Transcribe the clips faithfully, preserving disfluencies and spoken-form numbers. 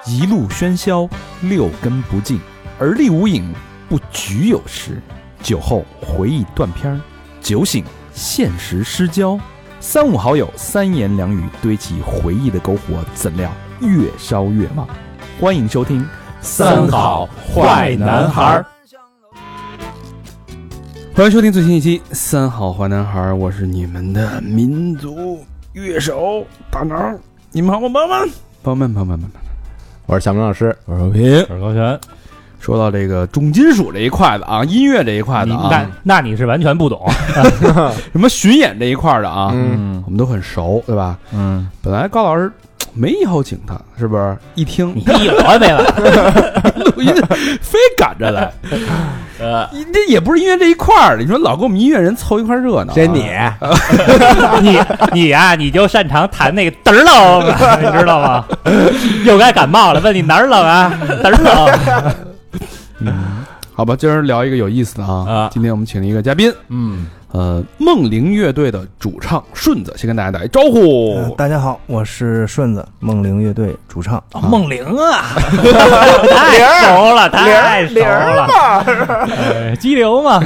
一路喧嚣，六根不净，而立无影，不局有时。酒后回忆断片，酒醒现实失焦。三五好友，三言两语堆起回忆的篝火，怎料越烧越旺。欢迎收听三好坏男孩。 欢迎收听最新一期三好坏男孩，我是你们的民族乐手大脑。你们好吗，朋友们？朋友们，朋友们，朋友们， 我是小明老师， 我是和平， 我是高璇。 说到这个重金属这一块的啊，音乐这一块的啊， 那那你是完全不懂什么巡演这一块的啊， 嗯， 我们都很熟，对吧？ 嗯， 本来高老师没邀请他，是不是？一听你有啊没了， 录音非赶着来，呃，这也不是音乐这一块儿，你说老跟我们音乐人凑一块热闹， 这你， 你你呀、啊，你就擅长弹那个嘚儿冷，你知道吗？又该感冒了，问你哪儿冷啊？嘚儿冷。 嗯，好吧，今儿聊一个有意思的啊。 啊今天我们请了一个嘉宾， 嗯， 呃，梦灵乐队的主唱顺子，先跟大家打一招呼。 呃、大家好，我是顺子，梦灵乐队主唱。 哦、梦灵啊，太熟了，太熟了，呃、激流嘛。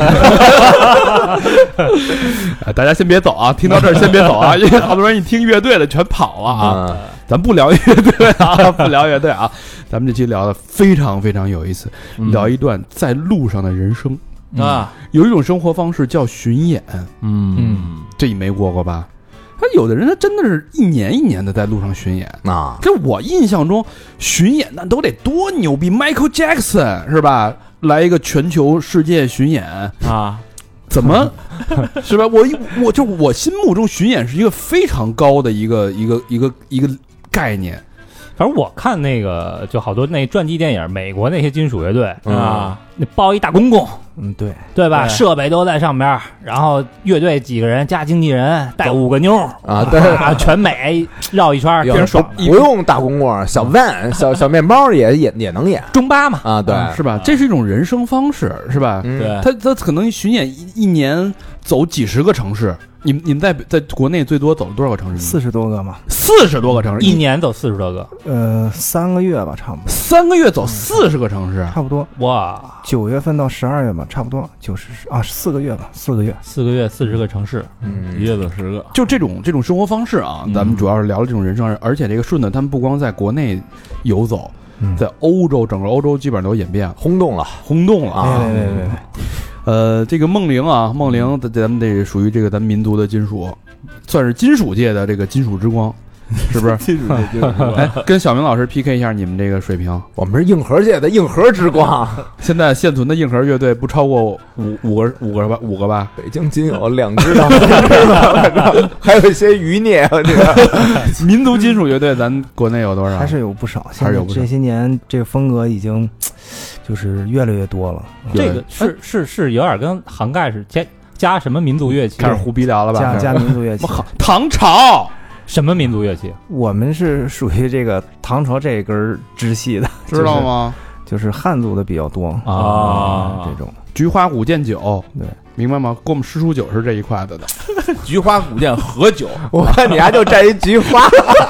大家先别走啊，听到这儿先别走啊，因为好多人一听乐队的全跑了啊。嗯、咱不聊乐队啊，不聊乐队啊。咱们这期聊的非常非常有意思，嗯、聊一段在路上的人生啊、嗯。有一种生活方式叫巡演， 嗯嗯， 这你没过过吧？他有的人他真的是一年一年的在路上巡演啊。这我印象中巡演那都得多牛逼 ，Michael Jackson 是吧？来一个全球世界巡演啊，怎么是吧？我我就我心目中巡演是一个非常高的一个一个一个一个概念。 反正我看那个，就好多那传记电影，美国那些金属乐队、嗯、啊，那包一大公共， 嗯，对， 对吧？对，设备都在上边，然后乐队几个人加经纪人，带五个妞啊，对啊，全美绕一圈，非常爽。 不用大公共，小 van 小小面包也也也能演， 中巴嘛， 啊，对， 啊、是吧？这是一种人生方式，是吧？ 嗯、对， 他他可能巡演一一年走几十个城市。你们你们在在国内最多走了多少个城市？ 四十多个嘛， 四十多个城市， 一年走四十多个， 呃，三个月吧，差不多。 三个月走四十个城市， 差不多。 哇， 九月份到十二月吧，差不多就是啊，四个月吧，四个月， 四个月四十个城市， 嗯， 一月走十个。 就这种这种生活方式啊，咱们主要是聊这种人生，而且这个顺子他们不光在国内游走， 嗯、 在欧洲，整个欧洲基本上都演变了， 轰动了， 轰动了啊！ 对对对对。 呃，这个梦灵啊，梦灵，咱们得属于这个咱们民族的金属，算是金属界的这个金属之光，是不是？ 金属界金属之光。 哎，跟小明老师 P K 一下你们这个水平。 我们是硬核界的硬核之光。 现在现存的硬核乐队不超过五五个五个吧，五个吧。 北京仅有两支到三支吧，还有一些余孽。这个民族金属乐队，咱国内有多少？ 还是有不少。 还是有不少。 这些年这个风格已经。就是越来越多了， 这个是是是有点跟杭盖是加加什么民族乐器？ 开始胡逼聊了吧？ 加加民族乐器。 唐朝什么民族乐器？ 我们是属于这个唐朝这根支系的， 知道吗？ 就是、就是汉族的比较多啊， 这种菊花古剑酒， 对， 明白吗？跟我们师叔酒是这一块的的。 菊花古剑合酒， 我看你还就蘸一菊花。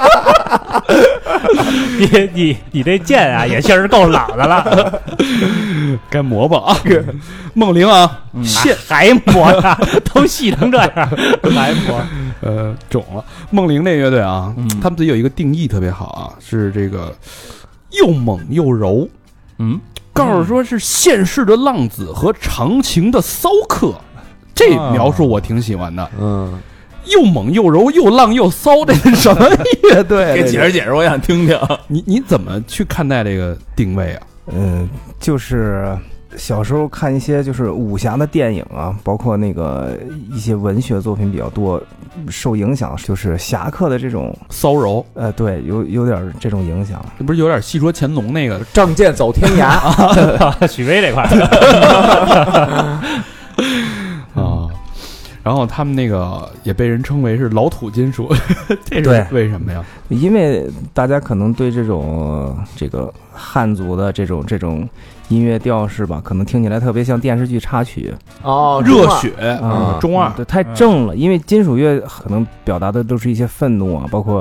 你你你这剑啊，也确实够老的了， 该磨吧啊！梦灵啊， 现、嗯、还磨呢，都细成这样，还磨， 呃，肿了。梦灵那乐队啊，嗯、他们自己有一个定义特别好啊，是这个又猛又柔，嗯，告诉说是现世的浪子和长情的骚客，这描述我挺喜欢的， 嗯。 又猛又柔又浪又骚，这是什么乐队？ 给解释解释，我想听听。 你你怎么去看待这个定位啊？ 嗯，就是小时候看一些就是武侠的电影啊，包括那个一些文学作品比较多，受影响就是侠客的这种骚柔， 呃，对，有有点这种影响。 这不是有点戏说乾隆那个仗剑走天涯， 许巍这块啊。然后他们那个也被人称为是老土金属，这是为什么呀？ 因为大家可能对这种这个汉族的这种这种音乐调式吧，可能听起来特别像电视剧插曲哦， 热血啊， 中二， 对，太正了。因为金属乐可能表达的都是一些愤怒啊，包括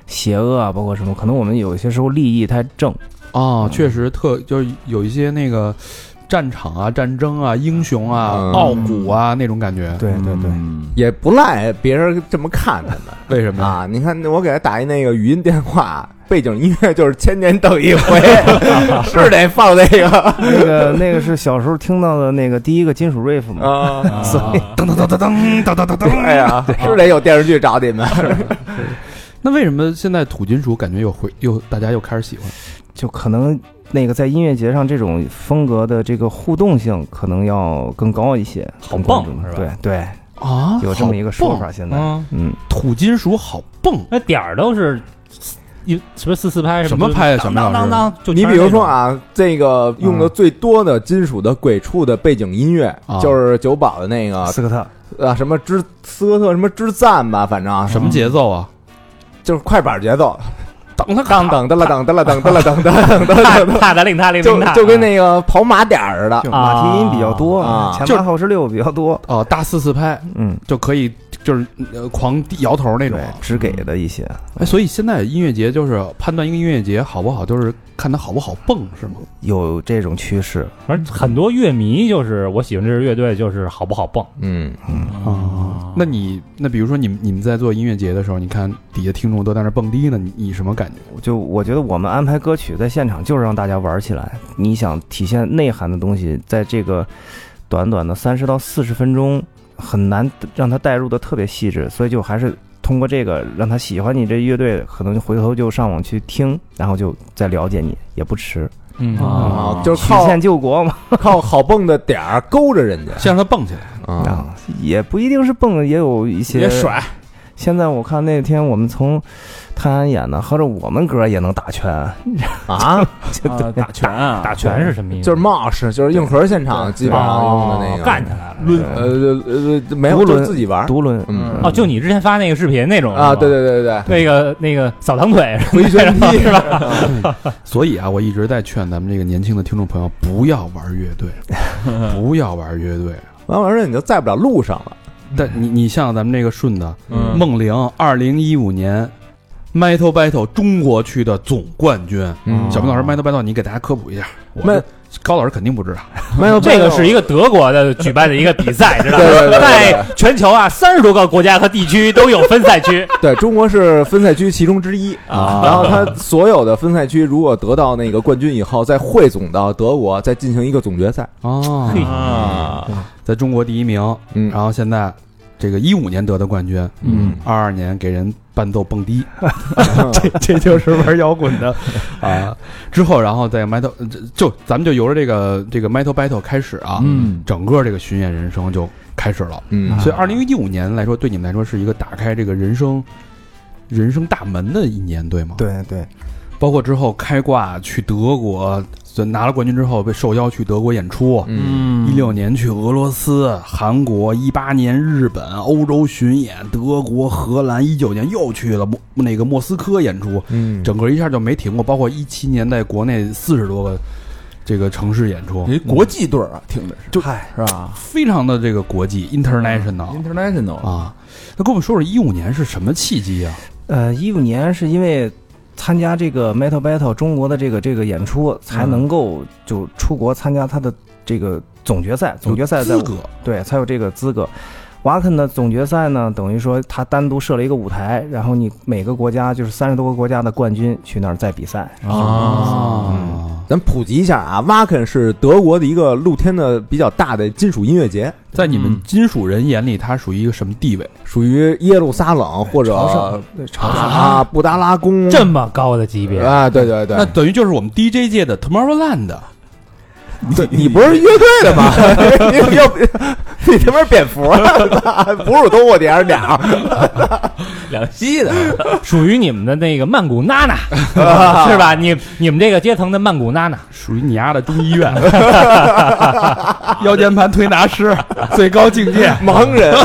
邪恶啊，包括什么，可能我们有些时候利益太正。 哦，确实特就是有一些那个战场啊、战争啊、英雄啊、 嗯、 傲骨啊那种感觉。 对对对， 嗯、也不赖别人这么看他们。 为什么啊？你看我给他打一那个语音电话，背景音乐就是千年等一回，是得放那个那个那个是小时候听到的那个第一个金属 riff 嘛。 啊， 所以噔噔噔噔噔噔噔噔噔。 哎呀，是得有电视剧找你们。 那为什么现在土金属感觉又回又大家又开始喜欢？ 就可能那个在音乐节上这种风格的这个互动性可能要更高一些， 好蹦是吧？ 对对啊， 有这么一个说法。现在，嗯， 土金属好蹦， 那点儿都是一什么四四拍什么拍啊？小明老师， 当当就你比如说啊，这个用的最多的金属的鬼畜的背景音乐，就是九宝的那个斯科特啊，什么之斯科特什么之赞吧，反正什么节奏啊？ 就是快板节奏。 等他当当的了，当的了，当的了，当的了，当的了， 踏的令踏令就就跟那个跑马点儿似的， 马蹄音比较多啊， 前八后十六比较多哦，大四四拍， 嗯， 就可以就是呃狂摇头那种， 只给的一些。 哎，所以现在音乐节就是判断一个音乐节好不好，就是看它好不好蹦，是吗？ 有这种趋势， 而很多乐迷就是我喜欢这支乐队，就是好不好蹦。 嗯嗯啊，那你那比如说你们你们在做音乐节的时候，你看底下听众都在那蹦迪呢，你你什么感觉？ 就我觉得我们安排歌曲在现场就是让大家玩起来，你想体现内涵的东西，在这个短短的三十到四十分钟很难让他带入的特别细致，所以就还是通过这个让他喜欢你这乐队，可能回头就上网去听，然后就再了解你也不迟。 嗯啊，就是靠曲线救国嘛， 靠好蹦的点儿勾着人家， 先让他蹦起来啊，也不一定是蹦，也有一些也甩。 现在我看那天我们从泰安演的，合着我们歌也能打拳啊？ 打拳啊？ 打拳是什么意思？ 就是 mosh， 就是硬核现场基本上用的那个干起来了， 抡呃呃没有，就自己玩独轮。 嗯哦，就你之前发那个视频那种啊？对对对对， 那个那个扫堂腿回旋踢是吧？ 所以啊，我一直在劝咱们这个年轻的听众朋友不要玩乐队，不要玩乐队， 玩完了你就在不了路上了。 但你你像咱们这个顺的， 嗯、 梦玲二零一五年 Metal Battle 中国区的总冠军。 嗯、 小明老师 Metal Battle 你给大家科普一下。我高老师肯定不知道。 Metal 这个是一个德国的举办的一个比赛，知道吗？ 对对对对， 在全球啊三十多个国家和地区都有分赛区。 对，中国是分赛区其中之一啊。然后他所有的分赛区如果得到那个冠军以后，再汇总到德国，再进行一个总决赛。 哦啊， 在中国第一名， 嗯， 然后现在。这个一五年得的冠军， 嗯， 二二年给人伴奏蹦迪，这这就是玩摇滚的啊。之后，然后在 Metal 就咱们就由着这个这个 Metal Battle 开始啊， 嗯， 整个这个巡演人生就开始了， 嗯， 所以二零一五年来说，对你们来说是一个打开这个人生人生大门的一年，对吗？ 对对， 包括之后开挂去德国。拿了冠军之后被受邀去德国演出， 嗯， 一六年去俄罗斯、韩国，一八年日本、欧洲巡演，德国、荷兰，一九年又去了莫那个莫斯科演出， 嗯， 整个一下就没停过，包括一七年在国内四十多个这个城市演出， 一国际队啊，听着是， 就嗨是吧？ 非常的这个国际 international international 啊，那跟我们说说一五年是什么契机啊？ 呃，一五年是因为。参加这个 Metal Battle 中国的这个这个演出，才能够就出国参加他的这个总决赛。总决赛在资格对才有这个资格。瓦肯的总决赛呢，等于说他单独设了一个舞台，然后你每个国家就是三十多个国家的冠军去那儿再比赛啊。嗯，咱普及一下啊，瓦肯是德国的一个露天的比较大的金属音乐节。 在你们金属人眼里，它属于一个什么地位？ 属于耶路撒冷或者朝圣，朝圣啊，布达拉宫这么高的级别啊！对对对， 那等于就是我们 D J 界的 Tomorrowland。 你你不是乐队的吗？你要你他妈蝙蝠，哺乳动物你还是鸟？ 两栖的， 属于你们的那个曼谷娜娜，是吧？你你们这个阶层的曼谷娜娜， 属于你丫的中医院，腰间盘推拿师，最高境界， 盲人。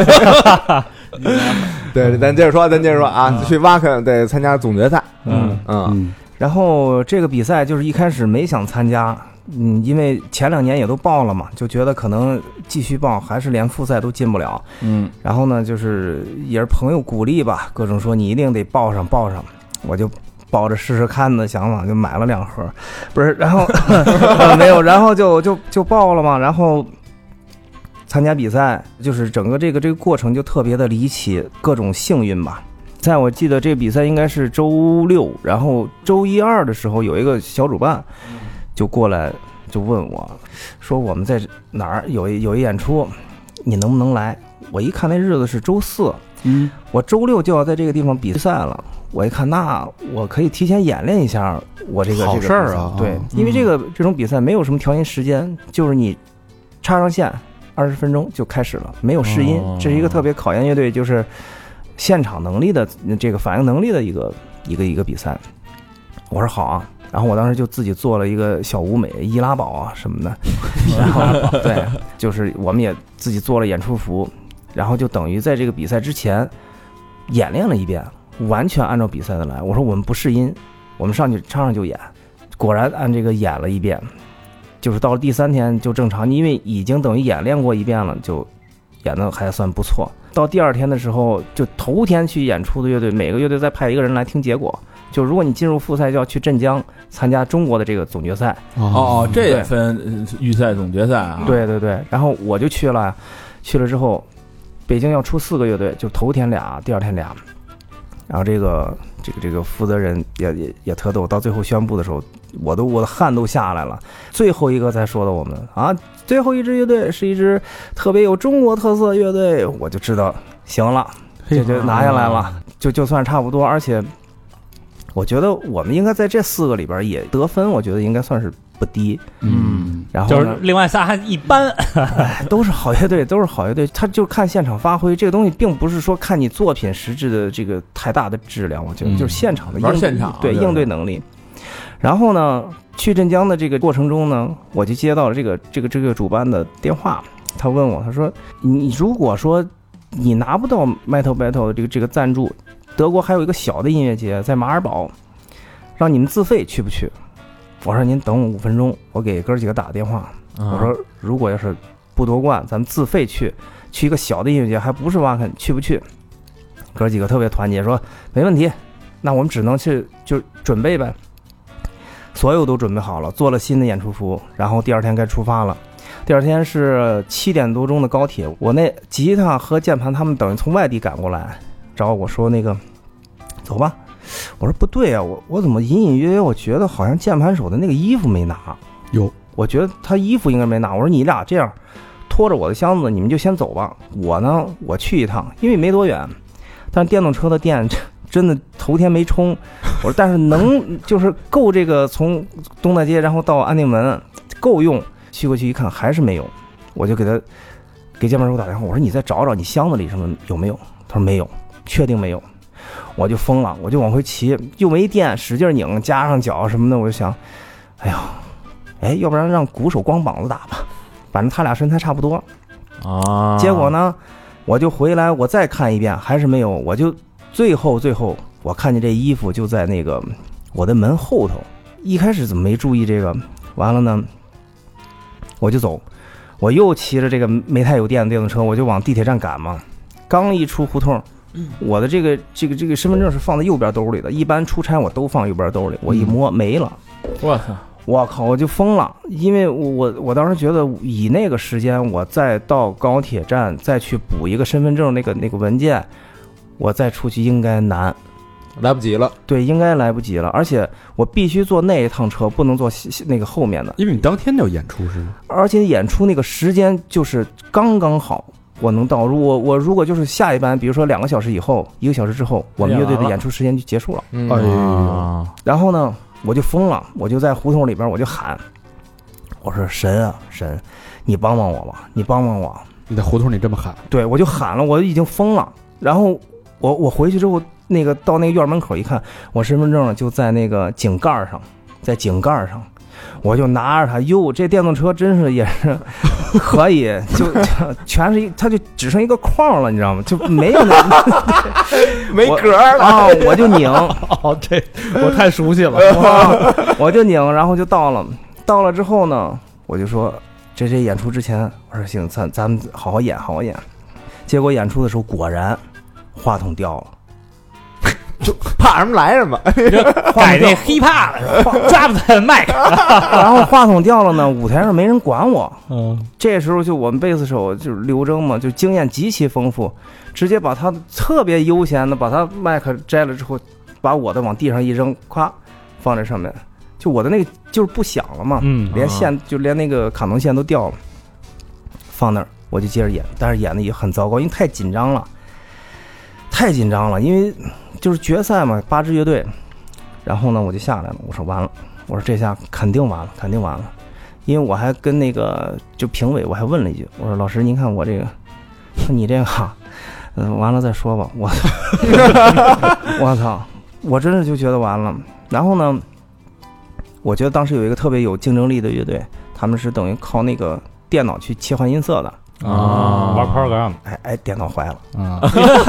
对，咱接着说，咱接着说啊，去瓦肯得参加总决赛。 嗯嗯， 然后这个比赛就是一开始没想参加。嗯，因为前两年也都报了嘛，就觉得可能继续报还是连复赛都进不了。 嗯， 然后呢，就是也是朋友鼓励吧，各种说你一定得报上报上。 我就抱着试试看的想法就买了两盒，不是，然后没有，然后就就就报了嘛，然后参加比赛，就是整个这个这个过程就特别的离奇，各种幸运吧。在我记得这个比赛应该是周六，然后周一二的时候有一个小主办就过来就问我说我们在哪儿有一有一演出，你能不能来？我一看那日子是周四，嗯，我周六就要在这个地方比赛了。我一看，那我可以提前演练一下我这个好事儿啊， 对，因为这个这种比赛没有什么调音时间，就是你插上线二十分钟就开始了，没有试音，这是一个特别考验乐队就是现场能力的这个反应能力的一个一个一个比赛。我说好啊，然后我当时就自己做了一个小舞美易拉宝啊什么的，然后对，就是我们也自己做了演出服，然后就等于在这个比赛之前演练了一遍，完全按照比赛的来。我说我们不试音，我们上去唱上就演，果然按这个演了一遍，就是到了第三天就正常，因为已经等于演练过一遍了，就演得还算不错。到第二天的时候，就头天去演出的乐队，每个乐队再派一个人来听结果。就如果你进入复赛，就要去镇江参加中国的这个总决赛。 哦哦，这也分预赛、总决赛啊。 对对对，然后我就去了，去了之后，北京要出四个乐队，就头天俩，第二天俩。然后这个这个这个负责人也也也特逗，到最后宣布的时候，我都我的汗都下来了。最后一个才说的我们啊，最后一支乐队是一支特别有中国特色乐队，我就知道行了，这就拿下来了，就就算差不多。而且我觉得我们应该在这四个里边也得分，我觉得应该算是不低。 嗯， 然后就是另外仨还一般， 哎，都是好乐队，都是好乐队。他就看现场发挥，这个东西并不是说看你作品实质的这个太大的质量，我觉得就是现场的应、 嗯、玩现场对应对能力。然后呢，去镇江的这个过程中呢，我就接到了这个这个这个主办的电话，他问我，他说你如果说你拿不到 Metal Battle 的这个这个赞助，德国还有一个小的音乐节在马尔堡，让你们自费去不去？我说您等我五分钟，我给哥几个打个电话。我说如果要是不夺冠，咱们自费去，去一个小的音乐节，还不是挖坑，去不去？哥几个特别团结，说没问题，那我们只能去就准备呗。所有都准备好了，做了新的演出服，然后第二天该出发了。第二天是七点多钟的高铁，我那吉他和键盘他们等于从外地赶过来，找我说那个走吧。我说不对啊，我我怎么隐隐约约我觉得好像键盘手的那个衣服没拿。 有， 我觉得他衣服应该没拿。我说你俩这样拖着我的箱子，你们就先走吧。我呢，我去一趟，因为没多远，但是电动车的电真的头天没充。我说但是能就是够这个从东大街然后到安定门够用。去过去一看还是没有，我就给他给键盘手打电话，我说你再找找你箱子里什么有没有。他说没有，确定没有。我就疯了，我就往回骑，又没电，使劲拧，加上脚什么的，我就想，哎呀，哎，要不然让鼓手光膀子打吧，反正他俩身材差不多啊。 结果呢，我就回来，我再看一遍，还是没有。我就最后最后，我看见这衣服就在那个我的门后头。一开始怎么没注意这个？完了呢，我就走，我又骑着这个没太有电的电动车，我就往地铁站赶嘛。刚一出胡同。我的这个这个这个身份证是放在右边兜里的，一般出差我都放右边兜里，我一摸没了， 我操！ 我靠，我就疯了，因为我我当时觉得以那个时间我再到高铁站再去补一个身份证那个那个文件，我再出去应该难， 来不及了。 对，应该来不及了，而且我必须坐那一趟车，不能坐那个后面的， 因为你当天就要演出是吗？ 而且演出那个时间就是刚刚好。我能到，如果我如果就是下一班，比如说两个小时以后，一个小时之后，我们乐队的演出时间就结束了。 哎呦， 然后呢，我就疯了，我就在胡同里边，我就喊，我说神啊神，你帮帮我吧，你帮帮我！ 你在胡同里这么喊？ 对，我就喊了，我已经疯了。然后我我回去之后，那个到那个院门口一看，我身份证就在那个井盖上，在井盖上。我就拿着它，哟，这电动车真是也是可以，就全是一，它就只剩一个框了，你知道吗？就没有那没格了啊！我就拧， 哦，这我太熟悉了， 我, 我就拧，然后就到了。到了之后呢，我就说，这这演出之前，我说行，咱咱们好好演，好好演。结果演出的时候，果然话筒掉了。 就怕什么来什么， 改那 hiphop 了，抓不他麦克， 然后话筒掉了呢，舞台上没人管我。 嗯， 这时候就我们贝斯手就是刘征嘛，就经验极其丰富，直接把他特别悠闲的把他麦克摘了之后，把我的往地上一扔，咵放在上面，就我的那个就是不响了嘛， 嗯， 连线就连那个卡农线都掉了，放那儿我就接着演，但是演的也很糟糕，因为太紧张了，太紧张了，因为就是决赛嘛，八支乐队，然后呢我就下来了，我说完了，我说这下肯定完了，肯定完了，因为我还跟那个就评委我还问了一句，我说老师您看我这个，说你这个哈，嗯、呃，完了再说吧，我我操，我真是就觉得完了。然后呢，我觉得当时有一个特别有竞争力的乐队，他们是等于靠那个电脑去切换音色的啊，玩 program， 哎哎，电脑坏了啊，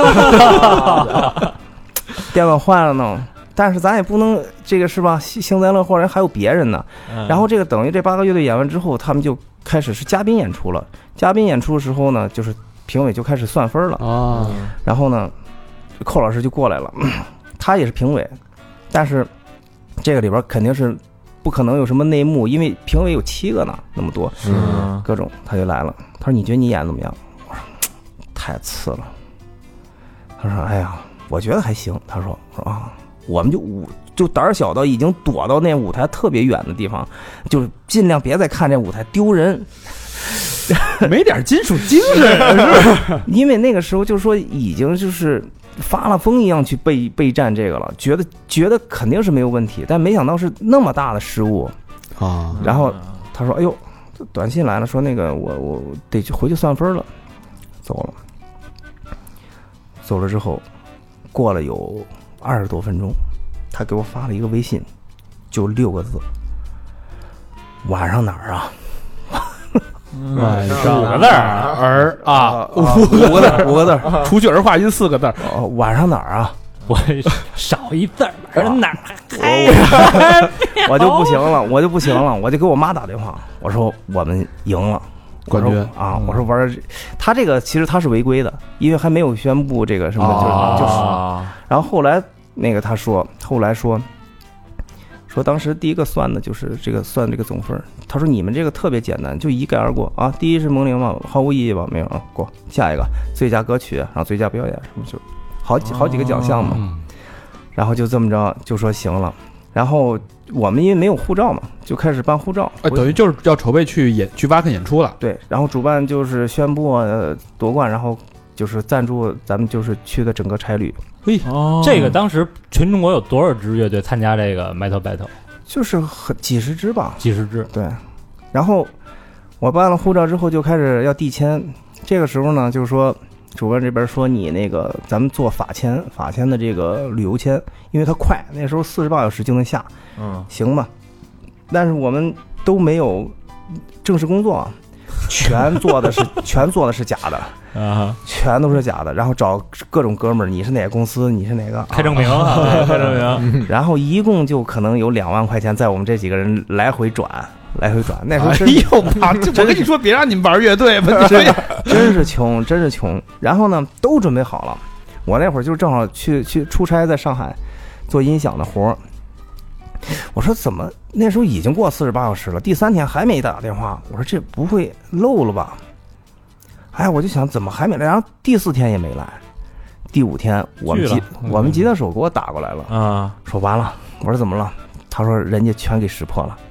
电脑坏了呢。但是咱也不能这个是吧？幸灾乐祸，人还有别人呢。然后这个等于这八个乐队演完之后，他们就开始是嘉宾演出了。嘉宾演出的时候呢，就是评委就开始算分了啊。然后呢，寇老师就过来了，他也是评委，但是这个里边肯定是不可能有什么内幕，因为评委有七个呢，那么多， 嗯， 各种他就来了。他说：“你觉得你演怎么样？”我说：“太次了。”他说：“哎呀，我觉得还行。”他说：“我说啊。”我们就舞就胆小到已经躲到那舞台特别远的地方，就尽量别再看这舞台丢人， 没点金属精神是不是？ 因为那个时候就是说已经就是发了疯一样去备备战这个了，觉得觉得肯定是没有问题，但没想到是那么大的失误啊。然后他说：“哎呦，短信来了，说那个我我得去回去算分了。”走了，走了之后，过了有二十多分钟，他给我发了一个微信，就六个字：晚上哪儿啊？ 晚上五个字儿啊， 五个字，五个字， 除去儿化音四个字。 哦，晚上哪儿啊？ 我少一字儿，晚上哪儿？ 我就不行了，我就不行了，我就给我妈打电话，我说我们赢了。 冠军啊！我说玩他这个其实他是违规的，因为还没有宣布这个什么， 哦、 就是就是。然后后来那个他说，后来说说当时第一个算的就是这个算这个总分。他说你们这个特别简单，就一概而过啊。第一是蒙灵嘛，毫无意义吧？没有啊，过下一个最佳歌曲，然后最佳表演什么就好几好几个奖项嘛。 嗯、 然后就这么着就说行了，然后。我们因为没有护照嘛，就开始办护照， 哎，等于就是要筹备去演去瓦肯演出了。 对，然后主办就是宣布、呃、夺冠，然后就是赞助咱们就是去的整个差旅。 嘿，哦，这个当时全中国有多少支乐队参加这个 Metal Battle？ 就是很几十支吧， 几十支。 对，然后我办了护照之后就开始要递签，这个时候呢，就是说。主办这边说你那个咱们做法签法签的这个旅游签，因为它快，那时候四十八小时就能下，嗯，行吧。但是我们都没有正式工作啊，全做的是全做的是假的啊，全都是假的。然后找各种哥们儿，你是哪个公司，你是哪个开证明啊，对，开证明。 然后一共就可能有两万块钱在我们这几个人来回转。来回转，那时候真哎呦妈！我跟你说，别让你们玩乐队吧， 真真是穷，真是穷。然后呢，都准备好了。我那会儿就正好去去出差，在上海做音响的活儿。我说怎么那时候已经过四十八小时了，第三天还没打电话？我说这不会漏了吧？哎，我就想怎么还没来？然后第四天也没来，第五天我们吉我们吉他手给我打过来了啊，说完了。我说怎么了？他说人家全给识破了。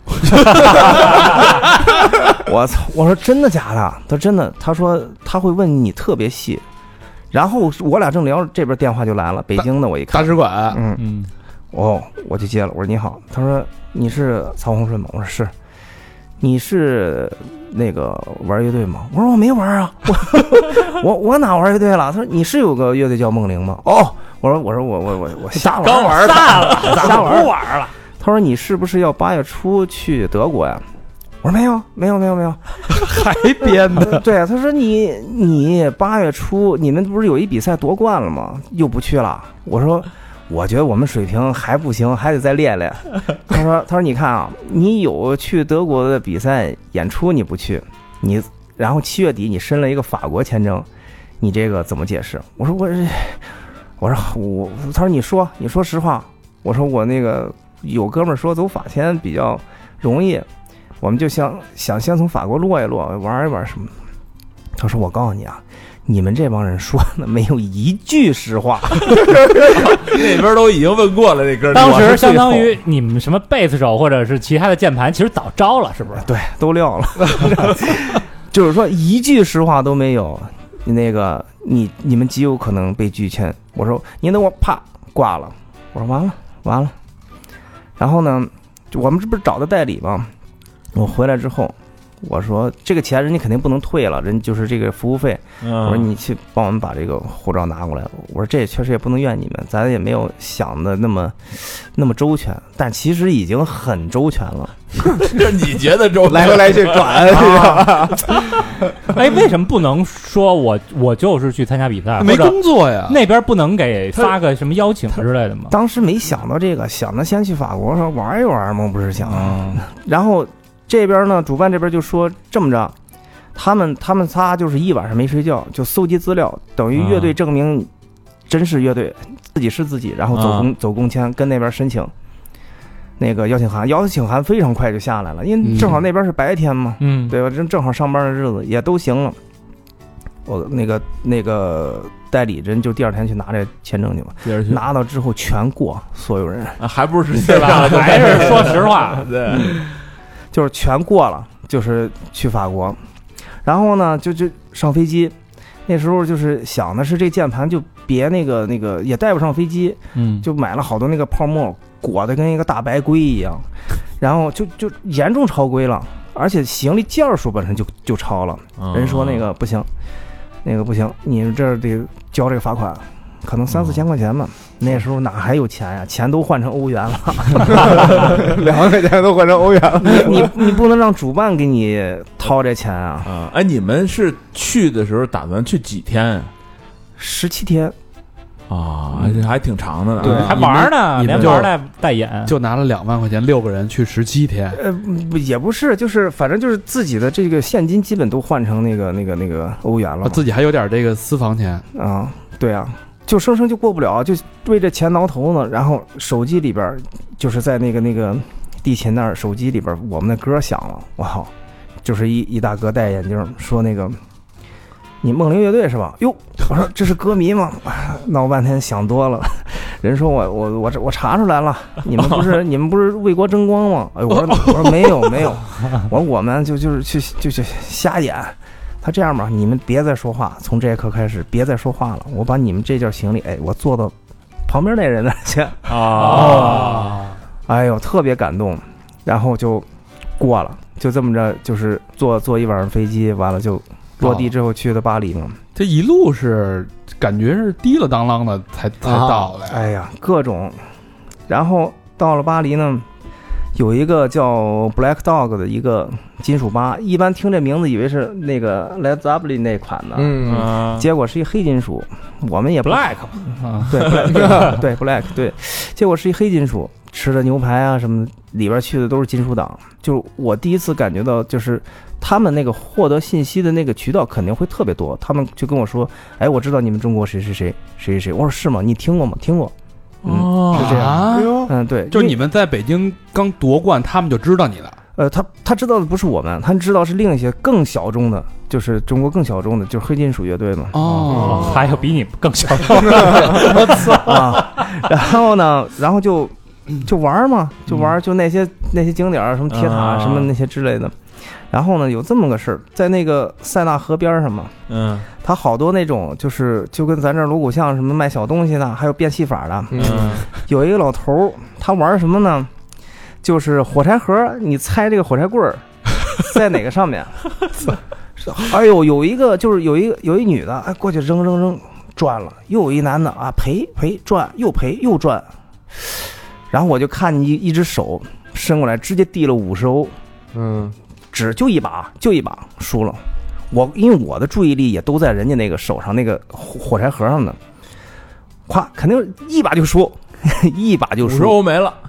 我操！我说真的假的？他真的。他说他会问你特别细，然后我俩正聊，这边电话就来了，北京的。我一看大使馆， 嗯嗯，哦，我就接了。我说你好。他说你是曹洪顺吗？我说是。你是那个玩乐队吗？我说我没玩啊，我我我哪玩乐队了？他说你是有个乐队叫梦灵吗？哦，我说我说我我我我瞎玩， 刚玩大了， 瞎玩不玩了。 他说你是不是要八月初去德国呀？我说没有没有没有没有， 还编的。 对啊，他说你你八月初你们不是有一比赛夺冠了吗？又不去了。我说我觉得我们水平还不行，还得再练练。他说他说你看啊，你有去德国的比赛演出你不去，你然后七月底你申了一个法国签证，你这个怎么解释？我说我我说我，他说你说你说实话。我说我那个有哥们儿说走法签比较容易，我们就想想先从法国落一落，玩一玩什么。他说我告诉你啊，你们这帮人说的没有一句实话。 那边都已经问过了，那歌当时相当于你们什么贝斯手或者是其他的键盘，其实早招了，是不是？ 对，都撂了。就是说一句实话都没有，那个你你们极有可能被拒签。我说您等我，啪挂了。我说完了完了。然后呢，我们这不是找的代理吗？我回来之后，我说这个钱人家肯定不能退了，人就是这个服务费。 嗯、 我说你去帮我们把这个护照拿过来。我说这确实也不能怨你们，咱也没有想的那么那么周全，但其实已经很周全了。 这你觉得周全？ 来回来去转。 啊、哎，为什么不能说我我就是去参加比赛？ 没工作呀？ 那边不能给发个什么邀请之类的吗？ 当时没想到这个，想着先去法国说玩一玩嘛，不是想。嗯、然后这边呢，主办这边就说这么着，他们他们仨就是一晚上没睡觉，就搜集资料，等于乐队证明真是乐队，自己是自己，然后走公、嗯、走公签，跟那边申请那个邀请函，邀请函非常快就下来了，因为正好那边是白天嘛，嗯，对吧？正正好上班的日子也都行了。我那个那个代理人就第二天去拿这签证去吧，拿到之后全过，所有人、 啊、还不是对吧？还是说实话， 对， 就是全过了，就是去法国，然后呢就就上飞机。那时候就是想的是这键盘就别那个那个也带不上飞机，嗯，就买了好多那个泡沫裹得跟一个大白龟一样，然后就就严重超规了，而且行李件数本身就就超了。人说那个不行，那个不行，你这儿得交这个罚款，可能三四千块钱吧。那时候哪还有钱呀？钱都换成欧元了， 两万块钱都换成欧元了。 你你你不能让主办给你掏这钱啊！ 啊，哎，你们是去的时候打算去几天？ 十七天。 啊，这还挺长的呢， 对，还玩呢，连玩带带演， 就拿了两万块钱，六个人去十七天。 呃，也不是，就是反正就是自己的这个现金基本都换成那个那个那个欧元了， 自己还有点这个私房钱啊，对啊，就生生就过不了，就为这钱挠头呢。然后手机里边就是在那个那个地勤那儿，手机里边我们的歌响了，哇，就是一一大哥戴眼镜说那个。你梦灵乐队是吧？哟，我说这是歌迷吗？闹半天想多了，人说我我我我查出来了，你们不是你们不是为国争光吗？哎，我说我说没有没有，我说我们就就是去就去瞎演。他这样吧，你们别再说话，从这一刻开始别再说话了，我把你们这件行李，哎，我坐到旁边那人那去啊，哎呦，特别感动，然后就过了，就这么着，就是坐坐一晚上飞机，完了就。落地之后去的巴黎嘛， 这一路是感觉是滴了当啷的才才到的、 啊。哎呀，各种，然后到了巴黎呢，有一个叫 Black Dog 的一个金属吧，一般听这名字以为是那个 Led Zeppelin 那款的，嗯，结果是一黑金属，我们也 Black， 啊，对 Black, 对 Black 对，结果是一黑金属，吃的牛排啊什么的，里边去的都是金属党，就是我第一次感觉到就是。他们那个获得信息的那个渠道肯定会特别多，他们就跟我说：“哎，我知道你们中国谁谁谁谁谁谁。”我说：“是吗？你听过吗？听过。”嗯， 哦、 是这样。 啊、 嗯，对， 就是你们在北京刚夺冠，他们就知道你了。 呃，他他知道的不是我们，他知道是另一些更小众的，就是中国更小众的，就是黑金属乐队嘛。 哦，还有比你更小众的， 我操啊！然后呢，然后就就玩嘛，就玩，就那些那些景点，什么铁塔，什么那些之类的。然后呢，有这么个事儿，在那个塞纳河边上嘛，嗯，他好多那种就是就跟咱这锣鼓巷什么卖小东西的，还有变戏法的，嗯，有一个老头儿，他玩什么呢？就是火柴盒，你猜这个火柴棍儿在哪个上面？哎呦，有一个就是有一个有一女的，哎，过去扔扔扔转了，又有一男的啊赔赔转又赔又转，然后我就看一一只手伸过来，直接递了五十欧，嗯。只就一把，就一把输了。我因为我的注意力也都在人家那个手上那个火柴盒上呢，咵，肯定一把就输，一把就输， 五十欧没了。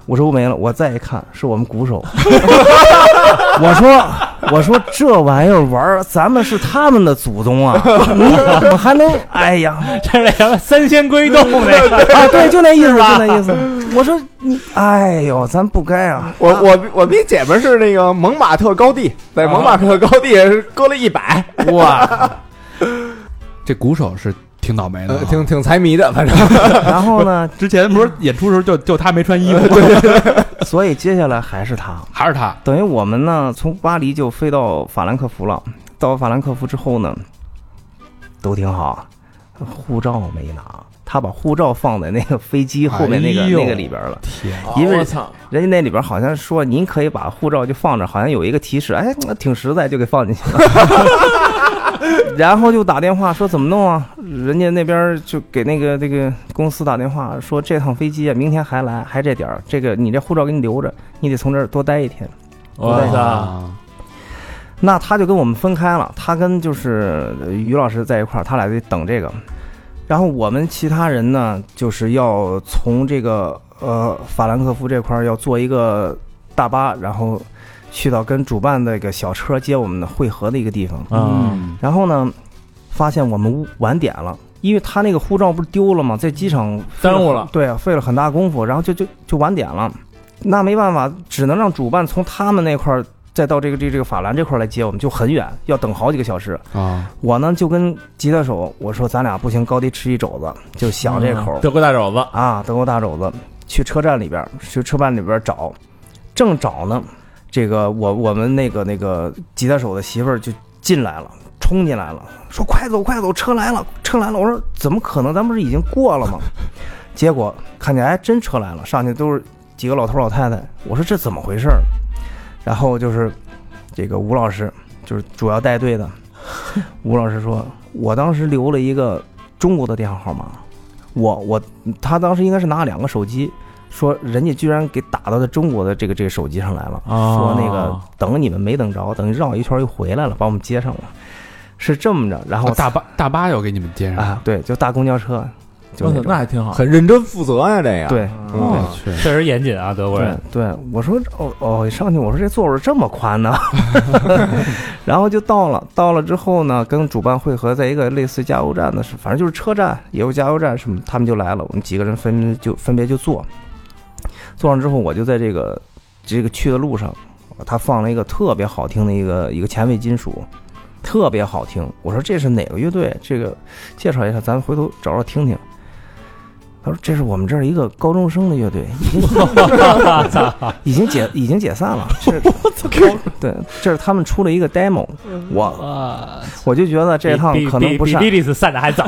我说没了，我再一看是我们鼓手，我说我说这玩意儿玩，咱们是他们的祖宗啊，你我还能哎呀， 这是那什么三仙归洞那个啊，对，就那意思，就那意思。我说你，哎呦，咱不该啊！ 我我我比姐们是那个蒙马特高地，在蒙马特高地搁了一百， 哇， 这鼓手是。挺倒霉的、啊呃，挺挺财迷的，反正。 然后呢， 之前不是演出的时候就就他没穿衣服， 对，所以接下来还是他， 还是他。 等于我们呢，从巴黎就飞到法兰克福了。到法兰克福之后呢，都挺好，护照没拿，他把护照放在那个飞机后面那个、哎、那个里边了。 天， 因为我操， 人家那里边好像说您可以把护照就放着，好像有一个提示，哎，挺实在，就给放进去了。然后就打电话说怎么弄啊？人家那边就给那个这个公司打电话说这趟飞机啊，明天还来，还这点儿，这个你这护照给你留着，你得从这儿多待一天。 我操！ 那他就跟我们分开了，他跟就是于老师在一块儿，他俩得等这个。然后我们其他人呢，就是要从这个呃法兰克福这块儿要坐一个大巴，然后去到跟主办的一个小车接我们的汇合的一个地方。 嗯， 然后呢，发现我们晚点了，因为他那个护照不是丢了吗？在机场耽误了， 对啊，费了很大功夫，然后就就就晚点了。那没办法，只能让主办从他们那块儿再到这个这这个法兰这块儿来接我们，就很远，要等好几个小时啊。我呢就跟吉他手我说，咱俩不行，高低吃一肘子，就想这口、 嗯、德国大肘子啊，德国大肘子，去车站里边，去车站里边找，正找呢。这个我我们那个那个吉他手的媳妇儿就进来了，冲进来了，说快走快走，车来了车来了。我说怎么可能，咱不是已经过了吗？结果看见哎真车来了，上去都是几个老头老太太。我说这怎么回事？然后就是这个吴老师就是主要带队的，吴老师说我当时留了一个中国的电话号码，我我他当时应该是拿了两个手机，说人家居然给打到的中国的这个这个手机上来了、哦、说那个等你们没等着，等绕一圈又回来了，把我们接上了，是这么着。然后、 哦、大巴大巴要给你们接上啊，对，就大公交车，就那, 那还挺好， 很认真负责呀，这个对， 嗯， 确实严谨啊，德国人。 对，对我说哦哦，上去我说这座位这么宽呢，然后就到了，到了之后呢，跟主办汇合在一个类似加油站的，反正就是车站也有加油站什么，他们就来了，我们几个人分就分别就坐，坐上之后，我就在这个这个去的路上，他放了一个特别好听的一个一个前卫金属。特别好听，我说这是哪个乐队？这个介绍一下，咱回头找找听听。他说这是我们这儿一个高中生的乐队，已经已经解已经解散了。这对，这是他们出了一个 demo， 我我就觉得这趟可能不善， 比比比散的还早。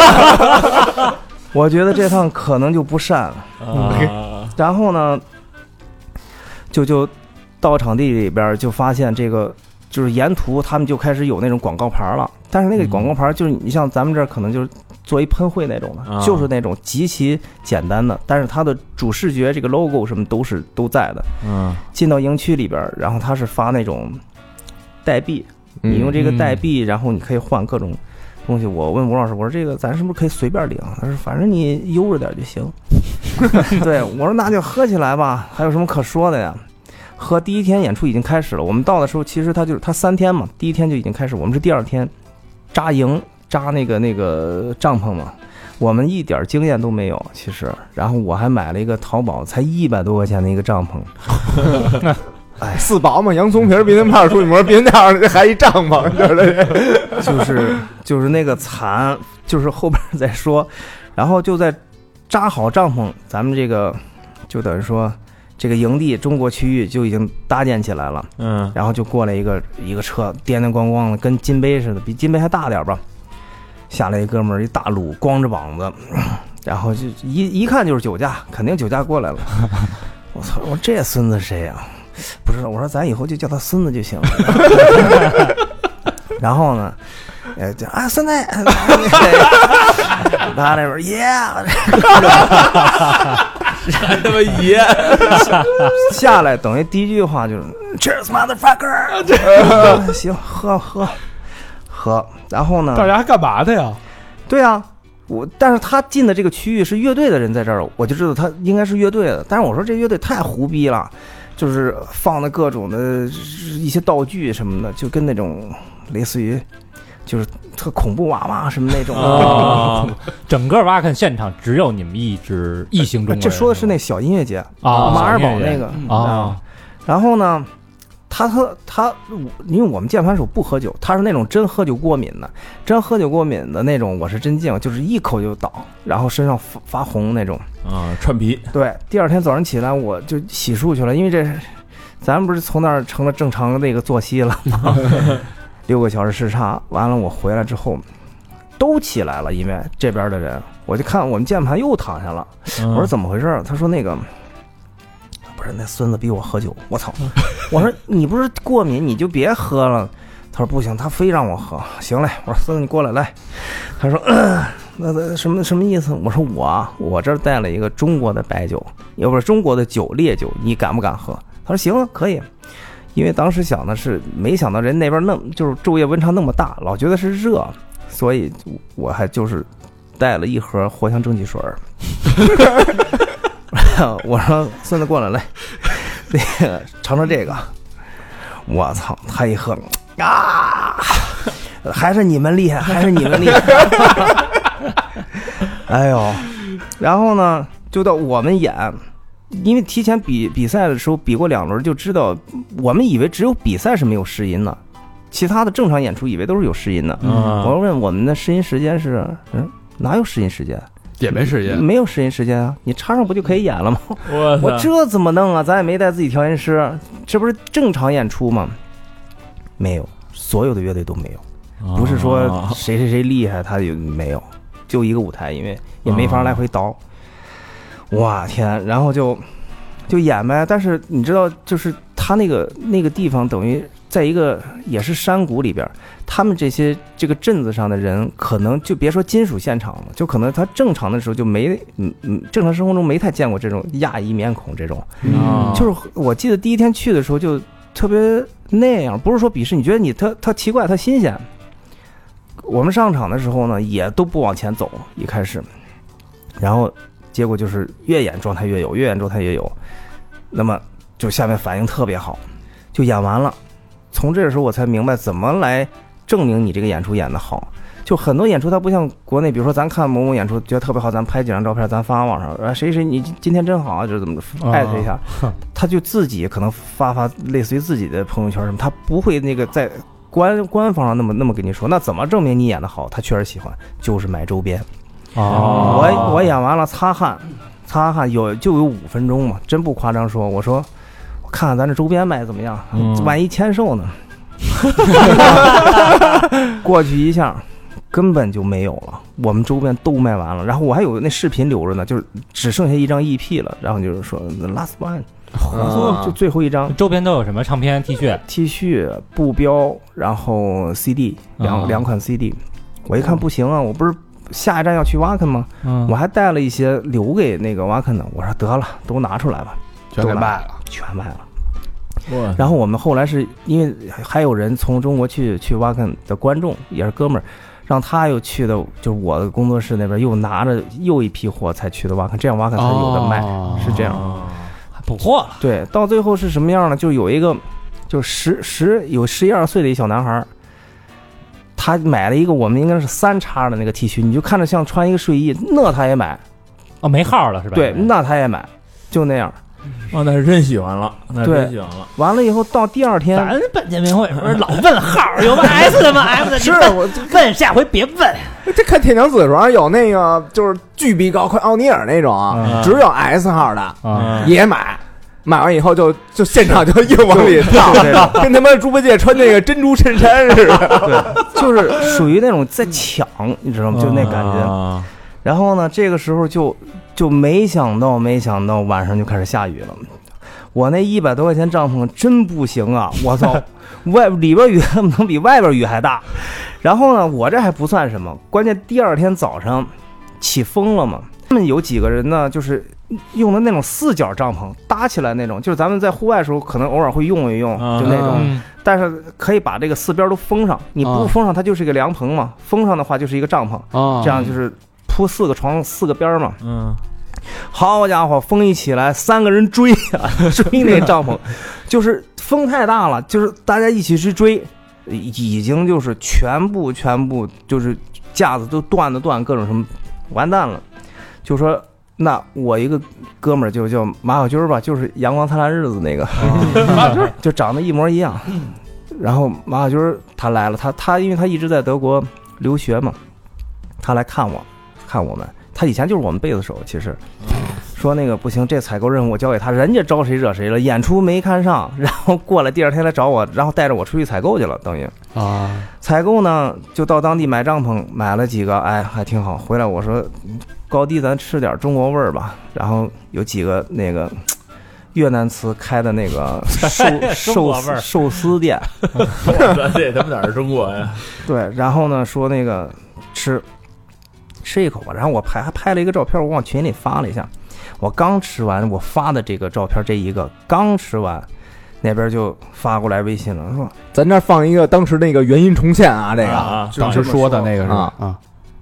我觉得这趟可能就不善了。 嗯、 然后呢，就就到场地里边就发现这个。就是沿途他们就开始有那种广告牌了，但是那个广告牌就是你像咱们这儿可能就是做一喷绘那种的、嗯、就是那种极其简单的，但是它的主视觉这个 logo 什么都是都在的。嗯，进到营区里边，然后他是发那种代币，你用这个代币，然后你可以换各种东西。我问吴老师，我说这个咱是不是可以随便领？他说反正你悠着点就行。对，我说那就喝起来吧，还有什么可说的呀？和第一天演出已经开始了，我们到的时候其实他就是他三天嘛，第一天就已经开始，我们是第二天扎营扎那个那个帐篷嘛，我们一点经验都没有其实，然后我还买了一个淘宝才一百多块钱的一个帐篷， 哎，四宝嘛，洋葱皮、避孕套、处女膜、避孕套，还一帐篷， 就是就是那个惨，就是后边再说，然后就在扎好帐篷，咱们这个就等于说。这个营地中国区域就已经搭建起来了，嗯，然后就过来一个一个车，颠颠咣咣的，跟金杯似的，比金杯还大点吧。下来一哥们儿，一大撸，光着膀子，然后就一一看就是酒驾，肯定酒驾过来了。我操！我这孙子谁呀、啊？不是，我说咱以后就叫他孙子就行了。然后呢，呃，就啊，孙子，他那边耶。 还他妈爷下来，等于第一句话就是 Cheers motherfucker， 行，喝喝喝。然后呢？ 大家干嘛的呀？ 对啊， 我但是他进的这个区域是乐队的人在这儿，我就知道他应该是乐队的。但是我说这乐队太胡逼了，就是放的各种的一些道具什么的，就跟那种类似于就是特恐怖娃娃什么那种。 哦、整个挖坑现场只有你们一支异形中国人。 这说的是那小音乐节啊， 马尔堡那个啊。 然后呢？他喝他，因为我们键盘手不喝酒，他是那种真喝酒过敏的，真喝酒过敏的那种，我是真敬，就是一口就倒，然后身上发发红那种啊，串皮。 对，第二天早上起来我就洗漱去了，因为这咱们不是从那儿成了正常的那个作息了吗？六个小时时差，完了我回来之后都起来了，因为这边的人，我就看我们键盘又躺下了，我说怎么回事？他说那个。不是那孙子逼我喝酒，我操！我说你不是过敏，你就别喝了。他说不行，他非让我喝。行嘞，我说孙子你过来来。他说、呃、那那什么什么意思？我说我我这儿带了一个中国的白酒，也不是中国的酒烈酒，你敢不敢喝？他说行啊，可以。因为当时想的是，没想到人那边那么就是昼夜温差那么大，老觉得是热，所以我还就是带了一盒藿香正气水。我说孙子过来来，那个尝尝这个。我操，他一喝啊，还是你们厉害，还是你们厉害。哎呦，然后呢，就到我们演，因为提前比比赛的时候比过两轮，就知道我们以为只有比赛是没有试音的，其他的正常演出以为都是有试音的。嗯、我问我们的试音时间是，嗯，哪有试音时间？ 也没时间， 没有试音时间啊！你插上不就可以演了吗？我我这怎么弄啊？咱也没带自己调音师，这不是正常演出吗？没有，所有的乐队都没有，不是说谁谁谁厉害，他就没有，就一个舞台，因为也没法来回倒。哇天！然后就就演呗。但是你知道，就是他那个那个地方，等于在一个也是山谷里边。他们这些这个镇子上的人，可能就别说金属现场了，就可能他正常的时候就没，嗯嗯，正常生活中没太见过这种亚裔面孔这种。嗯，就是我记得第一天去的时候就特别那样，不是说鄙视，你觉得你特特奇怪，特新鲜。我们上场的时候呢，也都不往前走，一开始，然后结果就是越演状态越有，越演状态越有，那么就下面反应特别好，就演完了。从这个时候我才明白怎么来。证明你这个演出演得好，就很多演出它不像国内，比如说咱看某某演出觉得特别好，咱拍几张照片咱发网上，啊谁谁你今天真好啊，就是怎么艾特一下，他就自己可能发发类似于自己的朋友圈什么，他不会那个在官官方上那么那么跟你说，那怎么证明你演得好？他确实喜欢，就是买周边。哦，我我演完了擦汗，擦汗有就有五分钟嘛，真不夸张说，我说我看看咱这周边卖怎么样，万一签售呢？过去一下根本就没有了，我们周边都卖完了，然后我还有那视频留着呢，就是只剩下一张 E P 了，然后就是说 the last one， 啊、就最后一张。 周边都有什么？唱片、T 恤、 T 恤、布标，然后 C D 两、哦、两款 C D。我一看不行啊，我不是下一站要去挖坑吗？嗯、我还带了一些留给那个挖坑的，我说得了，都拿出来吧， 全给卖了， 全卖了。然后我们后来是因为还有人从中国去去挖坑的观众也是哥们儿，让他又去的，就是我的工作室那边又拿着又一批货才去的挖坑，这样挖坑才有的卖，哦、是这样， 还补货了。 对，到最后是什么样呢？就有一个就十十有十一二岁的一小男孩，他买了一个我们应该是三叉的那个 T 恤，你就看着像穿一个睡衣，那他也买， 哦，没号了是吧？ 对，那他也买，就那样。 哦，那是真喜欢了，那是真喜欢了。 完了以后到第二天， 咱本见面会时候老问号有吗 S 的吗 ？M 的是我问，下回别问。 这看天娘子的时候有那个就是巨逼高，快奥尼尔那种，嗯、只有 S 号的、嗯、也买。买完以后就就现场就硬往里放，跟他妈猪八戒穿那个珍珠衬衫似的。 对，就是属于那种在抢，你知道吗？就那感觉。啊、然后呢，这个时候就就没想到，没想到晚上就开始下雨了。我那一百多块钱帐篷真不行啊！我操，外里边雨能比外边雨还大。然后呢，我这还不算什么，关键第二天早上起风了嘛。他们有几个人呢，就是用的那种四角帐篷搭起来那种，就是咱们在户外的时候可能偶尔会用一用，就那种，嗯、但是可以把这个四边都封上，你不封上它就是一个凉棚嘛，封上的话就是一个帐篷，哦、这样就是铺铺四个床四个边嘛，嗯，好家伙，风一起来，三个人追啊，追那个帐篷，就是风太大了，就是大家一起去追，已经就是全部全部就是架子都断的断，各种什么完蛋了，就说。那我一个哥们儿就叫马小军吧，就是阳光灿烂日子那个，马小军就长得一模一样。然后马小军他来了，他他因为他一直在德国留学嘛，他来看我，看我们。他以前就是我们贝斯手，其实说那个不行，这采购任务我交给他，人家招谁惹谁了，演出没看上，然后过来第二天来找我，然后带着我出去采购去了，等于啊，采购呢就到当地买帐篷，买了几个，哎，还挺好。回来我说。高低咱吃点中国味儿吧，然后有几个那个越南词开的那个寿寿司寿司店， 这他妈哪是中国呀？ 对，然后呢说那个吃吃一口吧，然后我拍还拍了一个照片，我往群里发了一下。我刚吃完，我发的这个照片这一个刚吃完，那边就发过来微信了，说咱这放一个当时那个原音重现啊，这个、 啊、当时说的那个是吧？啊。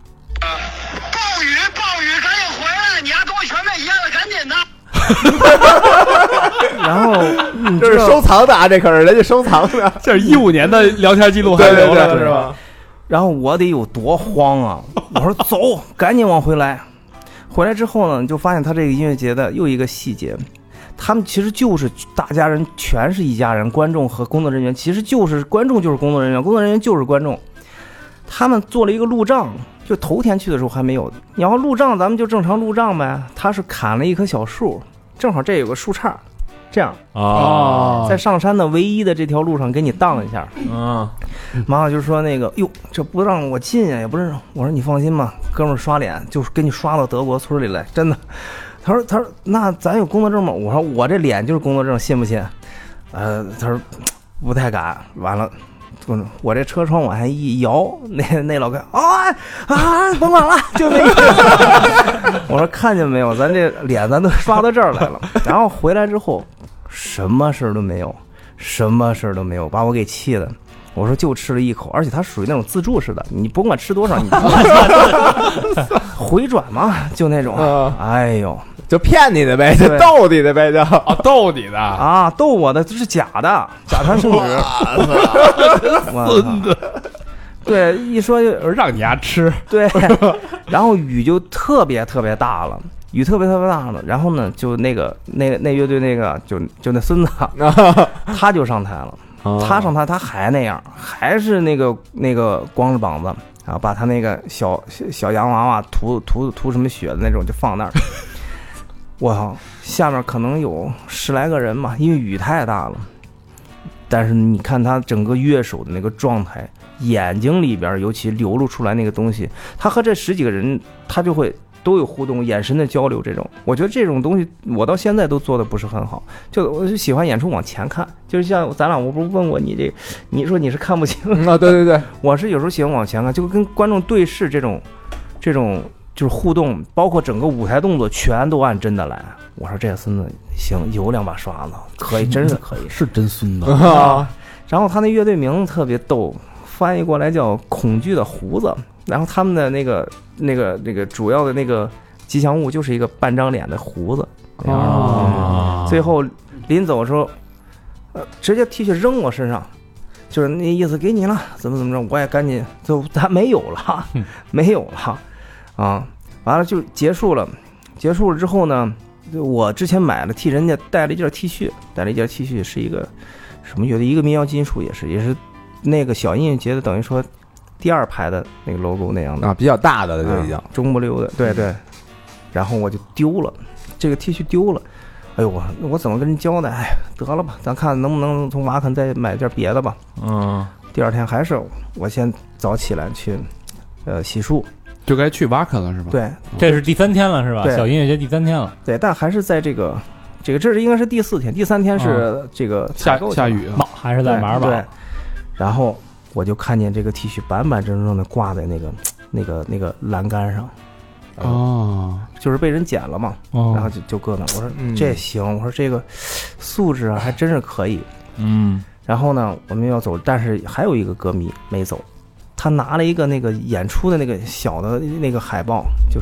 然后这是收藏的啊，这可是人家收藏的， 这是一五年的聊天记录还留着是吧？ 然后我得有多慌啊！我说走，赶紧往回来。回来之后呢，就发现他这个音乐节的又一个细节，他们其实就是大家人全是一家人，观众和工作人员其实就是观众就是工作人员，工作人员就是观众。他们做了一个路障，就头天去的时候还没有。你要路障，咱们就正常路障呗。他是砍了一棵小树。正好这有个树杈，这样啊，在上山的唯一的这条路上给你荡一下啊。马小就说那个，哟，这不让我进呀，也不是。我说你放心吧，哥们儿刷脸就是给你刷到德国村里来，真的。他说他说那咱有工作证吗？我说我这脸就是工作证，信不信？呃，他说不太敢。完了。我这车窗往下一摇，那那老哥啊啊，甭管了，就那个。我说看见没有，咱这脸咱都刷到这儿来了。然后回来之后，什么事都没有，什么事都没有，把我给气的。我说就吃了一口，而且它属于那种自助式的，你甭管吃多少，你回转嘛，就那种。哎呦。 就骗你的呗，就逗你的呗，就啊逗你的啊，逗我的，这是假的，假传圣旨，孙子。对，一说就让你丫吃。 对，然后雨就特别特别大了，雨特别特别大了。然后呢，就那个那那乐队那个就就那孙子，他就上台了。他上台他还那样，还是那个那个光着膀子啊，把他那个小小洋娃娃涂涂涂什么血的那种就放那儿。我操，下面可能有十来个人吧，因为雨太大了。但是你看他整个乐手的那个状态，眼睛里边尤其流露出来那个东西，他和这十几个人他就会都有互动，眼神的交流，这种我觉得这种东西我到现在都做的不是很好。就我就喜欢演出往前看，就是像咱俩我不是问过你这，你说你是看不清啊？对对对， 我是有时候喜欢往前看，就跟观众对视这种这种。就是互动，包括整个舞台动作全都按真的来。我说这孙子行，有两把刷子，可以，真是可以， 是真孙子。 然后他那乐队名字特别逗，翻译过来叫恐惧的胡子。然后他们的那个那个那个主要的那个吉祥物就是一个半张脸的胡子。哦。最后临走的时候，呃，直接 T 恤扔我身上，就是那意思，给你了，怎么怎么着，我也赶紧就咱没有了，没有了。啊，完了就结束了，结束了之后呢，我之前买了替人家带了一件 T 恤，带了一件 T 恤是一个什么乐队，一个民谣金属，也是也是那个小音乐节的，等于说第二排的那个 logo 那样的啊，比较大的就已经、啊、 中不溜的，对对。然后我就丢了这个 T 恤，丢了，哎呦我我怎么跟人交代？哎，得了吧，咱看能不能从瓦肯再买件别的吧。嗯，第二天还是我先早起来去呃洗漱。 就该去瓦肯了是吧？ 对， 这是第三天了是吧？小音乐节第三天了。 对，但还是在这个这个这是应该是第四天，第三天是这个下下雨啊，还是在马尔堡。 对，然后我就看见这个 T 恤板板正正的挂在那个那个那个栏杆上。哦，就是被人捡了嘛，哦、然后就就搁那。我说、嗯、这行，我说这个素质啊还真是可以。嗯，然后呢，我们要走，但是还有一个歌迷没走。 他拿了一个那个演出的那个小的那个海报，就是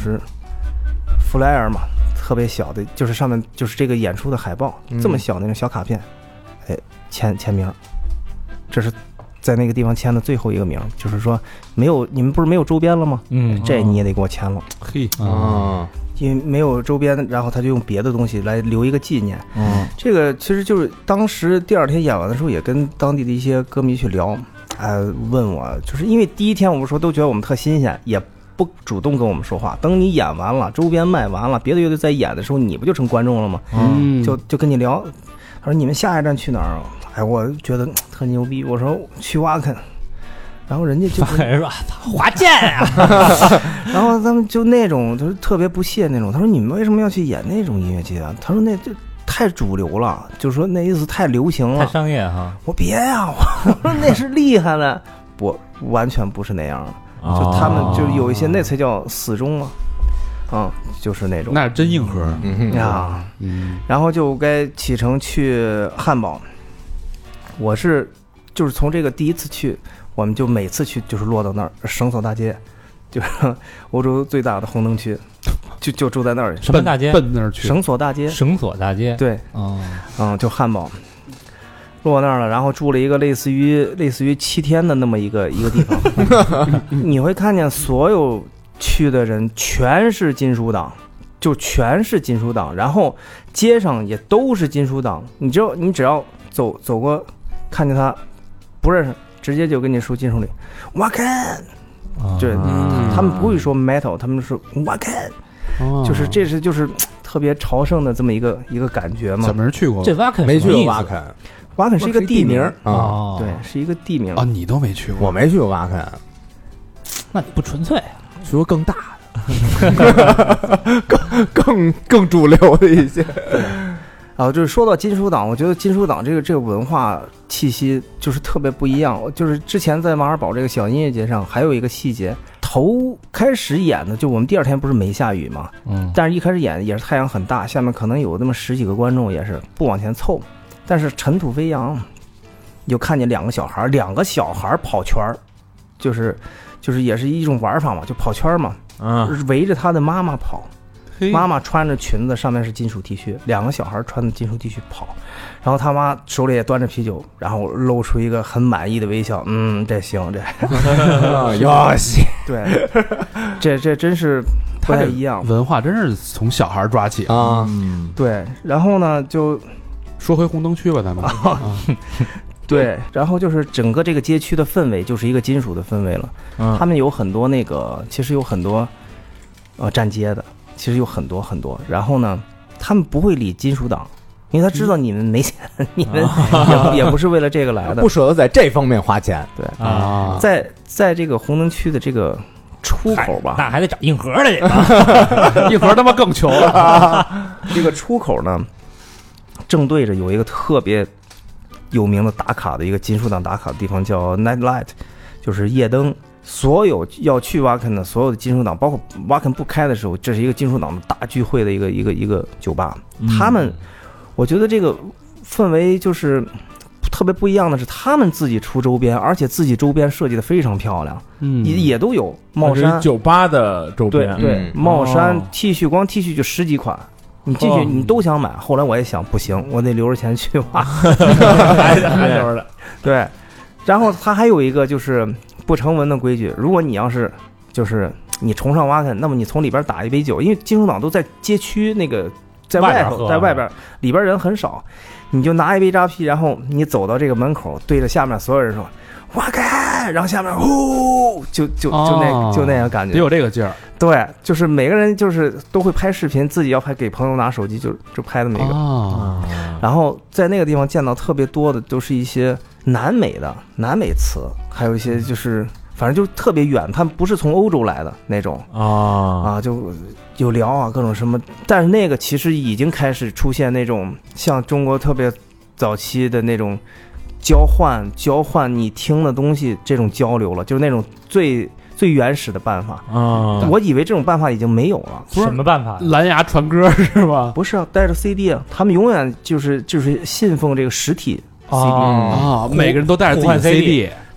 flyer 嘛，特别小的，就是上面就是这个演出的海报，嗯、这么小的那种小卡片，哎，签签名，这是在那个地方签的最后一个名，就是说没有你们不是没有周边了吗？嗯，这你也得给我签了。 嘿啊。因为没有周边，然后他就用别的东西来留一个纪念。嗯，这个其实就是当时第二天演完的时候，也跟当地的一些歌迷去聊，呃，问我，就是因为第一天我们说都觉得我们特新鲜，也不主动跟我们说话。等你演完了，周边卖完了，别的乐队在演的时候，你不就成观众了吗？嗯，就就跟你聊。他说你们下一站去哪儿？哎，我觉得特牛逼。我说去挖坑。然后人家就说划剑啊， 然后他们就那种就是特别不屑那种。他说你们为什么要去演那种音乐节啊？他说那这太主流了，就是说那意思太流行了， 太商业哈。 我别呀、啊，我说那是厉害的，不完全不是那样的，就他们就有一些那才叫死忠嘛，嗯，就是那种那是真硬核呀。嗯，然后就该启程去汉堡，我是就是从这个第一次去。我们就每次去就是落到那儿绳索大街，就是欧洲最大的红灯区，就就住在那儿。 什么大街？ 奔那儿去。 绳索大街。 绳索大街。 对。哦。嗯，就汉堡，落那儿了，然后住了一个类似于类似于七天的那么一个一个地方。你会看见所有去的人全是金属党，就全是金属党，然后街上也都是金属党。你只要你只要走走过，看见他不认识。直接就跟你说金属里，哇看，对、嗯，他们不会说 metal， 他们说哇看，就是这是就是特别朝圣的这么一个一个感觉嘛。 怎么人去过？ 这挖肯没去过挖肯， 挖肯是一个地名啊， 对，是一个地名啊，你都没去过， 我没去过挖肯， 那你不纯粹啊？ 去过更大的，更更更主流的一些。 啊，就是说到金属党，我觉得金属党这个这个文化气息就是特别不一样。就是之前在马尔堡这个小音乐节上，还有一个细节，头开始演的就我们第二天不是没下雨嘛，嗯，但是一开始演也是太阳很大，下面可能有那么十几个观众也是不往前凑，但是尘土飞扬，你就看见两个小孩，两个小孩跑圈儿，就是就是也是一种玩法嘛，就跑圈嘛，嗯，围着他的妈妈跑。妈妈穿着裙子，上面是金属 T 恤，两个小孩穿的金属 T 恤跑，然后他妈手里也端着啤酒，然后露出一个很满意的微笑，嗯，这行这， 哟西， 对，这这真是不太一样， 文化真是从小孩抓起啊，嗯，对，然后呢就说回红灯区吧，咱们，啊、 对，然后就是整个这个街区的氛围就是一个金属的氛围了，嗯、他们有很多那个，其实有很多呃站街的。其实有很多很多，然后呢，他们不会理金属党，因为他知道你们没钱，嗯、你们也也不是为了这个来的， 不舍得在这方面花钱。 对啊，在在这个红灯区的这个出口吧， 那还得找硬核的去， 硬核他妈更穷了。 这个出口呢，正对着有一个特别有名的打卡的一个金属党打卡的地方，叫 Night Light， 就是夜灯。所有要去挖坑的所有的金属党，包括挖坑不开的时候，这是一个金属党的大聚会的一个一个一个酒吧。嗯、他们，我觉得这个氛围就是特别不一样的是，他们自己出周边，而且自己周边设计的非常漂亮，嗯，也也都有帽衫， 酒吧的周边， 对对，帽衫、T 恤，光 T 恤就十几款。你进去你都想买，后来我也想不行，我得留着钱去挖， 还还留着。 对，然后他还有一个就是不成文的规矩，如果你要是就是你崇尚挖坑，那么你从里边打一杯酒，因为金属党都在街区那个在外头，在外边，里边人很少，你就拿一杯扎啤，然后你走到这个门口，对着下面所有人说挖坑，然后下面呼，就就就那、哦、就那样感觉， 得有这个劲儿。 对，就是每个人就是都会拍视频，自己要拍给朋友拿手机就就拍那么一个、哦、然后在那个地方见到特别多的都是一些南美的南美词，还有一些就是反正就特别远，他们不是从欧洲来的那种啊、哦、啊，就有聊啊各种什么，但是那个其实已经开始出现那种像中国特别早期的那种交换交换你听的东西这种交流了，就是那种最最原始的办法啊、嗯！我以为这种办法已经没有了。 什么办法？ 蓝牙传歌是吧？ 不是啊，带着 C D 啊，他们永远就是就是信奉这个实体 C D 啊、哦，每个人都带着自己的 C D。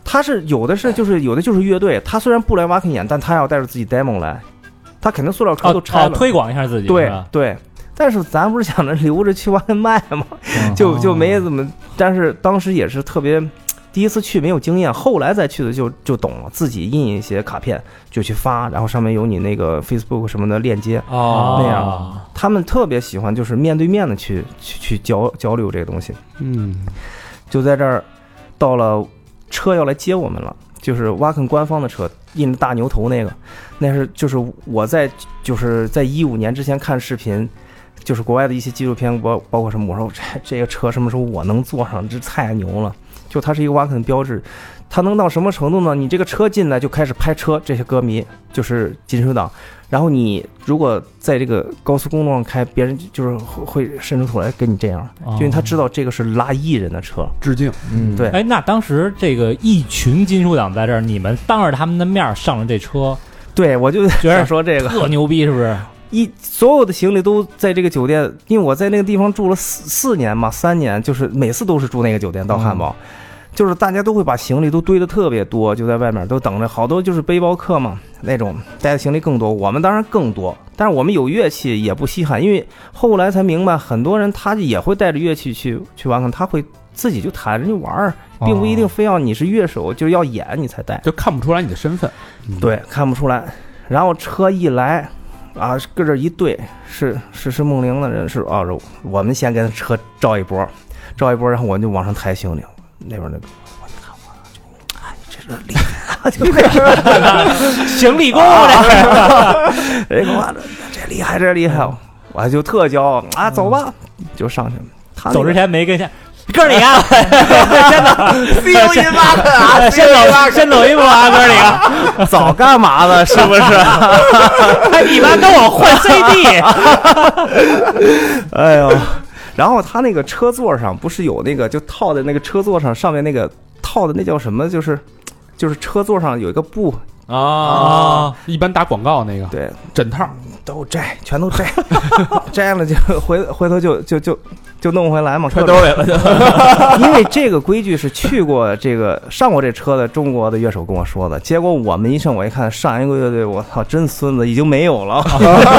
他是有的是就是有的就是乐队，他虽然不来挖坑演，但他要带着自己 demo 来，他肯定塑料车都拆了， 哦哦、推广一下自己。 对对，但是咱不是想着留着去挖坑卖吗？嗯、就就没怎么，但是当时也是特别。第一次去没有经验，后来再去的就就懂了，自己印一些卡片就去发，然后上面有你那个 Facebook 什么的链接哦， 那样他们特别喜欢就是面对面的去去去交交流这个东西。 嗯， 就在这儿到了车要来接我们了，就是挖坑官方的车，印着大牛头那个，那是就是我在就是在一五年之前看视频。就是国外的一些纪录片，包包括什么，我说这这个车什么时候我能坐上，这太牛了。就它是一个挖坑标志，它能到什么程度呢？你这个车进来就开始拍车，这些歌迷就是金属党。然后你如果在这个高速公路上开，别人就是会伸出头来跟你这样， 哦、 因为他知道这个是拉艺人的车， 致敬。 嗯，对。 哎，那当时这个一群金属党在这儿，你们当着他们的面上了这车， 对我就觉得说这个特牛逼，是不是？ 一所有的行李都在这个酒店，因为我在那个地方住了四四年嘛，三年，就是每次都是住那个酒店到汉堡，嗯、就是大家都会把行李都堆得特别多，就在外面都等着，好多就是背包客嘛，那种带的行李更多，我们当然更多，但是我们有乐器也不稀罕，因为后来才明白，很多人他也会带着乐器去去玩，他会自己就弹着就玩，并不一定非要你是乐手，就是要演你才带， 就看不出来你的身份， 嗯、对，看不出来。然后车一来。啊，搁这一对是是是梦玲的人是啊，我们先跟车照一波，照一波，然后我就往上抬行李，那边那个，我一看我就，哎，这是厉害，就那行李工这是，这个妈的，这厉害，这厉害，我就特骄傲啊，走吧，就上去了。他走之前没跟下。哥儿几个，先走， 先走一把啊！ 先走，先走一步啊！哥儿几个，早干嘛了？是不是？ 还你妈跟我换 C D？ 哎呦！然后他那个车座上不是有那个，就套在那个车座上，上面那个套的那叫什么？就是就是车座上有一个布啊，一般打广告那个， 对， 枕套都摘，全都摘，摘了就回回头就就就。就弄回来嘛， 揣兜里了就。 因为这个规矩是去过这个上过这车的中国的乐手跟我说的，结果我们一上我一看，上一个乐队，我操，真孙子，已经没有了。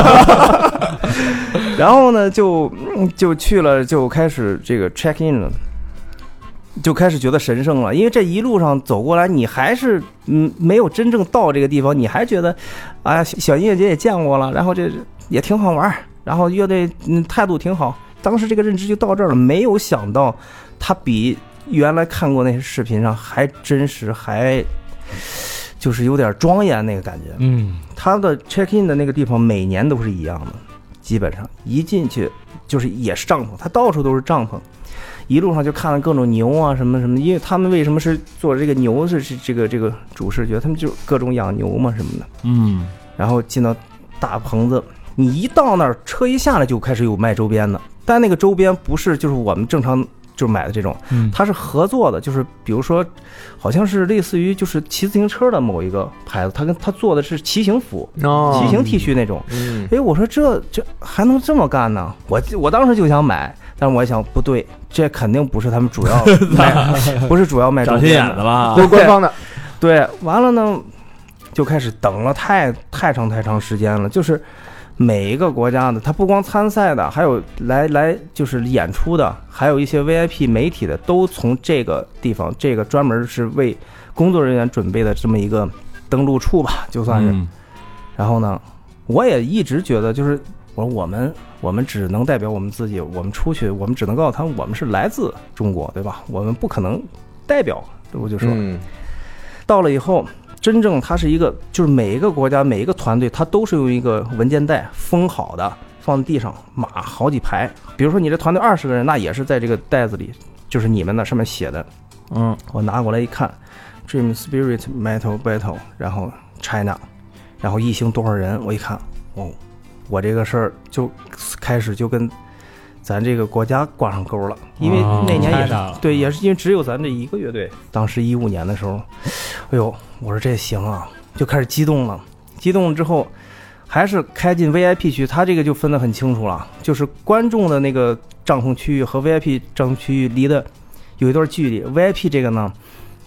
然后呢，就就去了，就开始这个 check in 了，就开始觉得神圣了，因为这一路上走过来，你还是嗯没有真正到这个地方，你还觉得，哎呀，小音乐节也见过了，然后这也挺好玩，然后乐队嗯态度挺好。当时这个认知就到这儿了，没有想到他比原来看过那些视频上还真实，还就是有点庄严那个感觉。 嗯， 他的 check in 的那个地方每年都是一样的，基本上一进去就是也是帐篷，他到处都是帐篷，一路上就看了各种牛啊什么什么，因为他们为什么是做这个牛是是这个这个主视觉，他们就各种养牛嘛什么的。 嗯， 然后进到大棚子，你一到那儿，车一下来就开始有卖周边的。但那个周边不是就是我们正常就买的这种， 嗯，它是合作的，就是比如说，好像是类似于就是骑自行车的某一个牌子，他跟他做的是骑行服、 哦、 骑行 T 恤那种。 嗯， 哎，我说这这还能这么干呢？我我当时就想买，但是我想不对，这肯定不是他们主要卖，不是主要卖周边的， 长心眼的吧？ 都是官方的。 对，完了呢，就开始等了太太长太长时间了，就是。每一个国家的，他不光参赛的，还有来来就是演出的，还有一些 V I P 媒体的，都从这个地方，这个专门是为工作人员准备的这么一个登陆处吧，就算是。嗯、然后呢，我也一直觉得，就是我说我们我们只能代表我们自己，我们出去，我们只能告诉他们，我们是来自中国，对吧？我们不可能代表，我就说， 嗯、 到了以后。真正它是一个，就是每一个国家每一个团队，它都是用一个文件袋封好的，放在地上码好几排。比如说你这团队二十个人，那也是在这个袋子里，就是你们的上面写的。 嗯， 我拿过来一看 ，Dream Spirit Metal Battle， 然后 China， 然后一星多少人，我一看，哦，我这个事儿就开始就跟咱这个国家挂上钩了，因为那年也是、 哦、 对，也是因为只有咱这一个乐队。当时一五年的时候，哎呦，我说这行啊，就开始激动了。激动了之后，还是开进 V I P 区，他这个就分得很清楚了，就是观众的那个帐篷区域和 V I P 帐篷区域离的有一段距离。V I P 这个呢，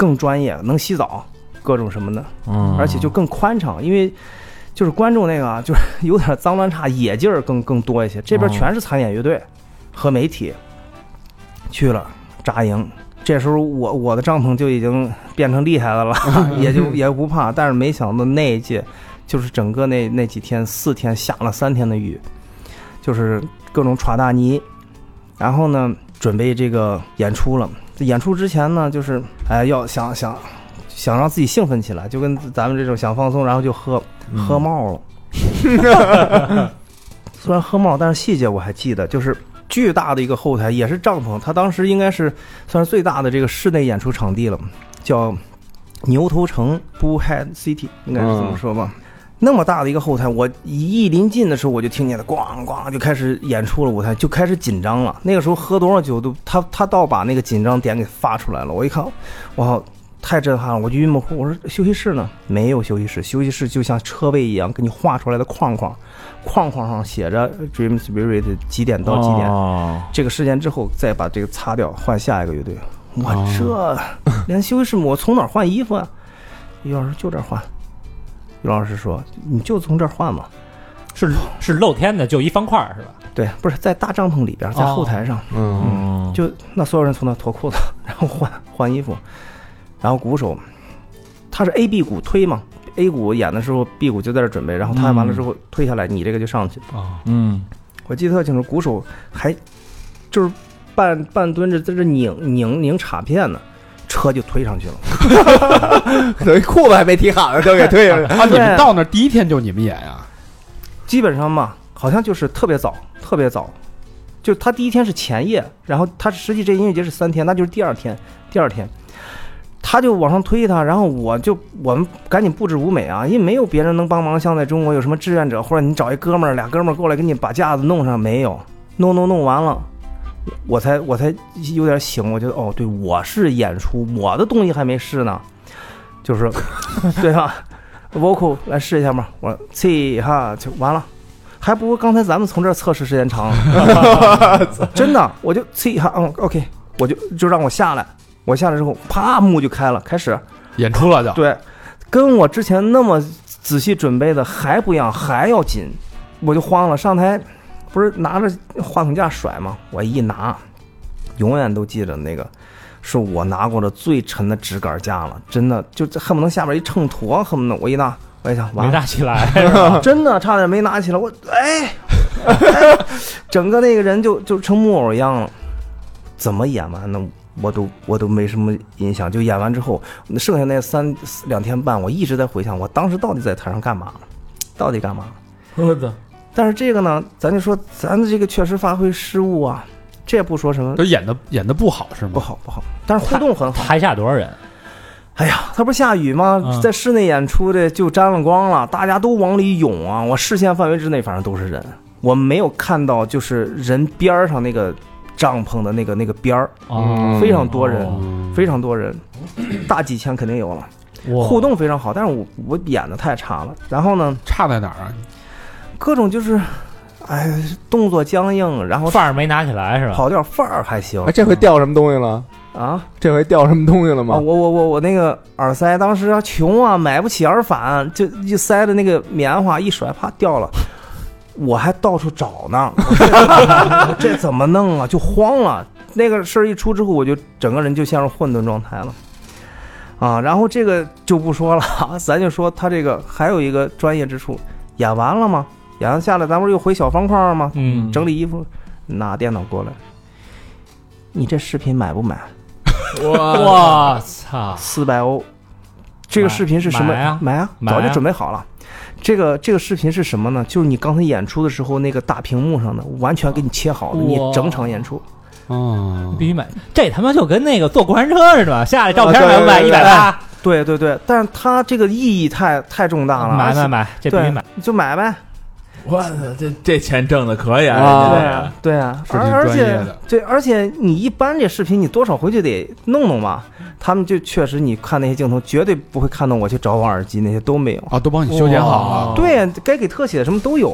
更专业，能洗澡，各种什么的，嗯，而且就更宽敞，因为就是观众那个啊，就是有点脏乱差，野劲儿更更多一些。这边全是参演乐队和媒体去了扎营，这时候我我的帐篷就已经变成厉害的了，也就也不怕。但是没想到那一届，就是整个那那几天四天下了三天的雨，就是各种耍大泥，然后呢准备这个演出了。演出之前呢，就是哎要想想想让自己兴奋起来，就跟咱们这种想放松，然后就喝喝冒了。虽然喝冒，但是细节我还记得，就是巨大的一个后台，也是帐篷，它当时应该是算是最大的这个室内演出场地了，叫牛头城 Bullhead City， 应该是这么说吧。嗯，那么大的一个后台，我一临近的时候，我就听见了咣咣就开始演出了，舞台就开始紧张了。那个时候喝多少酒都，他他倒把那个紧张点给发出来了。我一看，哇，太震撼了，我就晕模糊。我说休息室呢？没有休息室，休息室就像车位一样，给你画出来的框框，框框上写着 Dream Spirit 几点到几点，哦，这个时间之后再把这个擦掉，换下一个乐队。我这连休息室我从哪儿换衣服啊？于老师就这儿换。于老师说：“你就从这儿换嘛， 是是露天的，就一方块是吧？ 对，不是在大帐篷里边，在后台上，哦、嗯，就那所有人从那脱裤子，然后换换衣服，然后鼓手，他是 A B 鼓推嘛 ，A 鼓演的时候 B 鼓就在这准备，然后他完了之后推下来，你这个就上去啊，嗯，我记得特清楚，鼓手还就是半半蹲着在这拧拧拧镲片呢。”车就推上去了， 等于裤子还没提好呢，都给推上去。 啊，你们到那第一天就你们演呀？ 基本上嘛，好像就是特别早，特别早。就他第一天是前夜，然后他实际这音乐节是三天，那就是第二天。第二天，他就往上推他，然后我就我们赶紧布置舞美啊，因为没有别人能帮忙，像在中国有什么志愿者，或者你找一哥们儿俩哥们儿过来给你把架子弄上，没有，弄弄弄完了。我才我才有点醒，我觉得哦，对，我是演出，我的东西还没试呢，就是对吧 ？vocal 来试一下嘛，我呲哈就完了，还不如刚才咱们从这儿测试时间长，真的，我就呲哈，嗯 ，OK， 我就就让我下来，我下来之后，啪，幕就开了，开始演出了就对，跟我之前那么仔细准备的还不一样，还要紧，我就慌了，上台。不是拿着话筒架甩吗？我一拿，永远都记着那个，是我拿过的最沉的直杆架了，真的就恨不能下边一秤砣，恨不得我一拿，我一想，完没拿起来， 真的差点没拿起来，我哎，哎整个那个人就就成木偶一样了。怎么演完呢？我都我都没什么印象。就演完之后，剩下那三两天半，我一直在回想，我当时到底在台上干嘛了，到底干嘛了？ 我的。 但是这个呢，咱就说咱的这个确实发挥失误啊，这也不说什么， 都演的演的不好是吗？ 不好不好，但是互动很好。 台下多少人？ 哎呀，他不是下雨吗？嗯、在室内演出的就沾了光了，大家都往里涌啊！我视线范围之内反正都是人，我没有看到就是人边上那个帐篷的那个那个边儿，哦、非常多人，哦、非常多人，大几千肯定有了，互动非常好。但是我我演的太差了，然后呢， 差在哪儿啊？ 各种就是，哎，动作僵硬，然后范儿没拿起来是吧？ 跑调范儿还行。 哎，这回掉什么东西了啊？ 这回掉什么东西了吗？ 啊、我我我我那个耳塞，当时啊穷啊，买不起耳返，就一塞的那个棉花一甩，啪掉了。我还到处找呢，这, 这怎么弄啊？就慌了。那个事儿一出之后，我就整个人就陷入混沌状态了。啊，然后这个就不说了，咱就说他这个还有一个专业之处。演完了吗？演完下来，咱不是又回小方块吗？嗯，整理衣服，拿电脑过来。你这视频买不买？ 我操， 四百欧！这个视频是什么？ 买啊， 买啊，早就准备好了。这个这个视频是什么呢？就是你刚才演出的时候那个大屏幕上的，完全给你切好的，你整场演出。 哦，必须买！这他妈就跟那个坐过山车似的，下来照片买不买一百八？ 对对对，但是它这个意义太太重大了， 买买买，这必须买， 就买呗。 我这这钱挣的可以啊！ 对啊，对啊，而而且对，而且你一般这视频你多少回去得弄弄嘛。他们就确实，你看那些镜头，绝对不会看到我去找我耳机，那些都没有啊，都帮你修剪好了。 对，该给特写什么都有啊，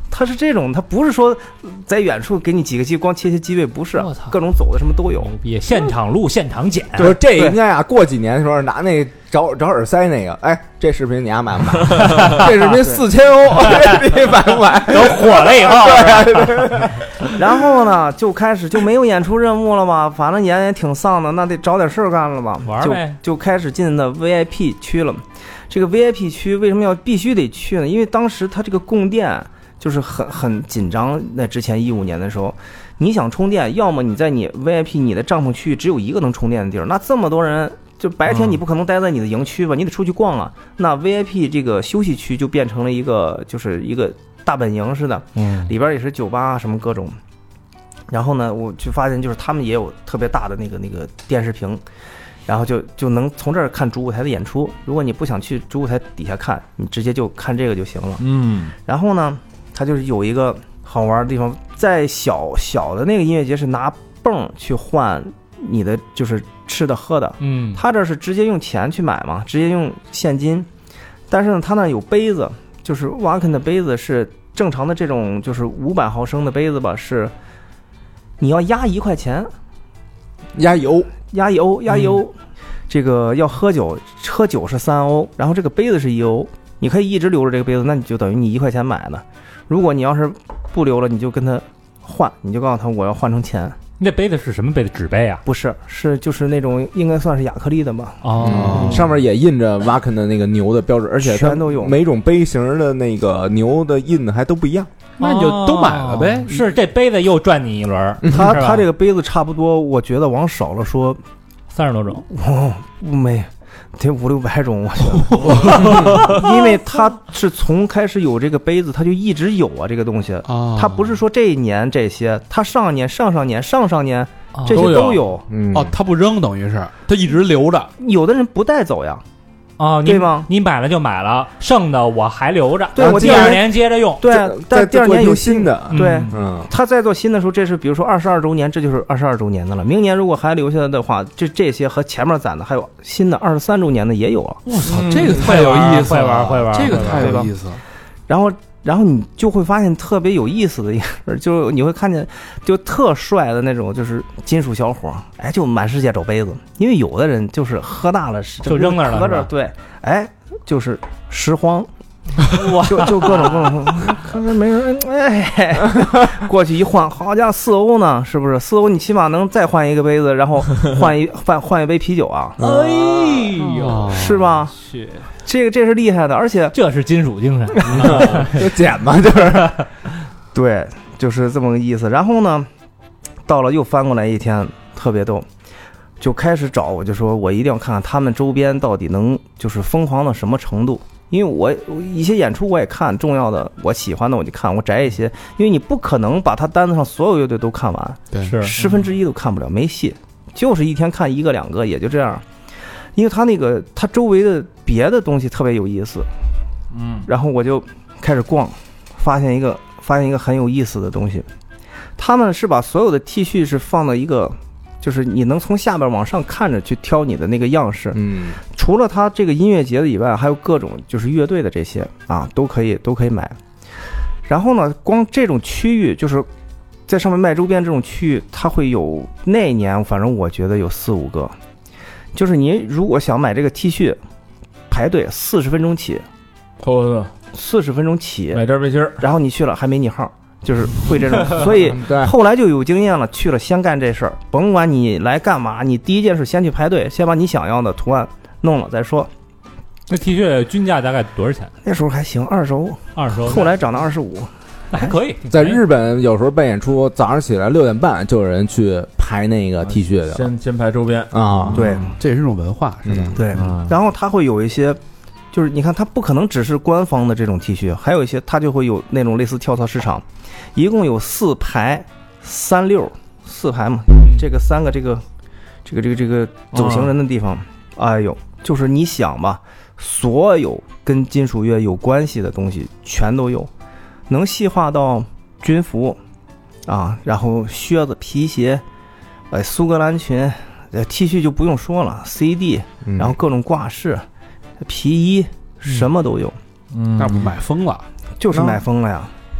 它是这种，它不是说在远处给你几个机光切切机位，不是，各种走的什么都有， 也现场录现场剪。 就是这应该啊，过几年的时候拿那找找耳塞那个，哎，这视频你还买不买？这视频四千欧，你买不买？ 都火了以后， 对对对。然后呢，就开始就没有演出任务了嘛，反正演也挺丧的，那得找点事儿干了吧， 玩呗。 就就开始进的 V I P 区了。这个 V I P 区为什么要必须得去呢？因为当时它这个供电就是很很紧张。那之前一五年的时候，你想充电，要么你在你 V I P 你的帐篷区域只有一个能充电的地儿，那这么多人，就白天你不可能待在你的营区吧，你得出去逛啊。那 V I P 这个休息区就变成了一个就是一个大本营似的，嗯，里边也是酒吧什么各种。然后呢，我就发现就是他们也有特别大的那个那个电视屏。然后就就能从这儿看主舞台的演出。如果你不想去主舞台底下看，你直接就看这个就行了。嗯。然后呢，它就是有一个好玩的地方，在小小的那个音乐节是拿泵去换你的就是吃的喝的。嗯。他这是直接用钱去买嘛，直接用现金。但是呢，他那有杯子，就是 Wacken 的杯子是正常的这种就是五百毫升的杯子吧，是你要压一块钱， 压油。 压一欧，压一欧，嗯，这个要喝酒，喝酒是三欧，然后这个杯子是一欧，你可以一直留着这个杯子，那你就等于你一块钱买的。如果你要是不留了，你就跟他换，你就告诉他我要换成钱。 那杯子是什么杯子？纸杯啊？ 不是，是就是那种应该算是亚克力的吧。 哦，嗯，上面也印着 Wacken 的那个牛的标志，而且全都有， 每种杯型的那个牛的印还都不一样。 那你就都买了呗。 哦，是这杯子又赚你一轮。 他他这个杯子差不多，我觉得往少了说三十多种， 哦，没得五六百种，我觉得。因为他是从开始有这个杯子，他就一直有啊，这个东西啊，他不是说这一年这些，他上年、上上年、上上年这些都有。 嗯，哦，他不扔，等于是他一直留着。 有的人不带走呀。 哦， 对吗？ 你买了就买了，剩的我还留着， 对，我第二年接着用。 对，但第二年有新的。 对， 嗯， 他再做新的时候，这是比如说二十二周年，这就是二十二周年的了。明年如果还留下来的话，这这些和前面攒的还有新的二十三周年的也有了。 我操，这个太有意思了， 会玩会玩， 这个太有意思了。 然后。然后你就会发现特别有意思的一个事，就是你会看见就特帅的那种，就是金属小伙，哎，就满世界找杯子，因为有的人就是喝大了就扔那儿了， 喝着对，哎，就是拾荒，就就各种各种，看着没人，哎，过去一换，好家伙，四欧呢，是不是？四欧你起码能再换一个杯子，然后换一换换一杯啤酒啊， 哎呦， 是吧？ 是。 这个这是厉害的，而且这是金属精神， 就捡嘛，就是， 对，就是这么个意思。然后呢，到了又翻过来一天，特别逗，就开始找，我就说我一定要看看他们周边到底能就是疯狂到什么程度。因为我一些演出我也看，重要的我喜欢的我就看，我摘一些，因为你不可能把他单子上所有乐队都看完， 对， 是十分之一都看不了，没戏，就是一天看一个两个，也就这样。因为他那个他周围的别的东西特别有意思，嗯，然后我就开始逛，发现一个发现一个很有意思的东西，他们是把所有的 T 恤是放到一个，就是你能从下边往上看着去挑你的那个样式，嗯，除了他这个音乐节的以外，还有各种就是乐队的这些啊，都可以都可以买。然后呢，光这种区域就是在上面卖周边这种区域，它会有那年反正我觉得有四五个。就是你如果想买这个 T 恤，排队四十分钟起， 哦， 四十分钟起买件背心儿， 然后你去了还没你号，就是会这种，所以后来就有经验了，去了先干这事儿，甭管你来干嘛，你第一件事先去排队，先把你想要的图案弄了再说。 那 T 恤均价大概多少钱？ 那时候还行，二十欧， 二十欧， 后来涨到二十五。 那还可以。 在日本有时候办演出，早上起来六点半就有人去排那个 T 恤的， 先先排周边啊，对， 这也是一种文化，是吧？ 嗯、对、嗯。然后它会有一些，就是你看，它不可能只是官方的这种 T 恤，还有一些它就会有那种类似跳蚤市场，一共有四排三六四排嘛，这个三个这个这个这个这个走行人的地方，嗯、哎呦，就是你想吧，所有跟金属乐有关系的东西全都有。能细化到军服啊，然后靴子、皮鞋，呃，苏格兰裙，呃 ，T 恤就不用说了 ，C D， 然后各种挂饰、皮衣，什么都有。 嗯，那不买疯了， 就是买疯了呀。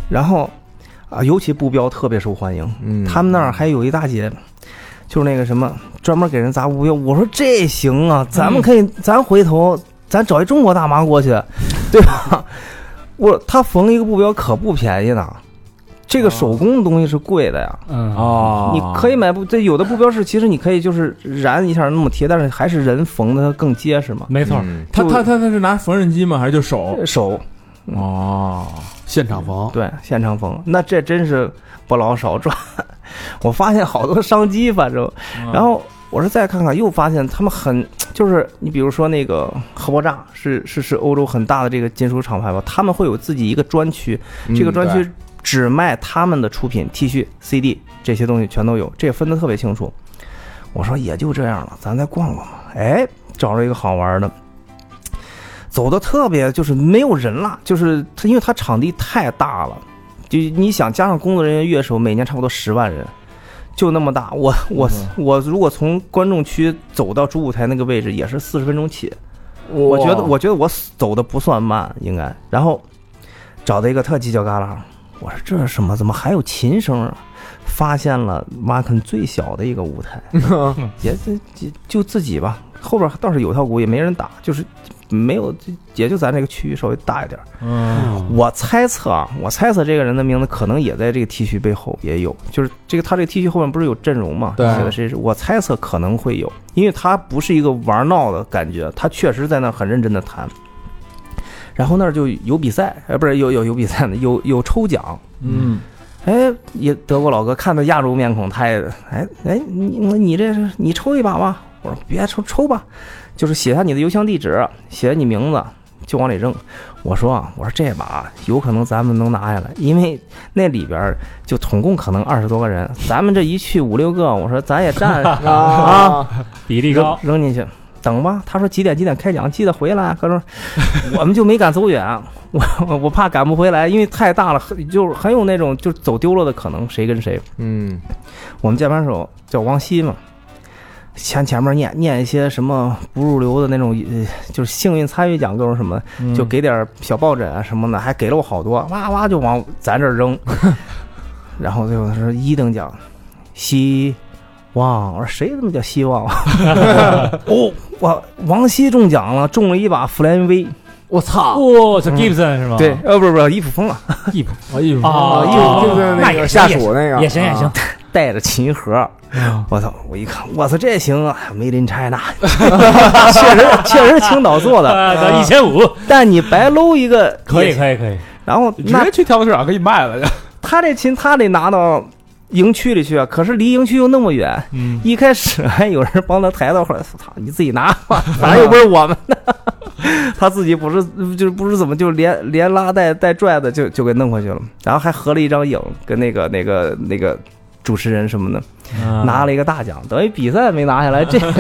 然后啊，尤其步标特别受欢迎。嗯，他们那儿还有一大姐，就是那个什么专门给人砸步标。我说这行啊，咱们可以，嗯、咱回头咱找一中国大妈过去，对吧？我他缝一个步标可不便宜呢。这个手工的东西是贵的呀， 嗯哦，你可以买布，这有的布标是其实你可以就是燃一下那么贴，但是还是人缝的它更结实嘛。 没错， 嗯、他他他他是拿缝纫机吗？还是就手手？ 哦， 现场缝， 对，现场缝，那这真是不老少赚。我发现好多商机，反正，然后我是再看看，又发现他们很就是你比如说那个赫伯扎是是是欧洲很大的这个金属厂牌吧，他们会有自己一个专区，这个专区。嗯只卖他们的出品 T 恤 C D 这些东西全都有，这也分得特别清楚。我说也就这样了，咱再逛逛吧。哎，找着一个好玩的，走的特别就是没有人了，就是他因为他场地太大了，就你想加上工作人员乐手，每年差不多十万人，就那么大。我我我如果从观众区走到主舞台那个位置，也是四十分钟起。我觉得我觉得我走的不算慢，应该。然后找到一个特犄角旮旯。我说这是什么？怎么还有琴声啊？发现了瓦肯最小的一个舞台，也就就自己吧。后边倒是有套鼓，也没人打，就是没有，也就咱这个区域稍微大一点。嗯，我猜测啊，我猜测这个人的名字可能也在这个 T 恤背后也有，就是这个他这个 T 恤后面不是有阵容嘛？ 对， 写的是我猜测可能会有，因为他不是一个玩闹的感觉，他确实在那很认真的弹。然后那儿就有比赛，呃，不是有有有比赛的，有有抽奖，嗯，哎，也德国老哥看到亚洲面孔，他也，哎哎，你你这是你抽一把吧？我说别抽抽吧，就是写下你的邮箱地址，写你名字就往里扔。我说啊，我说这把有可能咱们能拿下来，因为那里边就总共可能二十多个人，咱们这一去五六个，我说咱也占啊， 比例高， 扔进去。等吧，他说几点几点开奖，记得回来。他说我们就没敢走远，我我怕赶不回来，因为太大了，就是很有那种就走丢了的可能，谁跟谁。嗯，我们键盘手叫王希嘛，前前面念念一些什么不入流的那种，呃，就是幸运参与奖各种什么，就给点小抱枕啊什么的，还给了我好多，哇哇就往咱这儿扔。然后最后他说一等奖，希。哇！我说谁他妈叫希望？哦，我王希中奖了，中了一把弗兰威。 我操！ 哇，这 Gibson 是吗？ 对，呃，不是不是，伊普风啊， 伊普啊，伊普啊， 伊普就是那个下属那个， 也行也行， 带着琴盒。我操！我一看，我操，这行啊 ，Made in China， 确实确实青岛做的， 一千五， 但你白搂一个， 可以可以可以。 然后直接去跳蚤市场可以卖了。 他这琴他得拿到营区里去，可是离营区又那么远。嗯，一开始还有人帮他抬到后来，操，你自己拿吧，反正又不是我们的。他自己不是就是不是怎么就连连拉带带拽的就就给弄回去了，然后还合了一张影，跟那个那个那个主持人什么的，啊、拿了一个大奖，等于比赛没拿下来，这个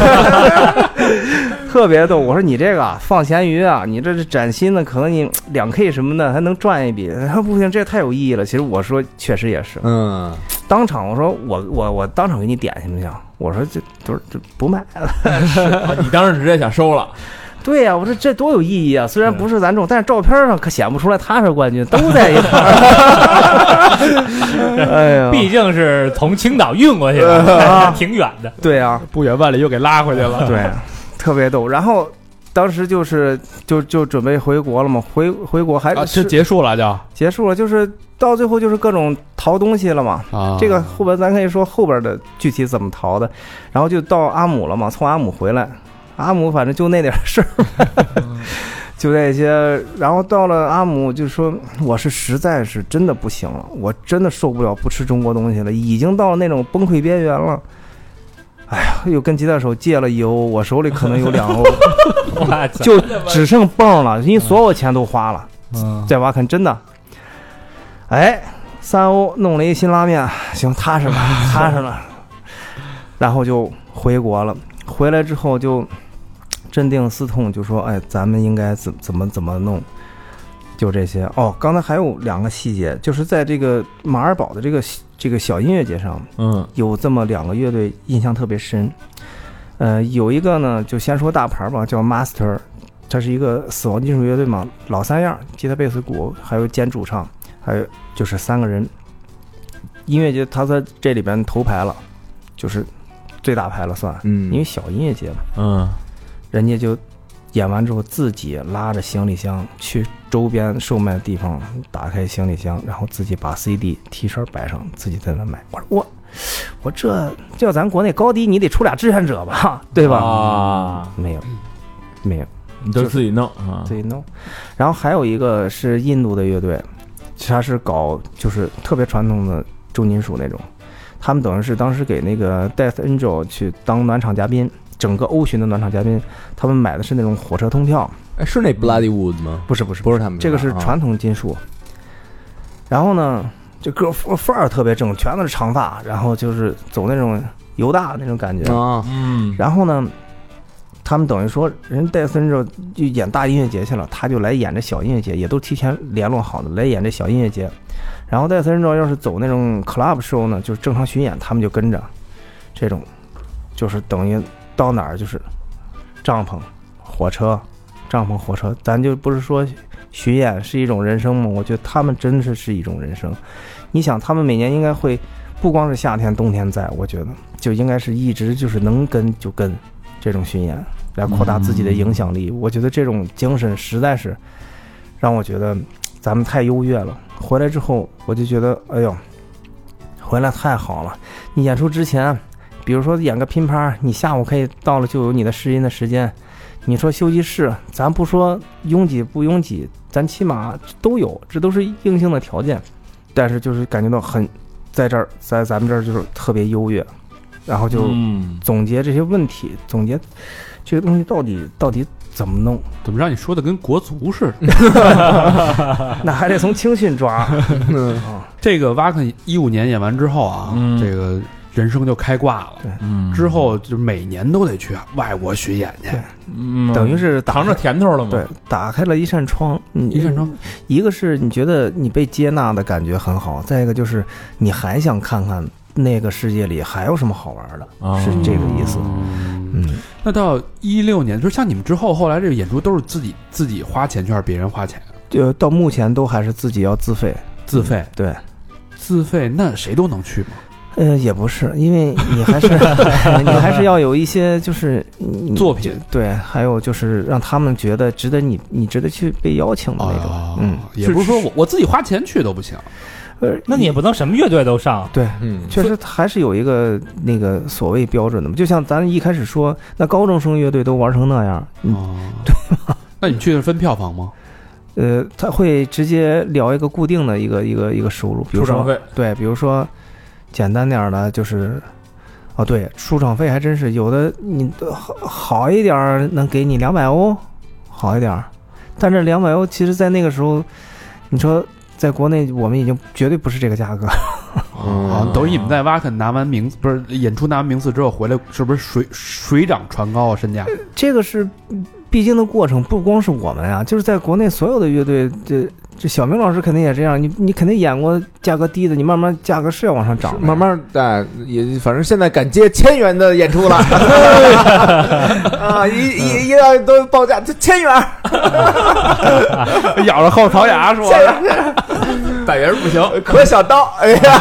特别逗。我说你这个放咸鱼啊，你这是崭新的，可能你两 K 什么的还能赚一笔。他不行，这太有意义了。其实我说确实也是，嗯，当场我说我我我当场给你点行不行？我说这都是这不卖了， 你当时直接想收了。 对呀、啊，我说这多有意义啊！虽然不是咱中，但是照片上可显不出来他是冠军，都在一块儿。哎呀， 毕竟是从青岛运过去的，啊、挺远的。 对啊， 不远万里又给拉回去了。 对，特别逗。然后当时就是就就准备回国了嘛，回回国还啊，这结束了就结束了，就是到最后就是各种淘东西了嘛。啊，这个后边咱可以说后边的具体怎么淘的，然后就到阿姆了嘛，从阿姆回来。阿姆反正就那点事儿，就那些，然后到了阿姆就说我是实在是真的不行了，我真的受不了不吃中国东西了，已经到了那种崩溃边缘了。哎呀，又跟吉他手借了油，我手里可能有两欧，就只剩泵了，因为所有钱都花了。在瓦肯真的，哎，三欧弄了一新拉面，行，踏实了，踏实了，然后就回国了。回来之后就镇定思痛，就说哎，咱们应该怎怎么怎么弄，就这些。哦，刚才还有两个细节，就是在这个马尔堡的这个这个小音乐节上，嗯，有这么两个乐队印象特别深。呃，有一个呢，就先说大牌吧，叫 Master， 它是一个死亡金属乐队嘛，老三样，吉他、贝斯、鼓，还有兼主唱。 还有就是三个人。音乐节他在这里边头牌了，就是最大牌了算，嗯，因为小音乐节嘛，嗯，人家就演完之后自己拉着行李箱去周边售卖的地方，打开行李箱，然后自己把 C D、T 恤摆上，自己在那买。我说我我这叫咱国内高低，你得出俩志愿者吧，对吧？啊，没有，没有， 你都自己弄啊， 自己弄。然后还有一个是印度的乐队，他是搞就是特别传统的重金属那种，他们等于是当时给那个 Death Angel 去当暖场嘉宾。整个欧巡的暖场嘉宾，他们买的是那种火车通票。 哎，是那 Bloody Wood 吗？ 不是，不是， 不是他们， 这个是传统金属。啊、然后呢，这个范儿特别正，全都是长发，然后就是走那种犹大那种感觉啊。嗯。然后呢，他们等于说，人戴森就就演大音乐节去了，他就来演这小音乐节，也都提前联络好的来演这小音乐节。然后戴森要是走那种 club show 呢，就是正常巡演，他们就跟着。这种就是等于。到哪儿就是帐篷、火车、帐篷、火车，咱就不是说巡演是一种人生吗？我觉得他们真是是一种人生。你想，他们每年应该会不光是夏天、冬天在，我觉得就应该是一直就是能跟就跟这种巡演来扩大自己的影响力。嗯、我觉得这种精神实在是让我觉得咱们太优越了。回来之后，我就觉得，哎呦，回来太好了。你演出之前。比如说演个拼盘，你下午可以到了就有你的试音的时间。你说休息室，咱不说拥挤不拥挤，咱起码都有，这都是硬性的条件。但是就是感觉到很，在这儿在咱们这儿就是特别优越，然后就总结这些问题，嗯、总结这个东西到底到底怎么弄？ 怎么让你说的跟国足似的？ 那还得从青训抓。 嗯、这个瓦肯一五年演完之后啊，嗯、这个。人生就开挂了，对，嗯，之后就每年都得去外国巡演去， 嗯，等于是尝着甜头了嘛， 对，打开了一扇窗， 一扇窗， 一个是你觉得你被接纳的感觉很好，再一个就是你还想看看那个世界里还有什么好玩的，哦、是这个意思。 嗯，那到一六年，就是像你们之后，后来这个演出都是自己自己花钱去，还是别人花钱？ 就到目前都还是自己要自费， 自费， 对， 自费，那谁都能去吗？ 呃，也不是，因为你还是你还是要有一些就是作品， 对，还有就是让他们觉得值得你，你值得去被邀请的那种。哦、嗯， 也不是说我我自己花钱去都不行。 呃，那你也不能什么乐队都上。 对，嗯，确实还是有一个那个所谓标准的嘛。就像咱一开始说，那高中生乐队都玩成那样，哦，对吧？ 那你去是分票房吗？ 呃，他会直接聊一个固定的一个一个一个收入，比如说对，比如说。简单点的就是，哦对，出场费还真是有的，你好一点能给你两百欧，好一点，但这两百欧其实在那个时候，你说在国内我们已经绝对不是这个价格。 哦，等于你们在瓦肯拿完名次，不是演出拿完名次之后回来，是不是水水涨船高啊？身价？ 这个是必经的过程，不光是我们啊，就是在国内所有的乐队这。这小明老师肯定也这样，你你肯定演过价格低的，你慢慢价格是要往上涨， 慢慢的也反正现在敢接千元的演出了，啊，一一一个都报价就千元， 咬着后槽牙说，百元不行， 可小刀，哎呀，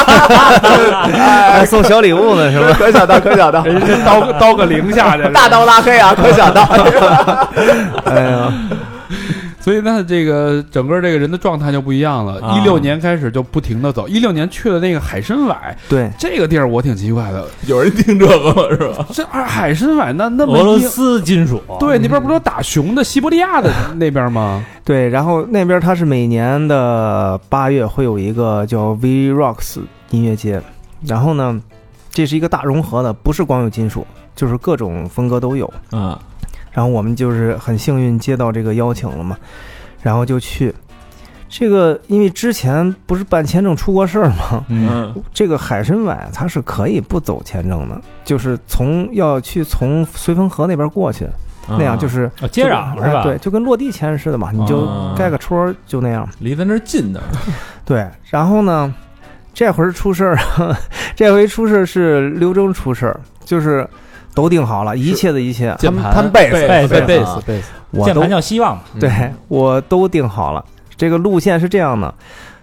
还送小礼物呢是吧？ 可小刀，可小刀， 人家刀刀个零下去， 大刀拉黑啊，可小刀， 哎呀。 所以那这个整个这个人的状态就不一样了。一六、啊、年开始就不停的走，一六年去了那个海参崴， 对这个地儿我挺奇怪的， 有人听这个吗？是吧？ 这海参崴那那么俄罗斯金属， 对，那边不是打熊的西伯利亚的那边吗？ 对，然后那边它是每年的八月会有一个叫 V Rocks 音乐节，然后呢，这是一个大融合的，不是光有金属，就是各种风格都有啊。然后我们就是很幸运接到这个邀请了嘛，然后就去。这个因为之前不是办签证出过事儿吗？嗯，这个海参崴它是可以不走签证的，就是从要去从绥芬河那边过去，嗯、那样就是、 哦、接壤是吧？ 对，就跟落地签似的嘛，你就盖个戳就那样， 离咱这近的。 对，然后呢，这回出事儿，这回出事是刘铮出事儿，就是。都定好了，一切的一切， 键盘、 他们贝斯、 贝斯、 贝斯、贝斯， 键盘叫希望嘛， 对，我都定好了。这个路线是这样的，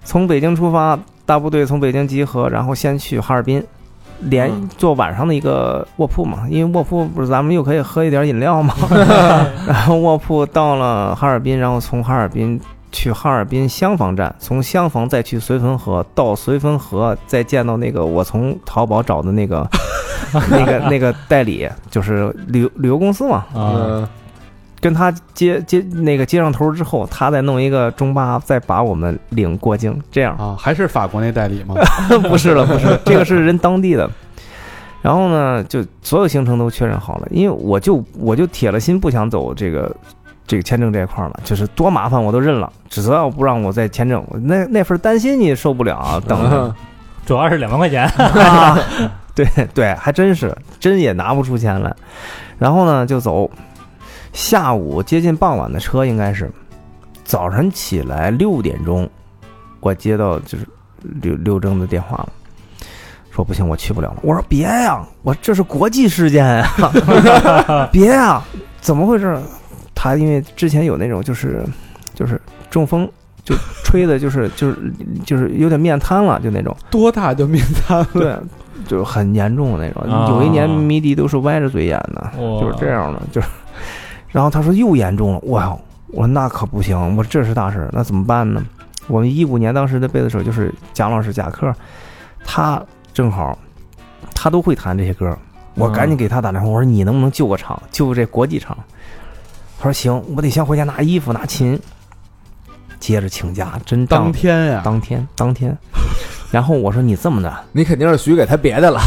从北京出发，大部队从北京集合，然后先去哈尔滨，连坐晚上的一个卧铺嘛，因为卧铺不是咱们又可以喝一点饮料嘛，然后卧铺到了哈尔滨，然后从哈尔滨去哈尔滨襄樊站，从襄樊再去绥芬河，到绥芬河再见到那个我从淘宝找的那个那个那个代理，就是旅游旅游公司嘛， 嗯， 跟他接接那个接上头之后，他再弄一个中巴，再把我们领过境，这样啊，还是法国那代理吗？ 不是了，不是，这个是人当地的。然后呢，就所有行程都确认好了，因为我就我就铁了心不想走这个这个签证这一块了，就是多麻烦我都认了，只要不让我再签证，那那份担心你受不了啊，等着。 主要是两万块钱啊，对对，还真是真也拿不出钱来。然后呢，就走。下午接近傍晚的车，应该是早晨起来六点钟，我接到就是刘刘征的电话了，说不行，我去不了了。我说别呀，我这是国际事件呀，别呀，怎么回事？他因为之前有那种就是就是中风，就吹的就是就是就是有点面瘫了，就那种。 多大就面瘫了？ 对，就是很严重的那种。啊、有一年迷笛都是歪着嘴演的，就是这样的，就是。然后他说又严重了，哇！我说那可不行，我说这是大事，那怎么办呢？我们一五年当时的贝斯手就是蒋老师贾克，他正好他都会弹这些歌，我赶紧给他打电话，我说你能不能救个场，救这国际场？他说行，我得先回家拿衣服拿琴，接着请假，真当天呀， 当天当天。然后我说你这么的， 你肯定是许给他别的了。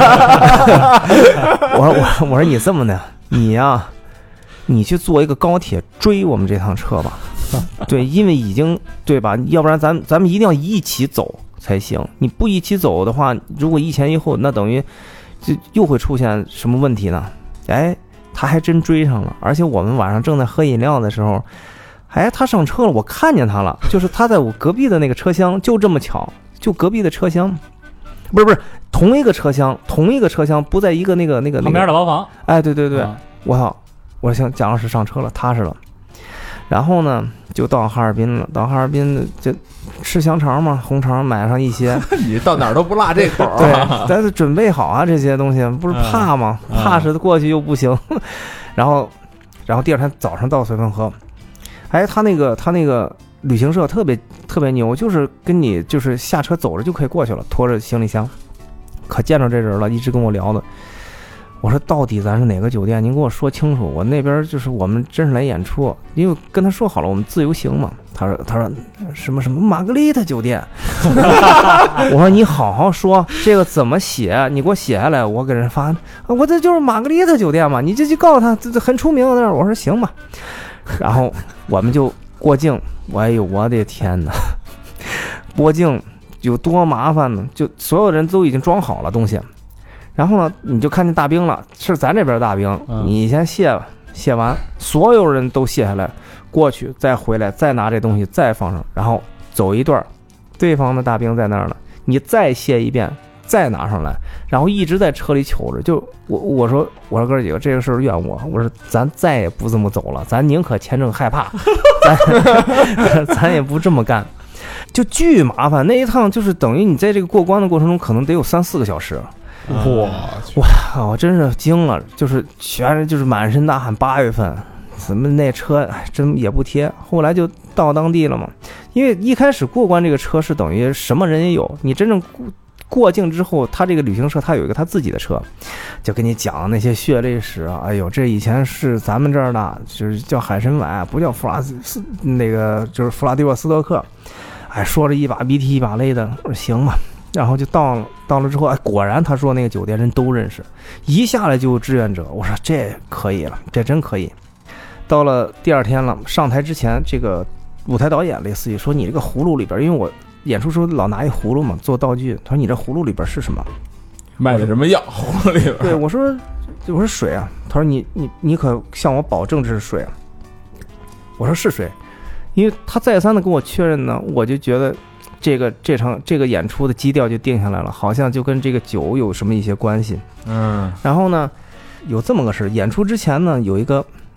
我说我我说你这么的，你呀、啊。你去坐一个高铁追我们这趟车吧，对，因为已经对吧？要不然咱咱们一定要一起走才行。你不一起走的话，如果一前一后，那等于就又会出现什么问题呢？哎，他还真追上了，而且我们晚上正在喝饮料的时候，哎，他上车了，我看见他了，就是他在我隔壁的那个车厢，就这么巧，就隔壁的车厢，不是不是同一个车厢，同一个车厢，不在一个那个那个那个旁边的包房。 哎，对对对，啊、我操！我想蒋老师上车了，踏实了。然后呢，就到哈尔滨了。到哈尔滨就吃香肠嘛，红肠买上一些。 你到哪儿都不落这口、啊。 对，咱是准备好啊，这些东西不是怕吗？嗯、怕是过去又不行。然后，然后第二天早上到绥芬河，哎，他那个他那个旅行社特别特别牛，就是跟你就是下车走着就可以过去了，拖着行李箱。可见着这人了，一直跟我聊的。我说到底咱是哪个酒店？您给我说清楚。我那边就是我们真是来演出，因为跟他说好了，我们自由行嘛。他说他说什么什么玛格丽特酒店。我说你好好说，这个怎么写？你给我写下来，我给人发。我这就是玛格丽特酒店嘛，你这就告诉他，这这很出名的那儿。我说行吧。然后我们就过境。哎呦我的天哪！过境有多麻烦呢？就所有人都已经装好了东西。然后呢，你就看见大兵了，是咱这边大兵，嗯、你先卸吧，卸完，所有人都卸下来，过去再回来，再拿这东西再放上，然后走一段，对方的大兵在那儿呢，你再卸一遍，再拿上来，然后一直在车里瞅着。就我我说我说哥几个，这个事儿怨我，我说咱再也不这么走了，咱宁可签证害怕，咱咱也不这么干，就巨麻烦。那一趟就是等于你在这个过关的过程中，可能得有三四个小时。哇哇！我真是惊了，就是全是就是满身大汗。八月份，怎么那车哎真也不贴。后来就到当地了嘛，因为一开始过关这个车是等于什么人也有，你真正过境之后，他这个旅行社他有一个他自己的车，就跟你讲那些血泪史啊。哎呦，这以前是咱们这儿的，就是叫海参崴，不叫弗拉斯那个就是弗拉迪沃斯托克。哎，说着一把鼻涕一把泪的，我说行吧。然后就到了，到了之后，哎，果然他说那个酒店人都认识，一下来就有志愿者。我说这可以了，这真可以。到了第二天了，上台之前，这个舞台导演类似于说你这个葫芦里边，因为我演出时候老拿一葫芦嘛做道具，他说你这葫芦里边是什么？ 卖的什么药？葫芦里边？ 对，我说我说水啊。他说你你你可向我保证这是水啊。我说是水，因为他再三的跟我确认呢，我就觉得。这个这场这个演出的基调就定下来了，好像就跟这个酒有什么一些关系。嗯，然后呢，有这么个事，演出之前呢，有一个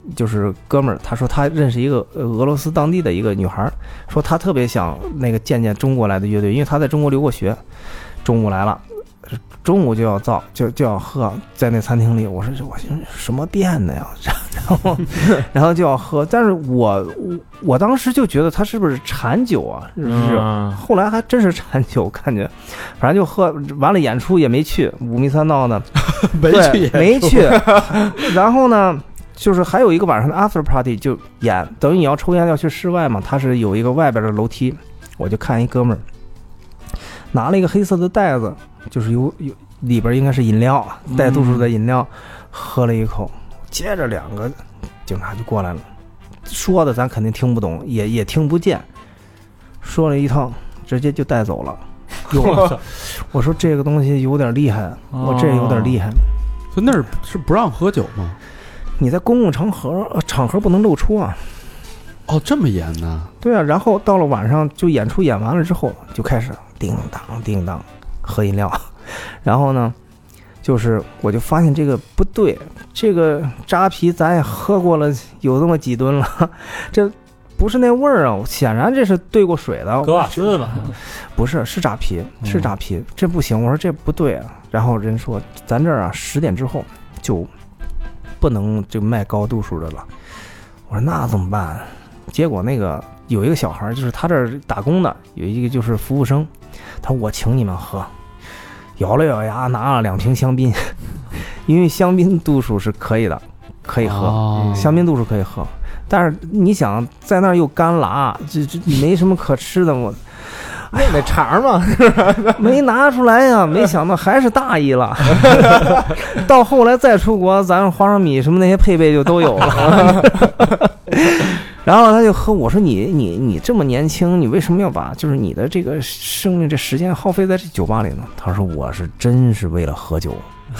就是哥们儿，他说他认识一个俄罗斯当地的一个女孩，说他特别想那个见见中国来的乐队，因为他在中国留过学。中午来了，中午就要造，就就要喝，在那餐厅里，我说我什么变的呀？然后然后就要喝，但是我我当时就觉得他是不是馋酒啊？是不是？后来还真是馋酒，感觉反正就喝完了，演出也没去，五迷三道的没去没去。然后呢，就是还有一个晚上的 after party 就演，等于你要抽烟要去室外嘛，它是有一个外边的楼梯，我就看一哥们儿拿了一个黑色的袋子，就是有有里边应该是饮料，带度数的饮料，喝了一口，接着两个警察就过来了，说的咱肯定听不懂，也也听不见，说了一套，直接就带走了。哟，我说这个东西有点厉害，我这有点厉害。 所以那儿是不让喝酒吗？ 你在公共场合场合不能露出啊。 哦，这么严呢？ 对啊，然后到了晚上就演出演完了之后就开始叮当叮当喝饮料，然后呢就是我就发现这个不对，这个扎啤咱也喝过了有这么几吨了，这不是那味儿啊，显然这是兑过水的。 格瓦斯吧？ 不是，是扎啤，是扎啤，嗯，这不行。我说这不对啊。然后人说咱这儿啊十点之后就不能就卖高度数的了。我说那怎么办？结果那个有一个小孩，就是他这儿打工的，有一个就是服务生，他说我请你们喝，咬了咬牙拿了两瓶香槟，因为香槟度数是可以的，可以喝，哦，香槟度数可以喝。但是你想在那儿又干辣，这这没什么可吃的，我那得肠嘛， 没拿出来呀，没想到还是大意了。到后来再出国，咱花生米什么那些配备就都有了。然后他就喝，我说你你你这么年轻，你为什么要把就是你的这个生命这时间耗费在这酒吧里呢？他说我是真是为了喝酒。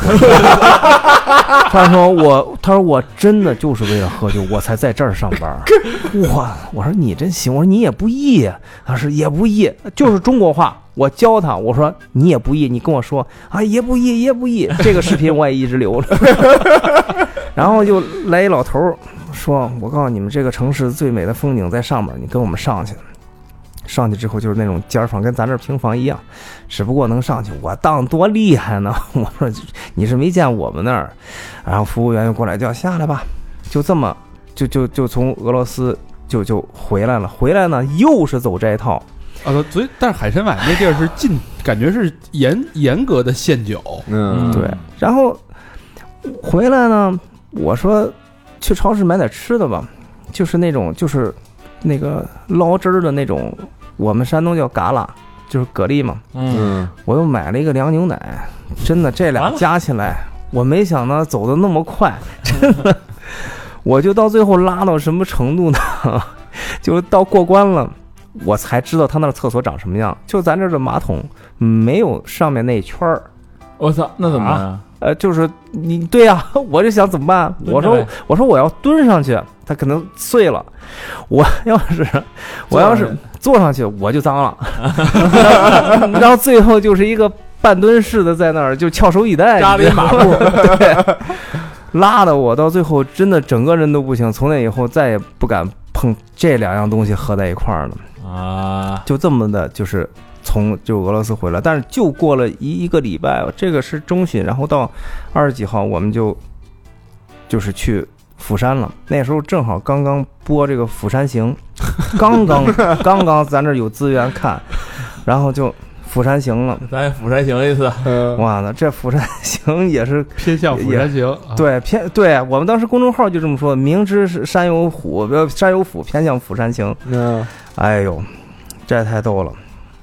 他说我他说我真的就是为了喝酒我才在这儿上班。哇，我说你真行，我说你也不易，他说也不易，就是中国话我教他，我说你也不易，你跟我说啊也不易也不易，这个视频我也一直留着。然后就来一老头说，我告诉你们这个城市最美的风景在上面，你跟我们上去。上去之后就是那种尖房，跟咱这平房一样，只不过能上去。我当多厉害呢！我说你是没见我们那儿。然后服务员又过来叫下来吧，就这么就就就从俄罗斯就就回来了。回来呢又是走这一套啊，所以但是海参崴那地儿是禁，感觉是严严格的限酒。 嗯，对。然后回来呢，我说去超市买点吃的吧，就是那种就是那个捞汁儿的那种。我们山东叫嘎啦，就是蛤蜊嘛。嗯，我又买了一个凉牛奶，真的这俩加起来，我没想到走得那么快，真的，我就到最后拉到什么程度呢？就到过关了，我才知道他那厕所长什么样。就咱这儿的马桶没有上面那圈儿。 我操，那怎么办啊？ 呃，就是你对呀、啊，我就想怎么办？我说我说我要蹲上去，它可能碎了。我要是我要是坐上去，我就脏了。然后最后就是一个半蹲式的在那儿就翘首以待， 扎了一马步， 对，拉的我到最后真的整个人都不行。从那以后再也不敢碰这两样东西合在一块儿了啊！就这么的，就是。从就俄罗斯回来，但是就过了一一个礼拜，这个是中旬，然后到二十几号我们就就是去釜山了。那时候正好刚刚播这个《釜山行》，刚刚刚刚咱这有资源看，然后就《釜山行》了。 咱也釜山行一次， 哇，那这《釜山行》也是偏向釜山行， 对偏对我们当时公众号就这么说，明知是山有虎，山有虎，偏向釜山行。嗯，哎呦，这太逗了。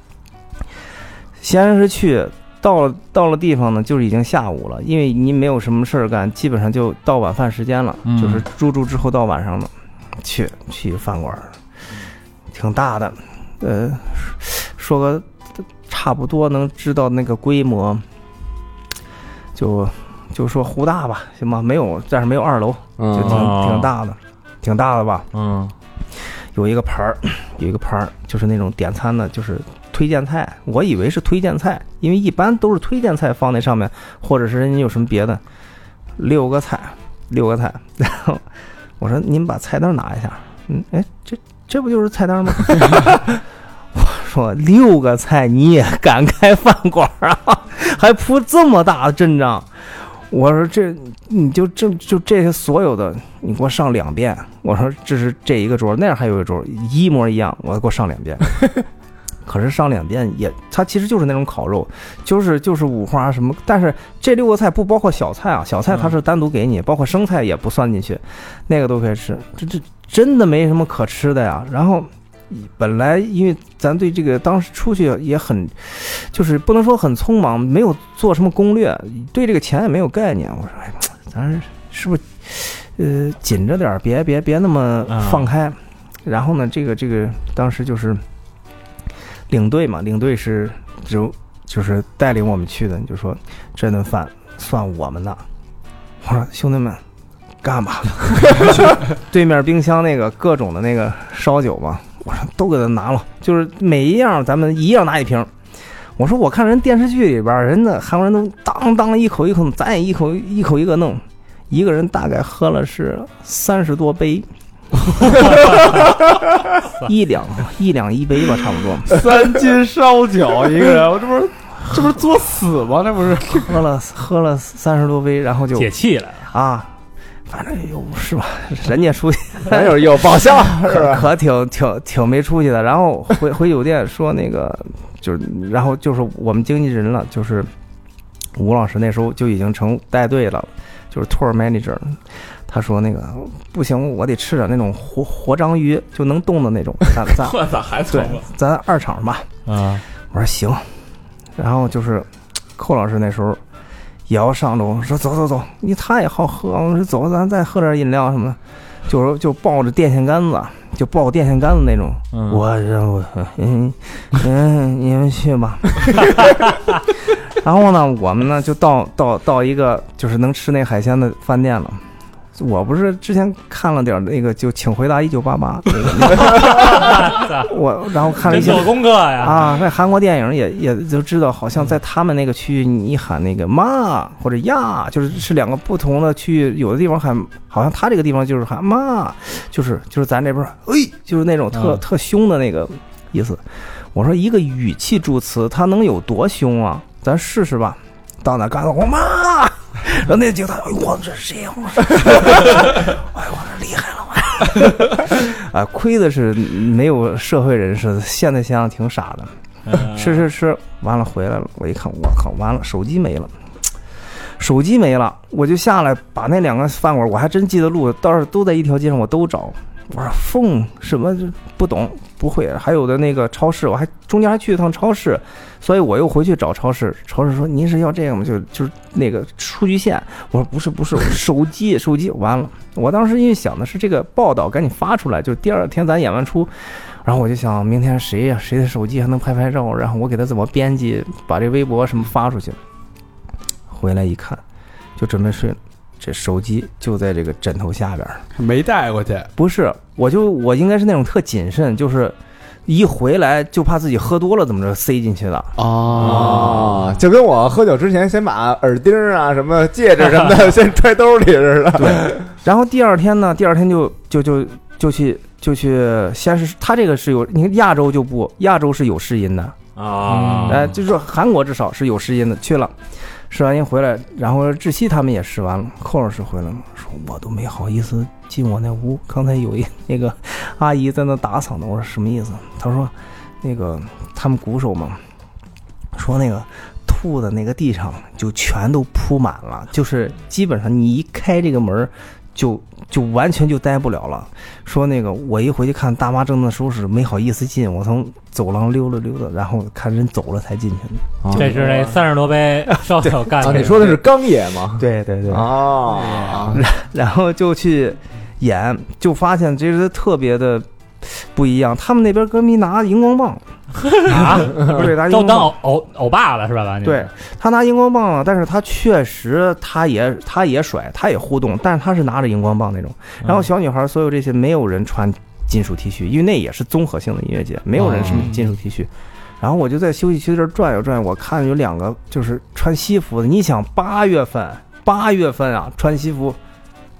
先是去到了到了地方呢，就是已经下午了，因为你没有什么事儿干，基本上就到晚饭时间了，嗯、就是入住之后到晚上了，去去饭馆，挺大的，呃，说个差不多能知道那个规模，就就说湖大吧，行吧，没有，但是没有二楼，就挺、嗯、挺大的，挺大的吧，嗯，有一个盘儿，有一个盘儿，就是那种点餐的，就是。推荐菜，我以为是推荐菜，因为一般都是推荐菜放在上面，或者是人家有什么别的，六个菜，六个菜，然后我说您把菜单拿一下。嗯，哎，这这不就是菜单吗？我说六个菜你也敢开饭馆啊？还铺这么大的阵仗？我说这你就这就这些所有的你给我上两遍。我说这是这一个桌，那儿还有一个桌一模一样，我给我上两遍。可是上两遍也，它其实就是那种烤肉，就是就是五花什么，但是这六个菜不包括小菜啊，小菜它是单独给你，包括生菜也不算进去，那个都可以吃，这这真的没什么可吃的呀。然后本来因为咱对这个当时出去也很，就是不能说很匆忙，没有做什么攻略，对这个钱也没有概念。我说，哎，咱是不是呃紧着点，别别别那么放开。然后呢，这个这个当时就是领队嘛，领队是就就是带领我们去的，就说这顿饭算我们的。我说兄弟们干吧。对面冰箱那个各种的那个烧酒嘛，我说都给他拿了，就是每一样咱们一样拿一瓶。我说我看人电视剧里边人的韩国人都当当一口一口，咱也一口一口一个弄，一个人大概喝了是三十多杯。一两一两一杯吧，差不多。 三斤烧酒一个人，我这不是这不是作死吗？这不是喝了喝了三十多杯，然后就解气了啊。反正有是吧？人家出去， 咱有有报销是吧？ 可挺挺挺没出息的。然后回回酒店说那个就是，然后就是我们经纪人了，就是吴老师那时候就已经成带队了，就是 tour manager。他说那个不行，我得吃点那种活活章鱼，就能动的那种。咱咱我咋还对，咱二场吧。 啊， 我说行。然后就是寇老师那时候也要上楼，说走走走，你他也好喝，我说走，咱再喝点饮料什么的。就是就抱着电线杆子，就抱电线杆子那种。嗯、我我嗯嗯，你们去吧。然后呢，我们呢就到到到一个就是能吃那海鲜的饭店了。我不是之前看了点那个，就请回答一九八八，我然后看了一些做功课呀啊，在韩国电影也也就知道，好像在他们那个区域，你喊那个妈或者呀，就是是两个不同的区域，有的地方喊，好像他这个地方就是喊妈，就是就是咱这边哎，就是那种特、嗯、特凶的那个意思。我说一个语气助词，它能有多凶啊？咱试试吧。到那干了，我妈。然后那警察，哎，我这谁呀？哎，我这厉害了，我啊，亏的是没有社会人士，现在想想挺傻的。吃吃吃，完了回来了，我一看，我靠，完了，手机没了，手机没了，我就下来把那两个饭馆，我还真记得路，倒是都在一条街上，我都找。我说凤什么不懂不会，还有的那个超市，我还中间还去一趟超市，所以我又回去找超市。超市说您是要这个吗？就就是那个数据线。我说不是不是，手机手机完了。我当时因为想的是这个报道赶紧发出来，就第二天咱演完出，然后我就想明天谁呀谁的手机还能拍拍照，然后我给他怎么编辑，把这微博什么发出去。回来一看，就准备睡了。这手机就在这个枕头下边， 没带过去。 不是，我就我应该是那种特谨慎，就是一回来就怕自己喝多了怎么着塞进去的。 哦，就跟我喝酒之前先把耳钉啊、什么戒指什么的先揣兜里似的。 对。然后第二天呢，第二天就就就就去就去，先是他这个是有，你看亚洲就不，亚洲是有试音的啊， 哎、呃，就是说韩国至少是有试音的，去了。试完音回来，然后志熙他们也试完了，寇老师回来了，说我都没好意思进我那屋，刚才有一那个阿姨在那打扫呢。我说什么意思？他说那个他们鼓手嘛，说那个吐的那个地上就全都铺满了，就是基本上你一开这个门就就完全就待不了了。说那个我一回去看大妈正在收拾，没好意思进，我从走廊溜达溜达，然后看人走了才进去的。 哦、这是那三十多杯烧酒干的、 啊。你说的是刚野吗？ 对对对。 哦。 然后就去演，就发现这是特别的不一样。他们那边歌迷拿荧光棒。 啊， 不是，他都当欧欧欧巴了是吧？ 对，他拿荧光棒了，但是他确实他也他也甩，他也互动，但是他是拿着荧光棒那种。然后小女孩，所有这些没有人穿金属 T 恤，因为那也是综合性的音乐节，没有人是金属 T 恤。然后我就在休息区这转悠转悠，我看有两个就是穿西服的。你想八月份，八月份啊，穿西服，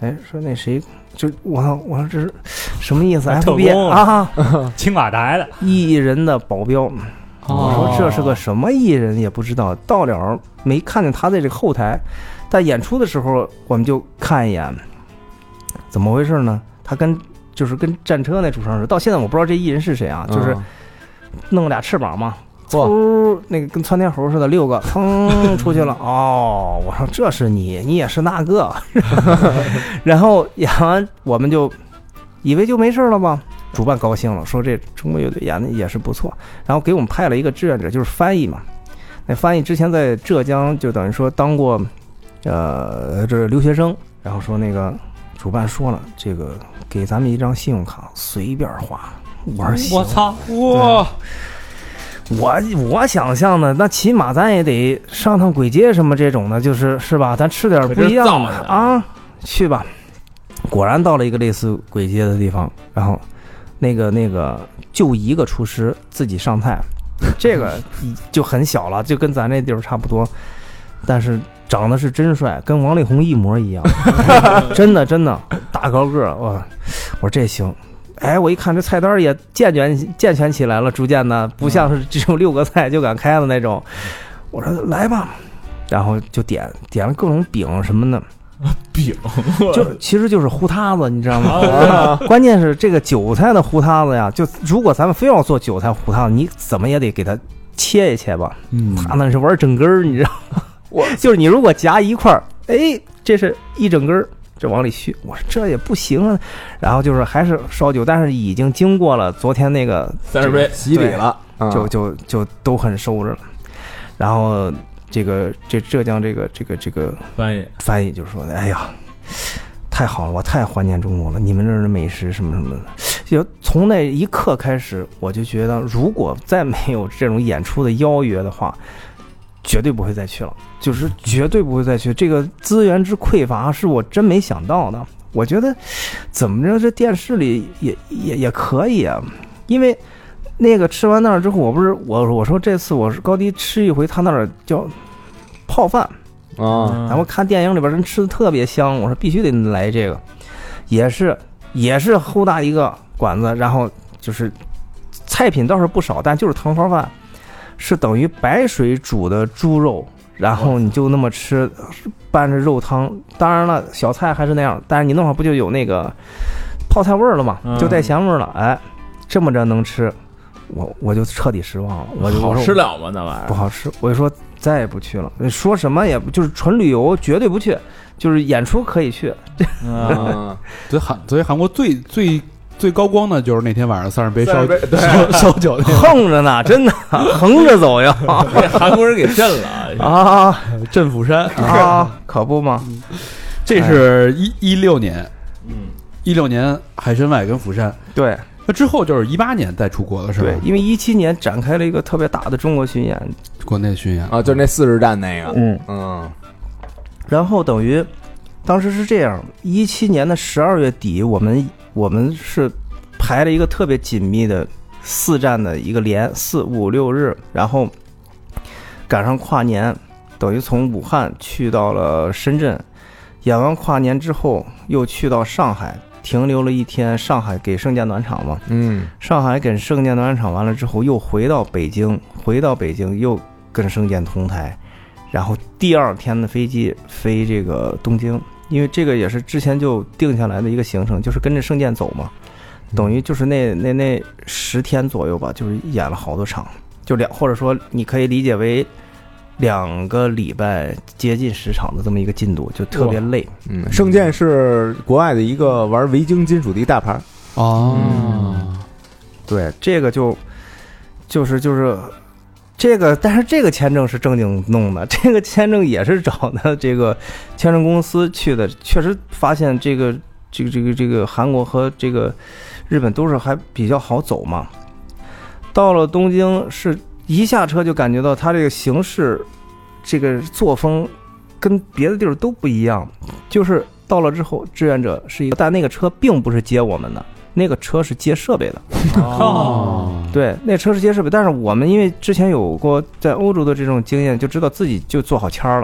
哎，说那谁，就我我说这是什么意思 ？F B I 啊， 青瓦台的艺人的保镖。我说这是个什么艺人也不知道，到了没看见他在这个后台，但演出的时候我们就看一眼，怎么回事呢？他跟就是跟战车那主唱是，到现在我不知道这艺人是谁啊，就是弄俩翅膀嘛。哦，那个跟窜天猴似的，六个腾出去了。哦，我说这是你，你也是那个。然后演完，我们就以为就没事了吧。主办高兴了，说这中国乐队演的也是不错，然后给我们派了一个志愿者，就是翻译嘛。那翻译之前在浙江就等于说当过，呃，这留学生。然后说那个主办说了，这个给咱们一张信用卡，随便花。我说我操， 哇！ 我我想象的，那起码咱也得上趟簋街什么这种的，就是是吧？咱吃点不一样的啊，去吧。果然到了一个类似簋街的地方，然后那个那个就一个厨师自己上菜，这个就很小了，就跟咱这地儿差不多，但是长得是真帅，跟王力宏一模一样，真的真的大高个儿，我我说这行。哎，我一看这菜单也健全健全起来了，逐渐的不像是只有六个菜就敢开的那种。我说来吧，然后就点点了各种饼什么的， 饼就其实就是糊塌子，你知道吗？关键是这个韭菜的糊塌子呀，就如果咱们非要做韭菜糊塌子，你怎么也得给它切一切吧。嗯，他那是玩整根儿，你知道吗？我就是你如果夹一块儿，哎，这是一整根儿。这往里续，我说这也不行啊，然后就是还是烧酒，但是已经经过了昨天那个三十杯洗礼了， 就就就都很收着了。然后这个这浙江这个这个这个翻译翻译就说：“哎呀，太好了，我太怀念中国了，你们这儿的美食什么什么的。”就从那一刻开始，我就觉得，如果再没有这种演出的邀约的话，绝对不会再去了，就是绝对不会再去。这个资源之匮乏是我真没想到的。我觉得怎么着，这电视里也也也可以啊。因为那个吃完那儿之后，我不是我我说这次我是高低吃一回，他那儿叫泡饭啊。咱们看电影里边人吃的特别香，我说必须得来这个，也是也是齁大一个馆子，然后就是菜品倒是不少，但就是汤泡饭。是等于白水煮的猪肉，然后你就那么吃，拌着肉汤。当然了，小菜还是那样，但是你弄上不就有那个泡菜味儿了嘛，就带咸味儿了。哎，这么着能吃，我我就彻底失望了。我就好吃了吗？那玩意儿不好吃，我就说再也不去了。说什么也不就是纯旅游，绝对不去，就是演出可以去。 啊，所以韩所以韩国最最。最高光的就是那天晚上三十杯烧烧烧酒， 横着呢，真的横着走呀， 被韩国人给震了啊！ 震釜山啊，可不嘛。 这是一一六年，嗯，一六年海参崴跟釜山， 对。 那之后就是一八年再出国了，是吧？ 对，因为一七年展开了一个特别大的中国巡演， 国内巡演啊，就那四十站那个， 嗯嗯。 然后等于当时是这样，一七年的十二月底，我们。我们是排了一个特别紧密的四站的一个连四五六日，然后赶上跨年，等于从武汉去到了深圳，演完跨年之后又去到上海，停留了一天，上海给圣剑暖场嘛， 嗯， 上海给圣剑暖场完了之后又回到北京，回到北京又跟圣剑同台，然后第二天的飞机飞这个东京。因为这个也是之前就定下来的一个行程，就是跟着圣剑走嘛，等于就是那那那十天左右吧，就是演了好多场，就两或者说你可以理解为两个礼拜接近十场的这么一个进度，就特别累。 嗯，圣剑是国外的一个玩维京金属的一大牌哦、 嗯，对，这个就就是就是。这个，但是这个签证是正经弄的，这个签证也是找的这个签证公司去的，确实发现这个这个这个这个韩国和这个日本都是还比较好走嘛。到了东京是一下车就感觉到它这个形式，这个作风跟别的地儿都不一样，就是到了之后，志愿者是一个，但那个车并不是接我们的。那个车是接设备的， 哦， 对，那车是接设备，但是我们因为之前有过在欧洲的这种经验，就知道自己就做好签了，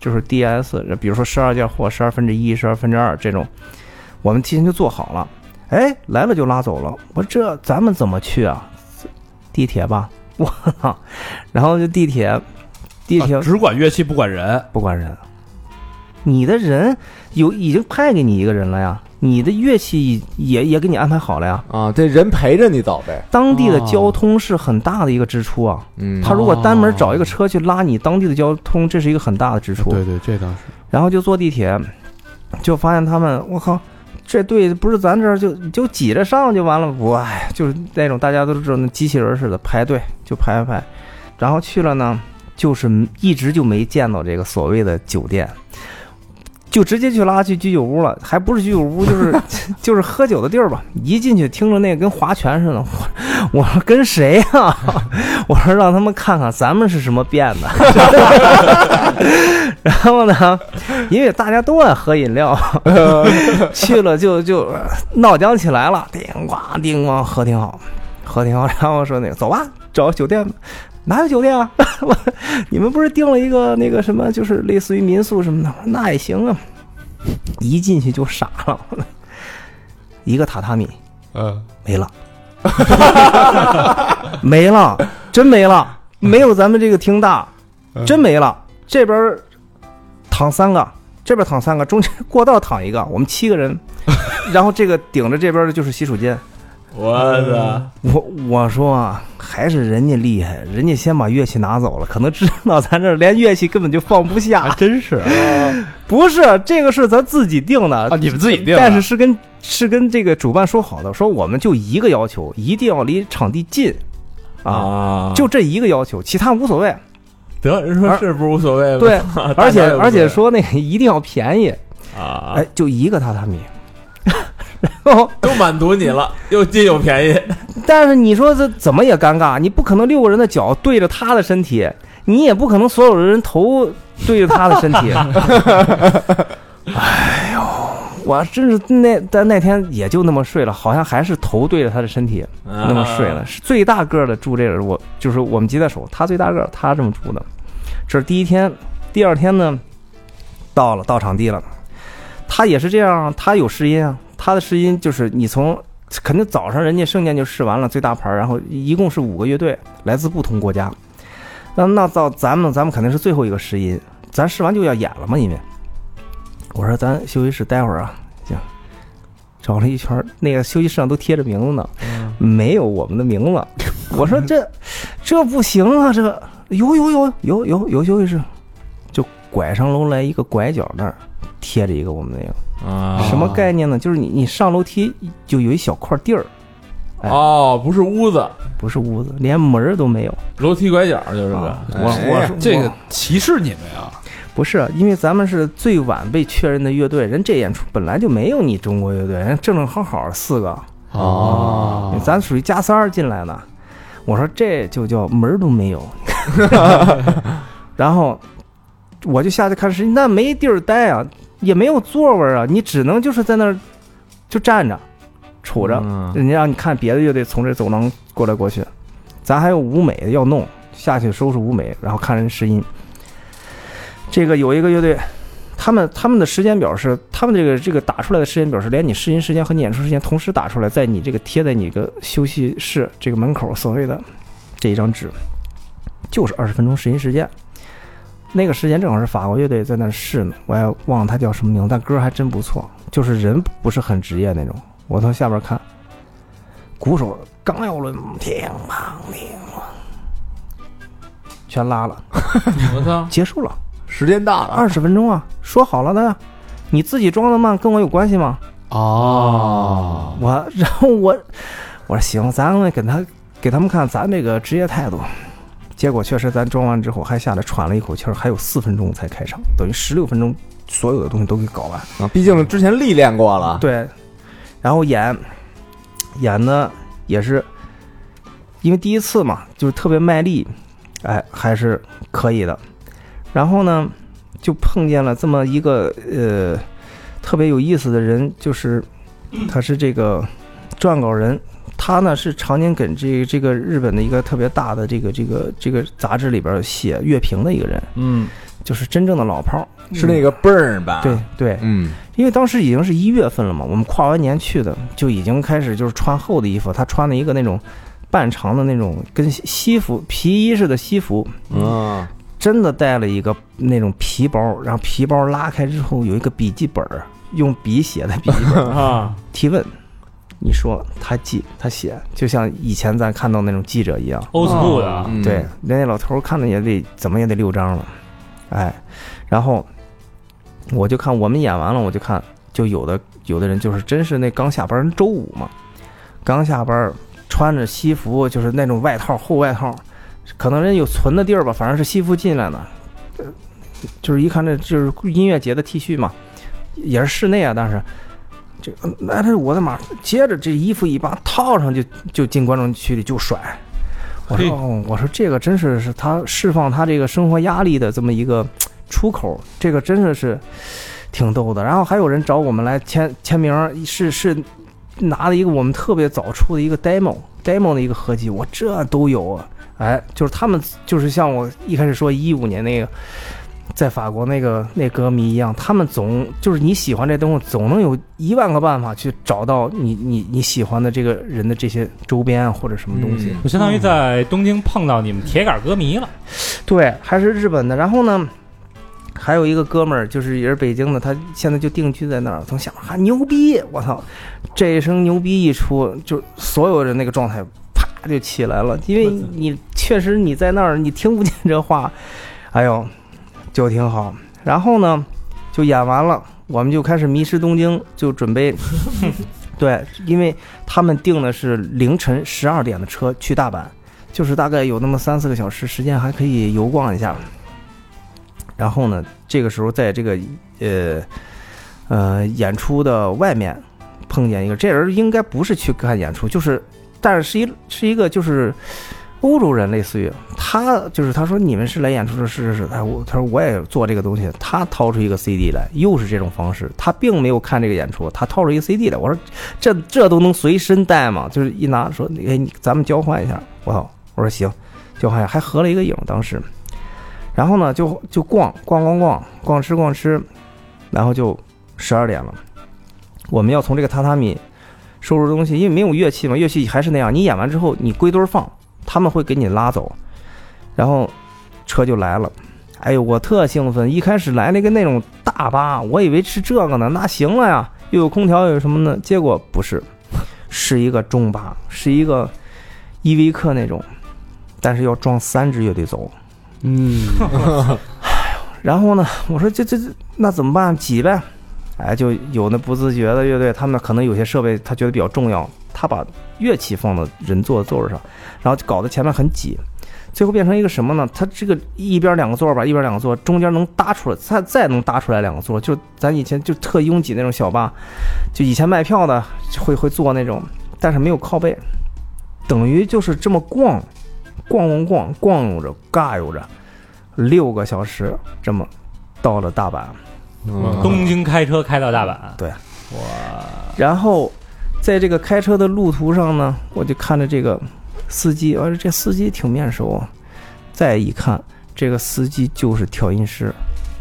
就是 D S， 比如说十二件货，十二分之一、十二分之二这种，我们提前就做好了。哎，来了就拉走了。我这咱们怎么去啊？地铁吧，我操！然后就地铁，地铁、 啊、只管乐器不管人， 不管人。你的人有已经派给你一个人了呀，你的乐器也也给你安排好了呀。 啊，这人陪着你走呗。 当地的交通是很大的一个支出啊。嗯，他如果单门找一个车去拉你当地的交通，这是一个很大的支出。 对对，这倒是。 然后就坐地铁，就发现他们，我靠，这队不是咱这儿就就挤着上就完了，不，哎，就是那种大家都知道那机器人似的排队就排排，然后去了呢，就是一直就没见到这个所谓的酒店。就直接去拉去居酒屋了，还不是居酒屋，就是就是喝酒的地儿吧。一进去听着那个跟划拳似的，我我说跟谁啊？我说让他们看看咱们是什么变的。然后呢，因为大家都爱喝饮料，去了就就闹僵起来了，叮咣叮咣，喝挺好，喝挺好。然后说那个走吧，找酒店吧。哪有酒店啊？你们不是订了一个那个什么，就是类似于民宿什么的？那也行啊。一进去就傻了，一个榻榻米，嗯，没了，没了，真没了，没有咱们这个厅大，真没了。这边躺三个，这边躺三个，中间过道躺一个，我们七个人，然后这个顶着这边的就是洗手间。 我的， 我我说啊，还是人家厉害，人家先把乐器拿走了，可能知道咱这连乐器根本就放不下， 真是， 不是这个是咱自己定的啊，你们自己定的， 但是是跟是跟这个主办说好的，说我们就一个要求，一定要离场地近，啊，就这一个要求，其他无所谓。 得人说是不是无所谓吗？ 对，而且而且说那个一定要便宜啊， 哎，就一个榻榻米。 都满足你了，又近又便宜。 但是你说这怎么也尴尬，你不可能六个人的脚对着他的身体，你也不可能所有的人头对着他的身体。哎呦，我真是那但那天也就那么睡了，好像还是头对着他的身体那么睡了。是最大个的住这个，我就是我们吉他手，他最大个，他这么住的。这是第一天，第二天呢，到了到场地了，他也是这样，他有试音啊。他的试音就是你从肯定早上人家圣殿就试完了最大牌，然后一共是五个乐队，来自不同国家。那那到咱们咱们肯定是最后一个试音，咱试完就要演了嘛，因为我说咱休息室待会儿啊，行。找了一圈，那个休息室上都贴着名字呢，嗯、没有我们的名字。我说这这不行啊，这个有有有有有有休息室，就拐上楼来一个拐角那儿贴着一个我们那个。啊，什么概念呢？就是你你上楼梯就有一小块地儿， 哎、哦，不是屋子， 不是屋子，连门都没有， 楼梯拐角就是个。 啊、我我说这个歧视你们呀？ 不是，因为咱们是最晚被确认的乐队，人这演出本来就没有你中国乐队，人正正好好四个哦， 咱属于加三儿进来的。我说这就叫门都没有，然后我就下去看视频，那没地儿待啊。也没有座位啊，你只能就是在那儿就站着杵着，嗯、人家让你看别的乐队从这走廊过来过去，咱还有舞美要弄，下去收拾舞美，然后看人试音。这个有一个乐队，他们他们的时间表是他们这个这个打出来的时间表是连你试音时间和你演出时间同时打出来，在你这个贴在你个休息室这个门口所谓的这一张纸，就是二十分钟试音时间。那个时间正好是法国乐队在那试呢，我也忘了他叫什么名字，但歌还真不错，就是人不是很职业那种。我从下边看，鼓手刚要抡，停忙停忙，全拉了， 我操， 结束了， 时间大了， 二十分钟啊，说好了的，你自己装的慢跟我有关系吗？ 哦， 我然后我我说行，咱们给他给他们看咱这个职业态度。结果确实，咱装完之后还下来喘了一口气儿，还有四分钟才开场，等于十六分钟所有的东西都给搞完啊！毕竟之前历练过了。 对，然后演演呢也是因为第一次嘛，就是特别卖力，哎，还是可以的。然后呢，就碰见了这么一个呃特别有意思的人，就是他是这个撰稿人。他呢是常年给这个这个日本的一个特别大的这个这个这个杂志里边写乐评的一个人， 嗯， 就是真正的老炮儿， 是那个倍儿吧？ 对对， 嗯， 因为当时已经是一月份了嘛，我们跨完年去的，就已经开始就是穿厚的衣服，他穿了一个那种半长的那种跟西服皮衣似的西服， 嗯， 真的带了一个那种皮包，然后皮包拉开之后有一个笔记本，用笔写的笔记本啊，提问。你说他记他写，就像以前咱看到那种记者一样 ，old school 的， 嗯、对，那老头看的也得怎么也得六张了，哎，然后我就看我们演完了，我就看就有的有的人就是真是那刚下班，周五嘛，刚下班穿着西服，就是那种外套厚外套，可能人有存的地儿吧，反正是西服进来的，就是一看这就是音乐节的 T 恤嘛，也是室内啊，但是。这那他我的妈！接着这衣服一扒套上就就进观众区里就甩，我说、哦、我说这个真是是他释放他这个生活压力的这么一个出口，这个真的是挺逗的。然后还有人找我们来签签名，是是拿了一个我们特别早出的一个 demo demo 的一个合集，我这都有啊！哎，就是他们就是像我一开始说一五年那个。在法国那个那歌迷一样，他们总就是你喜欢这东西，总能有一万个办法去找到你你你喜欢的这个人的这些周边啊或者什么东西。 我、嗯、相当于在东京碰到你们铁杆歌迷了。 对，还是日本的。然后呢，还有一个哥们儿，就是也是北京的，他现在就定居在那儿。从想还牛逼，我操！这一声牛逼一出，就所有人那个状态啪就起来了，因为你确实你在那儿，你听不见这话，哎呦。就挺好，然后呢，就演完了，我们就开始迷失东京，就准备，对，因为他们订的是凌晨十二点的车去大阪，就是大概有那么三四个小时时间，还可以游逛一下。然后呢，这个时候在这个呃呃演出的外面碰见一个，这人应该不是去看演出，就是，但是是一是一个就是。欧洲人类似于他就是他说你们是来演出的是是是，他我他说我也做这个东西，他掏出一个 C D 来，又是这种方式，他并没有看这个演出，他掏出一个 C D 来，我说这这都能随身带吗？就是一拿说哎你咱们交换一下，我操，我说行，交换一下，还合了一个影当时，然后呢就就逛逛逛逛逛吃逛吃，然后就十二点了，我们要从这个榻榻米收拾东西，因为没有乐器嘛，乐器还是那样，你演完之后你归堆放。他们会给你拉走，然后车就来了。哎呦，我特兴奋！一开始来了一个那种大巴，我以为是这个呢，那行了呀，又有空调，又有什么呢？结果不是，是一个中巴，是一个依维柯那种，但是要装三支乐队走。嗯，哎呦，然后呢，我说这这这那怎么办？挤呗。哎，就有那不自觉的乐队，他们可能有些设备他觉得比较重要。他把乐器放到人坐的座上，然后搞得前面很挤，最后变成一个什么呢？他这个一边两个座吧，一边两个座，中间能搭出来，再再能搭出来两个座，就咱以前就特拥挤那种小巴，就以前卖票的会会坐那种，但是没有靠背，等于就是这么逛，逛逛逛逛悠着，尬悠着，六个小时这么到了大阪， 嗯、东京开车开到大阪， 对，哇，然后。在这个开车的路途上呢，我就看着这个司机，我说这司机挺面熟啊。再一看，这个司机就是调音师，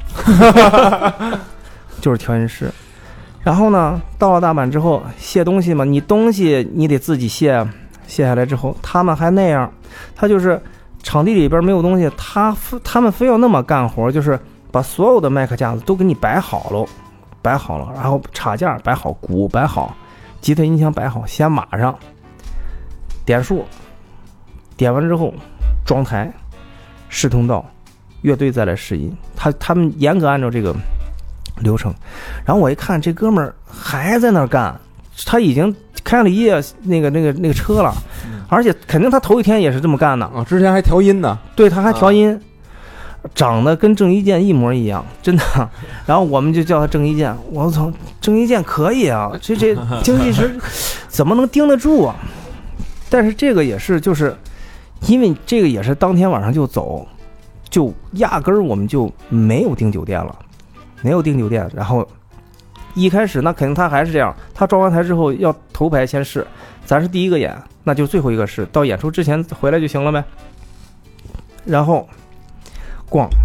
就是调音师。然后呢，到了大阪之后卸东西嘛，你东西你得自己卸，卸下来之后，他们还那样，他就是场地里边没有东西，他他们非要那么干活，就是把所有的麦克架子都给你摆好了，摆好了，然后插架摆好，鼓摆好。吉他音箱摆好，先码上，点数，点完之后装台，试通道，乐队再来试音。他他们严格按照这个流程。然后我一看这哥们儿还在那儿干，他已经开了一夜那个那个那个车了，而且肯定他头一天也是这么干的啊，之前还调音呢。 对，他还调音。啊长得跟郑伊健一模一样，真的。然后我们就叫他郑伊健。我操，郑伊健可以啊，这这经济师怎么能盯得住啊？但是这个也是，就是因为这个也是当天晚上就走，就压根儿我们就没有订酒店了，没有订酒店。然后一开始那肯定他还是这样，他装完台之后要头排先试，咱是第一个演，那就最后一个试，到演出之前回来就行了呗。然后。逛，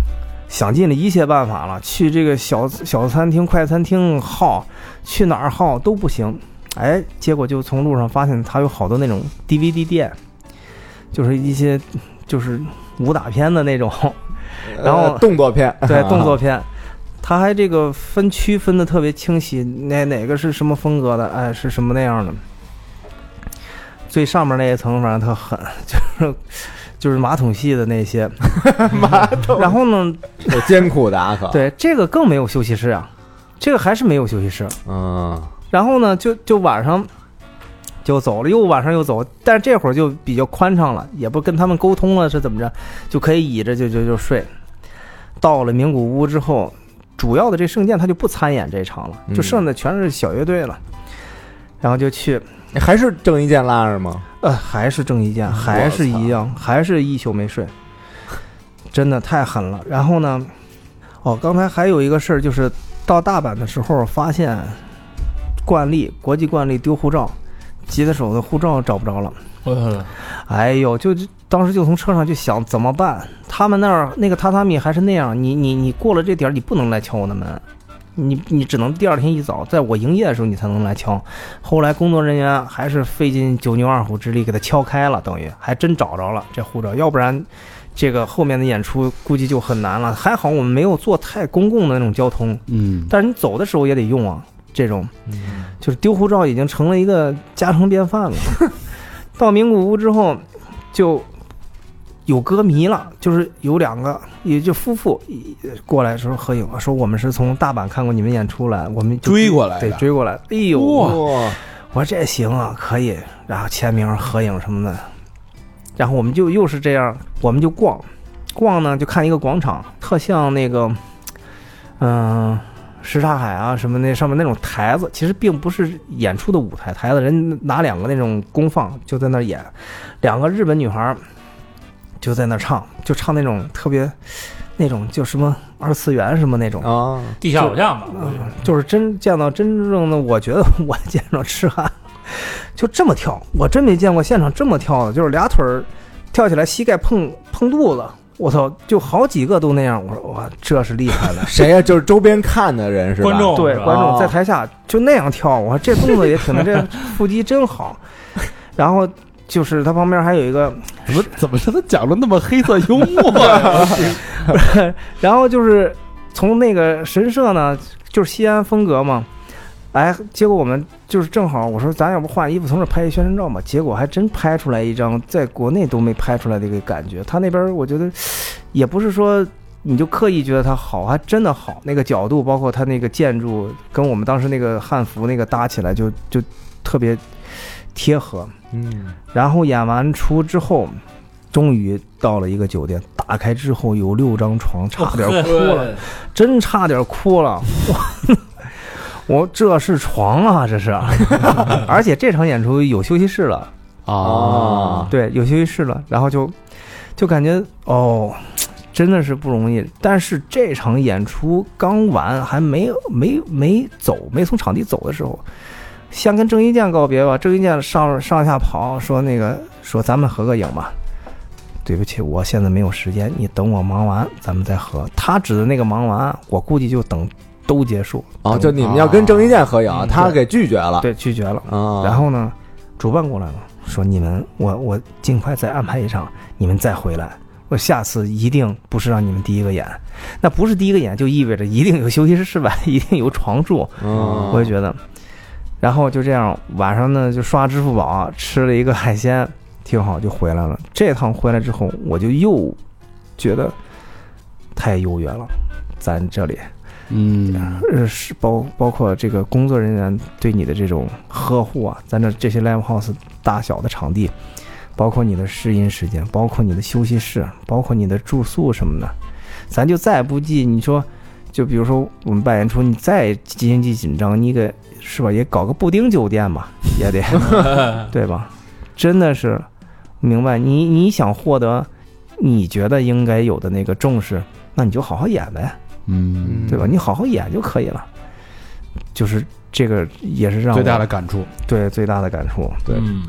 想尽了一切办法了，去这个小小餐厅、快餐厅耗，去哪儿耗都不行。哎，结果就从路上发现他有好多那种 D V D 店，就是一些就是武打片的那种，然后、 呃、动作片， 对动作片，他还这个分区分的特别清晰，哪哪个是什么风格的，哎，是什么那样的。最上面那一层反正特狠，就是就是马桶戏的那些马桶， 然后呢， 有艰苦的啊，可对这个更没有休息室啊，这个还是没有休息室， 嗯， 然后呢，就就晚上就走了，又晚上又走，但是这会儿就比较宽敞了，也不跟他们沟通了是怎么着，就可以倚着就就就睡。到了名古屋之后，主要的这圣剑他就不参演这场了，就剩的全是小乐队了，嗯、然后就去。 还是郑伊健拉着吗？ 呃，还是郑伊健，还是一样，还是一宿没睡，真的太狠了。然后呢，哦，刚才还有一个事儿，就是到大阪的时候发现惯例，国际惯例丢护照，吉他手的护照找不着了。哎呦，就当时就从车上就想怎么办？他们那儿那个榻榻米还是那样，你你你过了这点儿，你不能来敲我的门。你你只能第二天一早，在我营业的时候你才能来敲。后来工作人员还是费尽九牛二虎之力给他敲开了，等于还真找着了这护照，要不然这个后面的演出估计就很难了。还好我们没有坐太公共的那种交通，嗯，但是你走的时候也得用啊，这种就是丢护照已经成了一个家常便饭了。到名古屋之后就有歌迷了，就是有两个也就夫妇过来说合影，说我们是从大阪看过你们演出来，我们追过来， 对，追过来。哎呦，我说这行啊，可以，然后签名合影什么的。然后我们就又是这样，我们就逛逛呢，就看一个广场，特像那个嗯什刹海啊什么那上面那种台子，其实并不是演出的舞台，台子人拿两个那种功放就在那演，两个日本女孩就在那唱，就唱那种特别那种就什么二次元什么那种啊，地下偶像吧， 嗯，就是真见到真正的，我觉得我见着痴汉就这么跳，我真没见过现场这么跳的，就是俩腿跳起来膝盖碰碰肚子，我操，就好几个都那样，我说哇，这是厉害的。 谁呀、啊？就是周边看的人是吧？ 观众对，观众在台下就那样跳，我说这动作也挺的，这腹肌真好。然后就是他旁边还有一个， 怎么怎么他讲的那么黑色幽默、啊？ 然后就是从那个神社呢，就是西安风格嘛。哎，结果我们就是正好，我说咱要不换衣服从这拍一宣传照嘛，结果还真拍出来一张在国内都没拍出来的一个感觉。他那边我觉得也不是说你就刻意觉得它好，还真的好，那个角度包括它那个建筑跟我们当时那个汉服那个搭起来就就特别贴合。嗯，然后演完出之后终于到了一个酒店，打开之后有六张床，差点哭了，真差点哭了。我这是床啊，这是，而且这场演出有休息室了啊， 对，有休息室了，然后就就感觉哦，真的是不容易。但是这场演出刚完，还没没没走，没从场地走的时候，先跟郑伊健告别吧。郑伊健上上下跑，说那个说咱们合个影吧。对不起，我现在没有时间，你等我忙完，咱们再合。他指的那个忙完，我估计就等。都结束哦，就你们要跟郑伊健合影，啊、他给拒绝了， 对，拒绝了啊。然后呢，主办过来了，说你们，我我尽快再安排一场，你们再回来，我下次一定不是让你们第一个演，那不是第一个演，就意味着一定有休息室室外，一定有床住，嗯，我也觉得。然后就这样，晚上呢就刷支付宝吃了一个海鲜，挺好，就回来了。这趟回来之后，我就又觉得太优越了，咱这里。嗯，是包包括这个工作人员对你的这种呵护啊，咱这这些 live house 大小的场地，包括你的试音时间，包括你的休息室，包括你的住宿什么的，咱就再不济，你说，就比如说我们办演出，你再经济紧张，你给是吧，也搞个布丁酒店吧，也得，对吧？真的是，明白？你你想获得你觉得应该有的那个重视，那你就好好演呗。嗯，对吧？你好好演就可以了。就是这个也是让我最大的感触， 对最大的感触， 对。 嗯，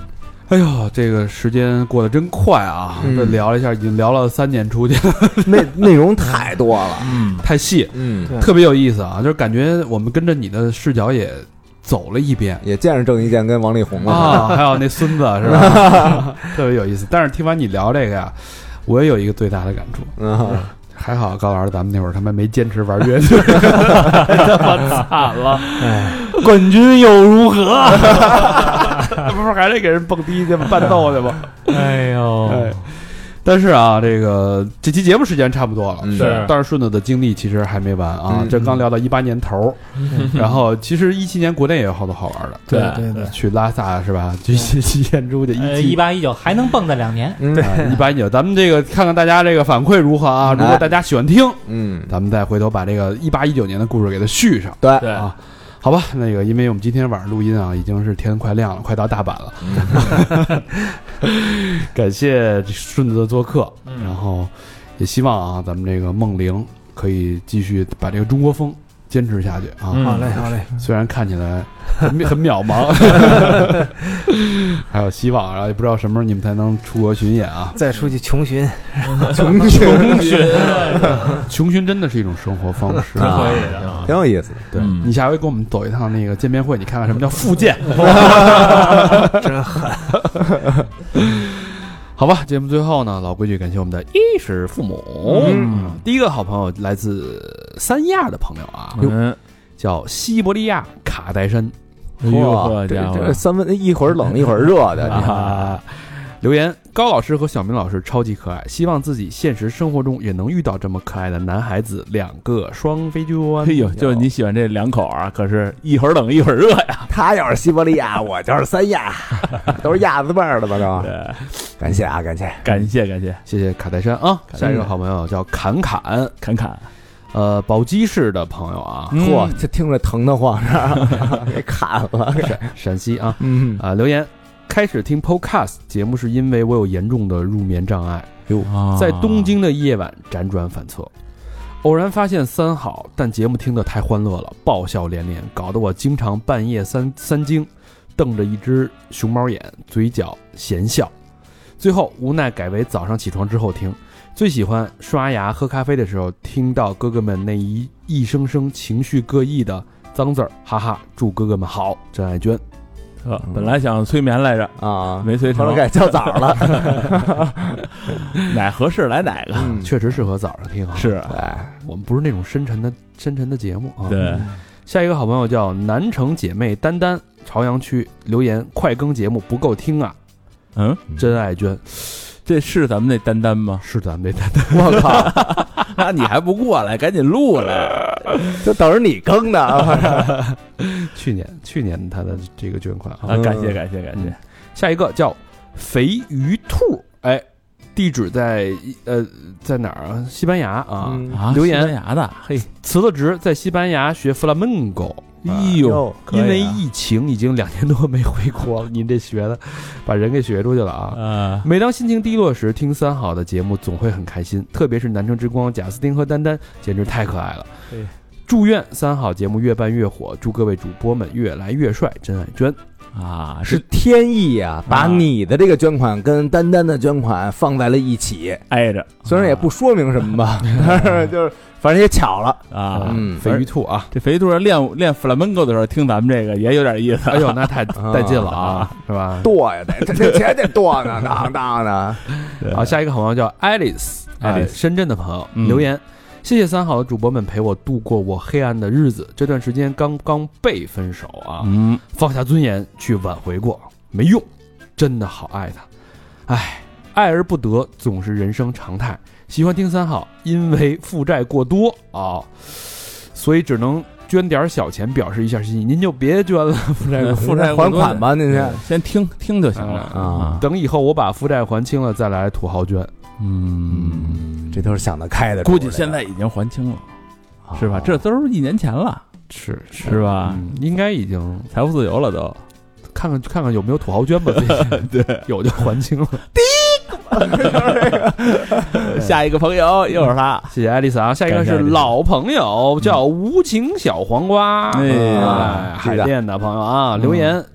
哎呦，这个时间过得真快啊！这、嗯、聊了一下，已经聊了三年出去了， 内内容太多了， 嗯，太细， 嗯， 特别有意思啊！就是感觉我们跟着你的视角也走了一遍， 也见着郑伊健跟王力宏了啊，还有那孙子是吧？特别有意思。但是听完你聊这个呀，我也有一个最大的感触，嗯。还好高老师咱们那会儿他妈没坚持玩乐队，他妈惨了，哎， 冠军又如何？ 不是还得给人蹦迪去吗？伴奏去吗？ 哎呦，哎， 但是啊，这个这期节目时间差不多了， 是， 但是顺子的经历其实还没完啊， 嗯、 这刚聊到一八年头，嗯、然后其实一七年国内也有好多好玩的， 对对对， 去拉萨是吧？去去演出去， 一八一九还能蹦跶两年， 对，一八一九，咱们这个看看大家这个反馈如何啊？如果大家喜欢听，嗯，咱们再回头把这个一八一九年的故事给它续上， 对对啊。好吧，那个，因为我们今天晚上录音啊，已经是天快亮了，快到大阪了。嗯、感谢顺子的做客，嗯、然后也希望啊，咱们这个梦玲可以继续把这个中国风坚持下去啊。 嗯、好嘞，好嘞。 虽然看起来很很渺茫，还有希望，然后也不知道什么时候你们才能出国巡演啊。 再出去穷巡， 穷穷巡， 穷巡真的是一种生活方式， 真可以的。 挺有意思， 对、嗯、你下回跟我们走一趟那个见面会，你看看什么叫复健， 真狠。 好吧，节目最后呢，老规矩，感谢我们的衣食父母。嗯，第一个好朋友来自三亚的朋友啊，嗯，叫西伯利亚卡戴珊。 哇，这这三分一会儿冷一会儿热的啊。留言：高老师和小明老师超级可爱，希望自己现实生活中也能遇到这么可爱的男孩子，两个双飞娟。 哎呦，就是你喜欢这两口啊，可是一会儿冷一会儿热呀。 他要是西伯利亚，我就是三亚，都是亚字辈儿的吧？都。对，感谢啊，感谢， 感谢，感谢， 谢谢卡戴珊啊。下一个好朋友叫侃侃， 侃侃。 呃，宝鸡市的朋友啊， 嚯、嗯，这听着疼得慌，给砍了。 陕西啊，嗯啊、呃，留言。开始听 Podcast 节目是因为我有严重的入眠障碍，在东京的夜晚辗转反侧，偶然发现三好，但节目听得太欢乐了，爆笑连连，搞得我经常半夜三三更，瞪着一只熊猫眼，嘴角咸笑，最后无奈改为早上起床之后听。最喜欢刷牙喝咖啡的时候，听到哥哥们那一一声声情绪各异的脏字儿，哈哈！祝哥哥们好，真爱娟。 呃，本来想催眠来着啊，没催成， 改叫早了。 哪合适来哪个， 嗯、确实适合早上听啊。 是， 哎，我们不是那种深沉的深沉的节目啊。 对， 下一个好朋友叫南城姐妹丹丹，朝阳区留言：快更节目不够听啊。 嗯， 真爱娟， 这是咱们那丹丹吗？ 是咱们那丹丹。 我靠，那你还不过来，赶紧录来。 就等着你更呢。 去年去年他的这个捐款啊， 啊感谢感谢感谢。 下一个叫肥鱼兔，哎，地址在呃在哪儿啊？西班牙啊， 嗯、啊留言西班牙的，嘿， 辞了职，在西班牙学弗拉门戈。 哎呦， 因为疫情已经两年多没回国了，您这学的把人给学出去了啊！ 呃、 每当心情低落时，听三好的节目总会很开心，特别是南城之光、贾斯汀和丹丹，简直太可爱了。祝愿三好节目越办越火，祝各位主播们越来越帅，真爱娟啊，是天意啊，把你的这个捐款跟丹丹的捐款放在了一起， 挨着， 虽然也不说明什么吧，但是就是反正也巧了啊。 嗯，肥鱼兔啊， 这肥鱼兔练练弗拉门戈的时候听咱们这个也有点意思。 哎呦，那太带劲了啊，是吧？ 剁呀，得这钱得剁呢，当当的。 好，下一个好朋友叫 Alice， Alice，深圳的朋友留言。谢谢三好的主播们陪我度过我黑暗的日子，这段时间刚刚被分手啊，嗯，放下尊严去挽回过，没用，真的好爱他，唉，爱而不得总是人生常态。喜欢听三好，因为负债过多啊，所以只能捐点小钱表示一下心意，您就别捐了，负债负债还款吧，您先先听听就行了啊，等以后我把负债还清了再来土豪捐。 嗯，这都是想得开的， 估计现在已经还清了，哦、是吧？这都是一年前了， 是是吧、 嗯？应该已经财富自由了都。 看看看看有没有土豪捐吧， 对， 有就还清了。 第一个， 下一个朋友又是他， 谢谢爱丽丝啊。下一个是老朋友，叫无情小黄瓜， 哎， 海淀的朋友啊，留言。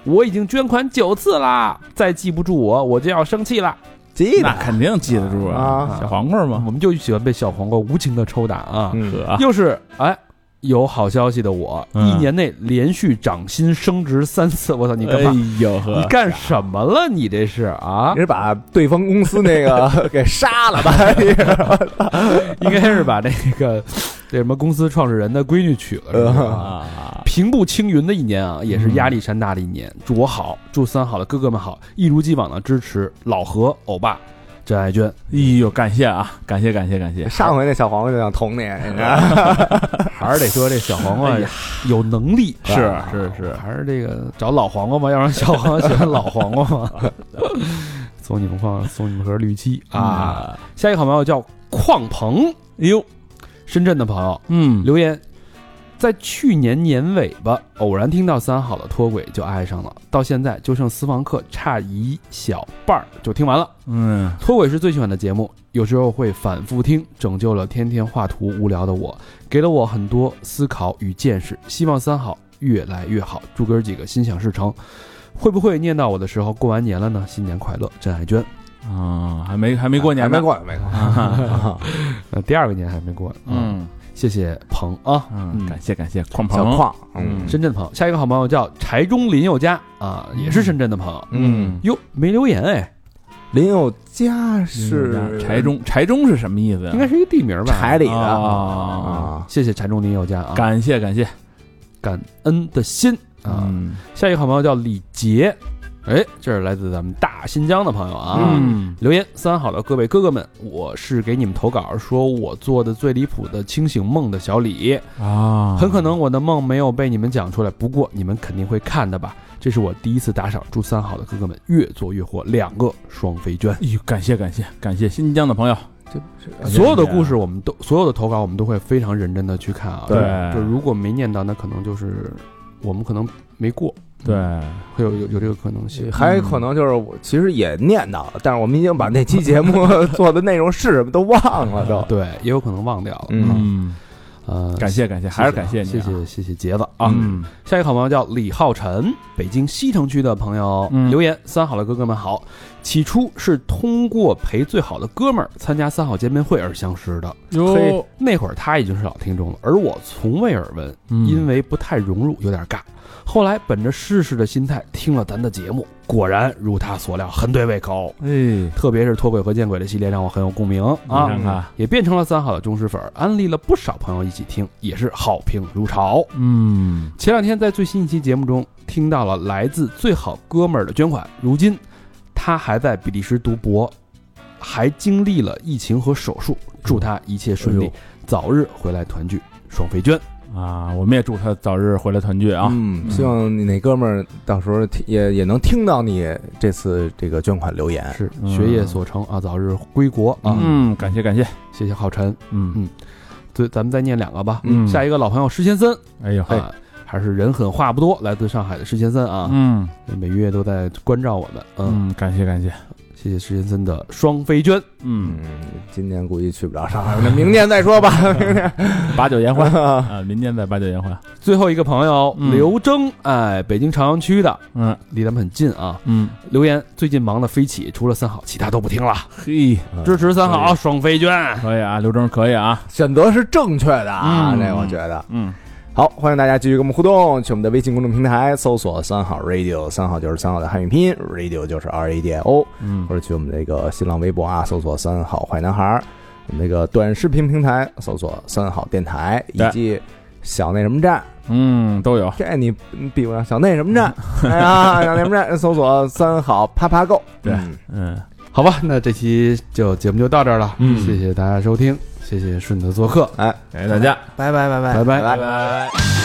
我已经捐款九次啦，再记不住我，我就要生气了。 记得， 那肯定记得住啊！ 啊小黄瓜嘛， 我们就喜欢被小黄瓜无情的抽打啊！ 嗯又是哎，有好消息的我， 嗯、 一年内连续涨薪升职三次，我操！你干嘛？ 哎呦呵， 你干什么了？你这是啊？ 你是把对方公司那个给杀了吧？ 应该是把那个这什么公司创始人的闺女娶了，是吧？ 啊， 平步青云的一年啊，也是压力山大的一年。嗯、祝我好，祝三好的哥哥们好，一如既往的支持老何欧巴。郑爱娟， 哎呦，感谢啊，感谢感谢感谢！ 上回那小黄瓜就想捅你， 还是得说这小黄瓜有能力， 是是是， 还是这个找老黄瓜嘛，要让小黄瓜喜欢老黄瓜嘛。送你们放送你们盒绿漆啊！下一个好朋友叫邝鹏，哎呦，深圳的朋友， 嗯， 留言。在去年年尾巴，偶然听到三好的脱轨就爱上了，到现在就剩私房课差一小半儿就听完了。 嗯， 脱轨是最喜欢的节目，有时候会反复听，拯救了天天画图无聊的我，给了我很多思考与见识。希望三好越来越好，祝哥几个心想事成。会不会念到我的时候过完年了呢？新年快乐，郑海娟。 啊，还没还没过年呢， 还没过，没过。 呃，第二个年还没过。 嗯。 谢谢鹏啊， 嗯，感谢感谢邝鹏， 小邝， 嗯，深圳的朋友，下一个好朋友叫柴中林宥嘉啊，也是深圳的朋友， 嗯， 哟，没留言哎， 林宥嘉是柴中，柴中是什么意思呀？ 应该是一个地名吧， 柴里的啊，谢谢柴中林宥嘉啊， 感谢感谢， 感恩的心啊，下一个好朋友叫李杰。哎，这是来自咱们大新疆的朋友啊， 嗯， 留言三好的各位哥哥们，我是给你们投稿，说我做的最离谱的清醒梦的小李啊， 很可能我的梦没有被你们讲出来，不过你们肯定会看的吧？这是我第一次打赏，祝三好的哥哥们越做越火，两个双飞娟。 哎呦，感谢感谢感谢新疆的朋友， 这所有的故事我们都所有的投稿我们都会非常认真的去看啊， 对， 就如果没念到，那可能就是我们可能没过。 对， 会有有有这个可能性， 还有可能就是我其实也念到了，但是我们已经把那期节目做的内容是什么都忘了都。 对，也有可能忘掉了。 嗯， 呃， 感谢感谢，还是感谢你， 谢谢谢谢杰子啊。 嗯， 下一个好朋友叫李浩晨，北京西城区的朋友留言：三好的哥哥们好，起初是通过陪最好的哥们儿参加三好见面会而相识的。 哟， 那会儿他已经是老听众了，而我从未耳闻，因为不太融入，有点尬。后来本着试试的心态听了咱的节目，果然如他所料，很对胃口。 哎， 特别是脱轨和见鬼的系列让我很有共鸣啊， 看看也变成了三好的忠实粉，安利了不少朋友一起听，也是好评如潮。 嗯， 前两天在最新一期节目中听到了来自最好哥们儿的捐款，如今他还在比利时读博，还经历了疫情和手术，祝他一切顺利，早日回来团聚。双飞娟。 啊，我们也祝他早日回来团聚啊！ 嗯，希望你那哥们儿到时候也也能听到你这次这个捐款留言， 是学业所成啊，早日归国啊！ 嗯，感谢感谢， 谢谢浩晨。 嗯嗯， 对，咱们再念两个吧。 嗯， 下一个老朋友施先森， 哎呦， 啊，还是人狠话不多，来自上海的施先森啊， 嗯， 每月都在关照我们， 嗯，感谢感谢。 谢谢施先森的双飞娟， 嗯，今年估计去不了上海，那明年再说吧，明年把酒言欢啊，明年再把酒言欢。 最后一个朋友、嗯、刘征，哎，北京朝阳区的， 嗯， 离咱们很近啊， 嗯， 留言最近忙得飞起，除了三好，其他都不听了。 嘿， 支持三好，双飞娟， 可以啊，刘征可以啊， 选择是正确的啊， 嗯、 这我觉得， 嗯。 好，欢迎大家继续跟我们互动，去我们的微信公众平台搜索三好 radio， 三好就是三好的汉语拼音 ，radio 就是 R A D I O， 嗯， 或者去我们这个新浪微博啊，搜索三好坏男孩，我们那个短视频平台搜索三好电台，以及小内什么站， 嗯，都有。 这你比不上小内什么站，哎呀，小内什么站搜索三好啪啪购， 对，嗯， 嗯好吧，那这期就节目就到这儿了， 嗯， 谢谢大家收听。谢谢顺德做客， 哎， 感谢大家， 拜拜拜拜拜拜拜拜。